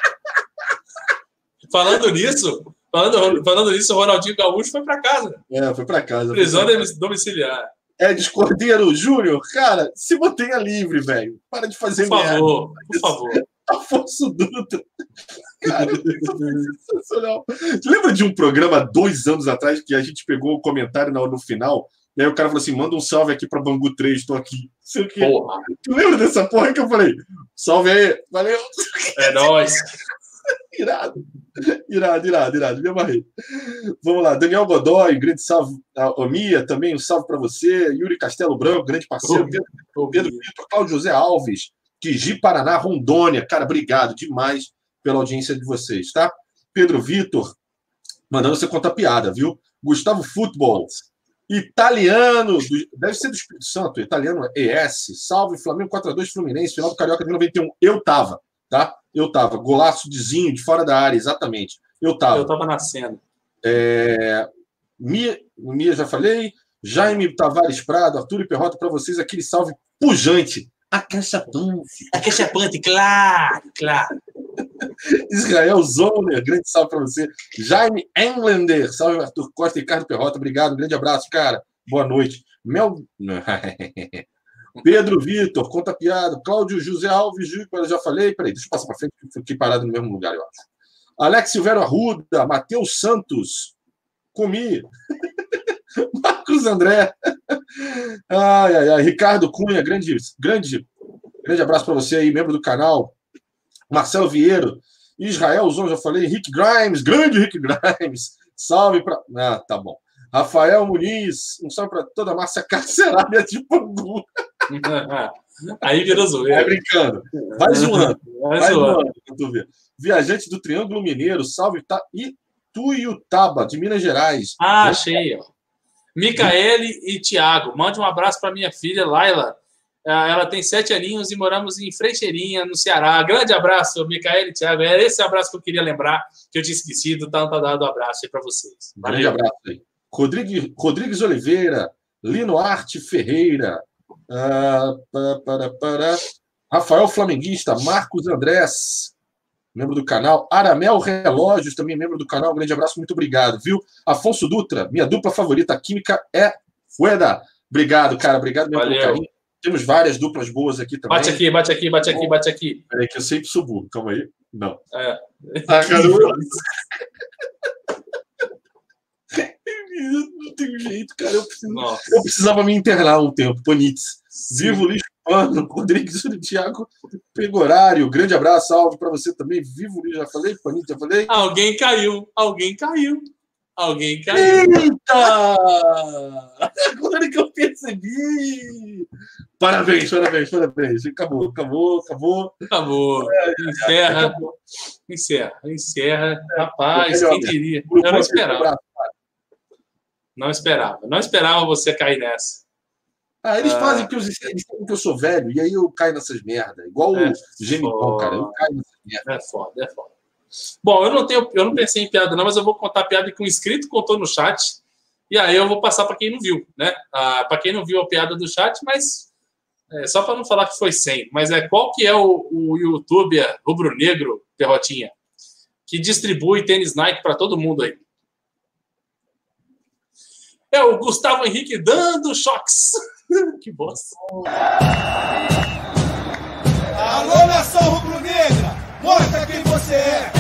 Falando nisso, falando, falando nisso, o Ronaldinho Gaúcho foi para casa. É, foi para casa. Prisão pra casa. domiciliar. Edis Cordeiro Júnior, cara, se mantenha livre, velho. Para de fazer por merda. Por favor, por favor. Afonso Dutra. Cara, isso foi sensacional. Lembra de um programa dois anos atrás que a gente pegou o comentário no, no final? E aí o cara falou assim: manda um salve aqui para Bangu três, estou aqui. Sei o quê. Porra. Tu lembra dessa porra que eu falei? Salve aí, valeu. É nóis. Irado. Irado, irado, irado. Me amarrei. Vamos lá. Daniel Godoy, grande salve. A Mia também, um salve para você. Yuri Castelo Branco, grande parceiro. Pedro, Pedro Vitor, Cláudio José Alves. Quiji, Paraná, Rondônia. Cara, obrigado demais pela audiência de vocês, tá? Pedro Vitor, mandando você contar piada, viu? Gustavo Futebol, italiano, do, deve ser do Espírito Santo, italiano E S, salve Flamengo quatro a dois Fluminense, final do Carioca de noventa e um. Eu tava, tá? Eu tava. Golaço de Zinho, de fora da área, exatamente. Eu tava. Eu tava nascendo. É... Mia, Mia, já falei. Jaime Tavares Prado, Arthur e Perrota, para vocês, aquele salve pujante. A cachapante. A cachapante, claro, claro. Israel Zoner, grande salve para você. Jaime Englander, salve Arthur Costa e Ricardo Perrota, obrigado, grande abraço, cara. Boa noite. Mel... Pedro Vitor, conta piada. Cláudio José Alves, eu já falei. Peraí, deixa eu passar para frente, fiquei parado no mesmo lugar, eu acho. Alex Silvério Arruda, Matheus Santos, comi. Marcos André. Ai, ai, ai. Ricardo Cunha, grande, grande, grande abraço para você aí, membro do canal. Marcelo Vieiro, Israel Zon, já falei. Rick Grimes, grande Rick Grimes. Salve para. Ah, tá bom. Rafael Muniz, um salve para toda a massa carcerária de Bangu. Aí virou zoeira. Vai brincando. Vai zoando. Vai, Vai zoando. zoando. Viajante do Triângulo Mineiro, salve tá Ituiutaba, de Minas Gerais. Ah, achei, ó. Micaele e Tiago, mande um abraço para minha filha Laila Ela tem sete aninhos e moramos em Freixeirinha, no Ceará. Grande abraço, Micael e Thiago. Era esse abraço que eu queria lembrar, que eu tinha esquecido. Então, tá dado um abraço aí para vocês. Valeu. Grande abraço aí. Rodrigues, Rodrigues Oliveira, Lino Arte Ferreira, uh, para, para, para, Rafael Flamenguista, Marcos Andrés, membro do canal, Aramel Relógios, também membro do canal. Um grande abraço, muito obrigado, viu? Afonso Dutra, minha dupla favorita química é Fueda. Obrigado, cara. Obrigado mesmo pelo carinho. Temos várias duplas boas aqui também. Bate aqui, bate aqui, bate aqui, bate aqui. Peraí, que eu sempre subo. Calma aí. Não. É. Ah, cara, não tem jeito, cara. Eu, preciso... eu precisava me internar um tempo. Ponitz. Vivo Luiz Pano, Rodrigues Thiago Pegorário. Grande abraço, salve para você também. Vivo Luiz, já falei. Ponitz, já falei. Alguém caiu, alguém caiu. Alguém caiu. Eita! Agora que eu percebi. Parabéns, parabéns, parabéns. Acabou, acabou, acabou. Acabou. É, encerra. Acabou. Encerra, encerra. Rapaz, quem diria? Eu não esperava. Não esperava. Não esperava você cair nessa. Ah, eles ah. fazem que eu, eles sabem que eu sou velho, e aí eu caio nessas merda. Igual é o Gemicon, cara. Eu caio nessas merda. É foda, é foda. Bom, eu não tenho, eu não pensei em piada, não, mas eu vou contar a piada que um inscrito contou no chat. E aí eu vou passar para quem não viu, né? Ah, para quem não viu a piada do chat, mas é, só para não falar que foi sem. Mas é qual que é o, o youtuber rubro-negro, Perrotinha, que distribui tênis Nike para todo mundo aí? É o Gustavo Henrique dando choques. Que bosta. Alô, nação rubro-negra! Mostra quem você é!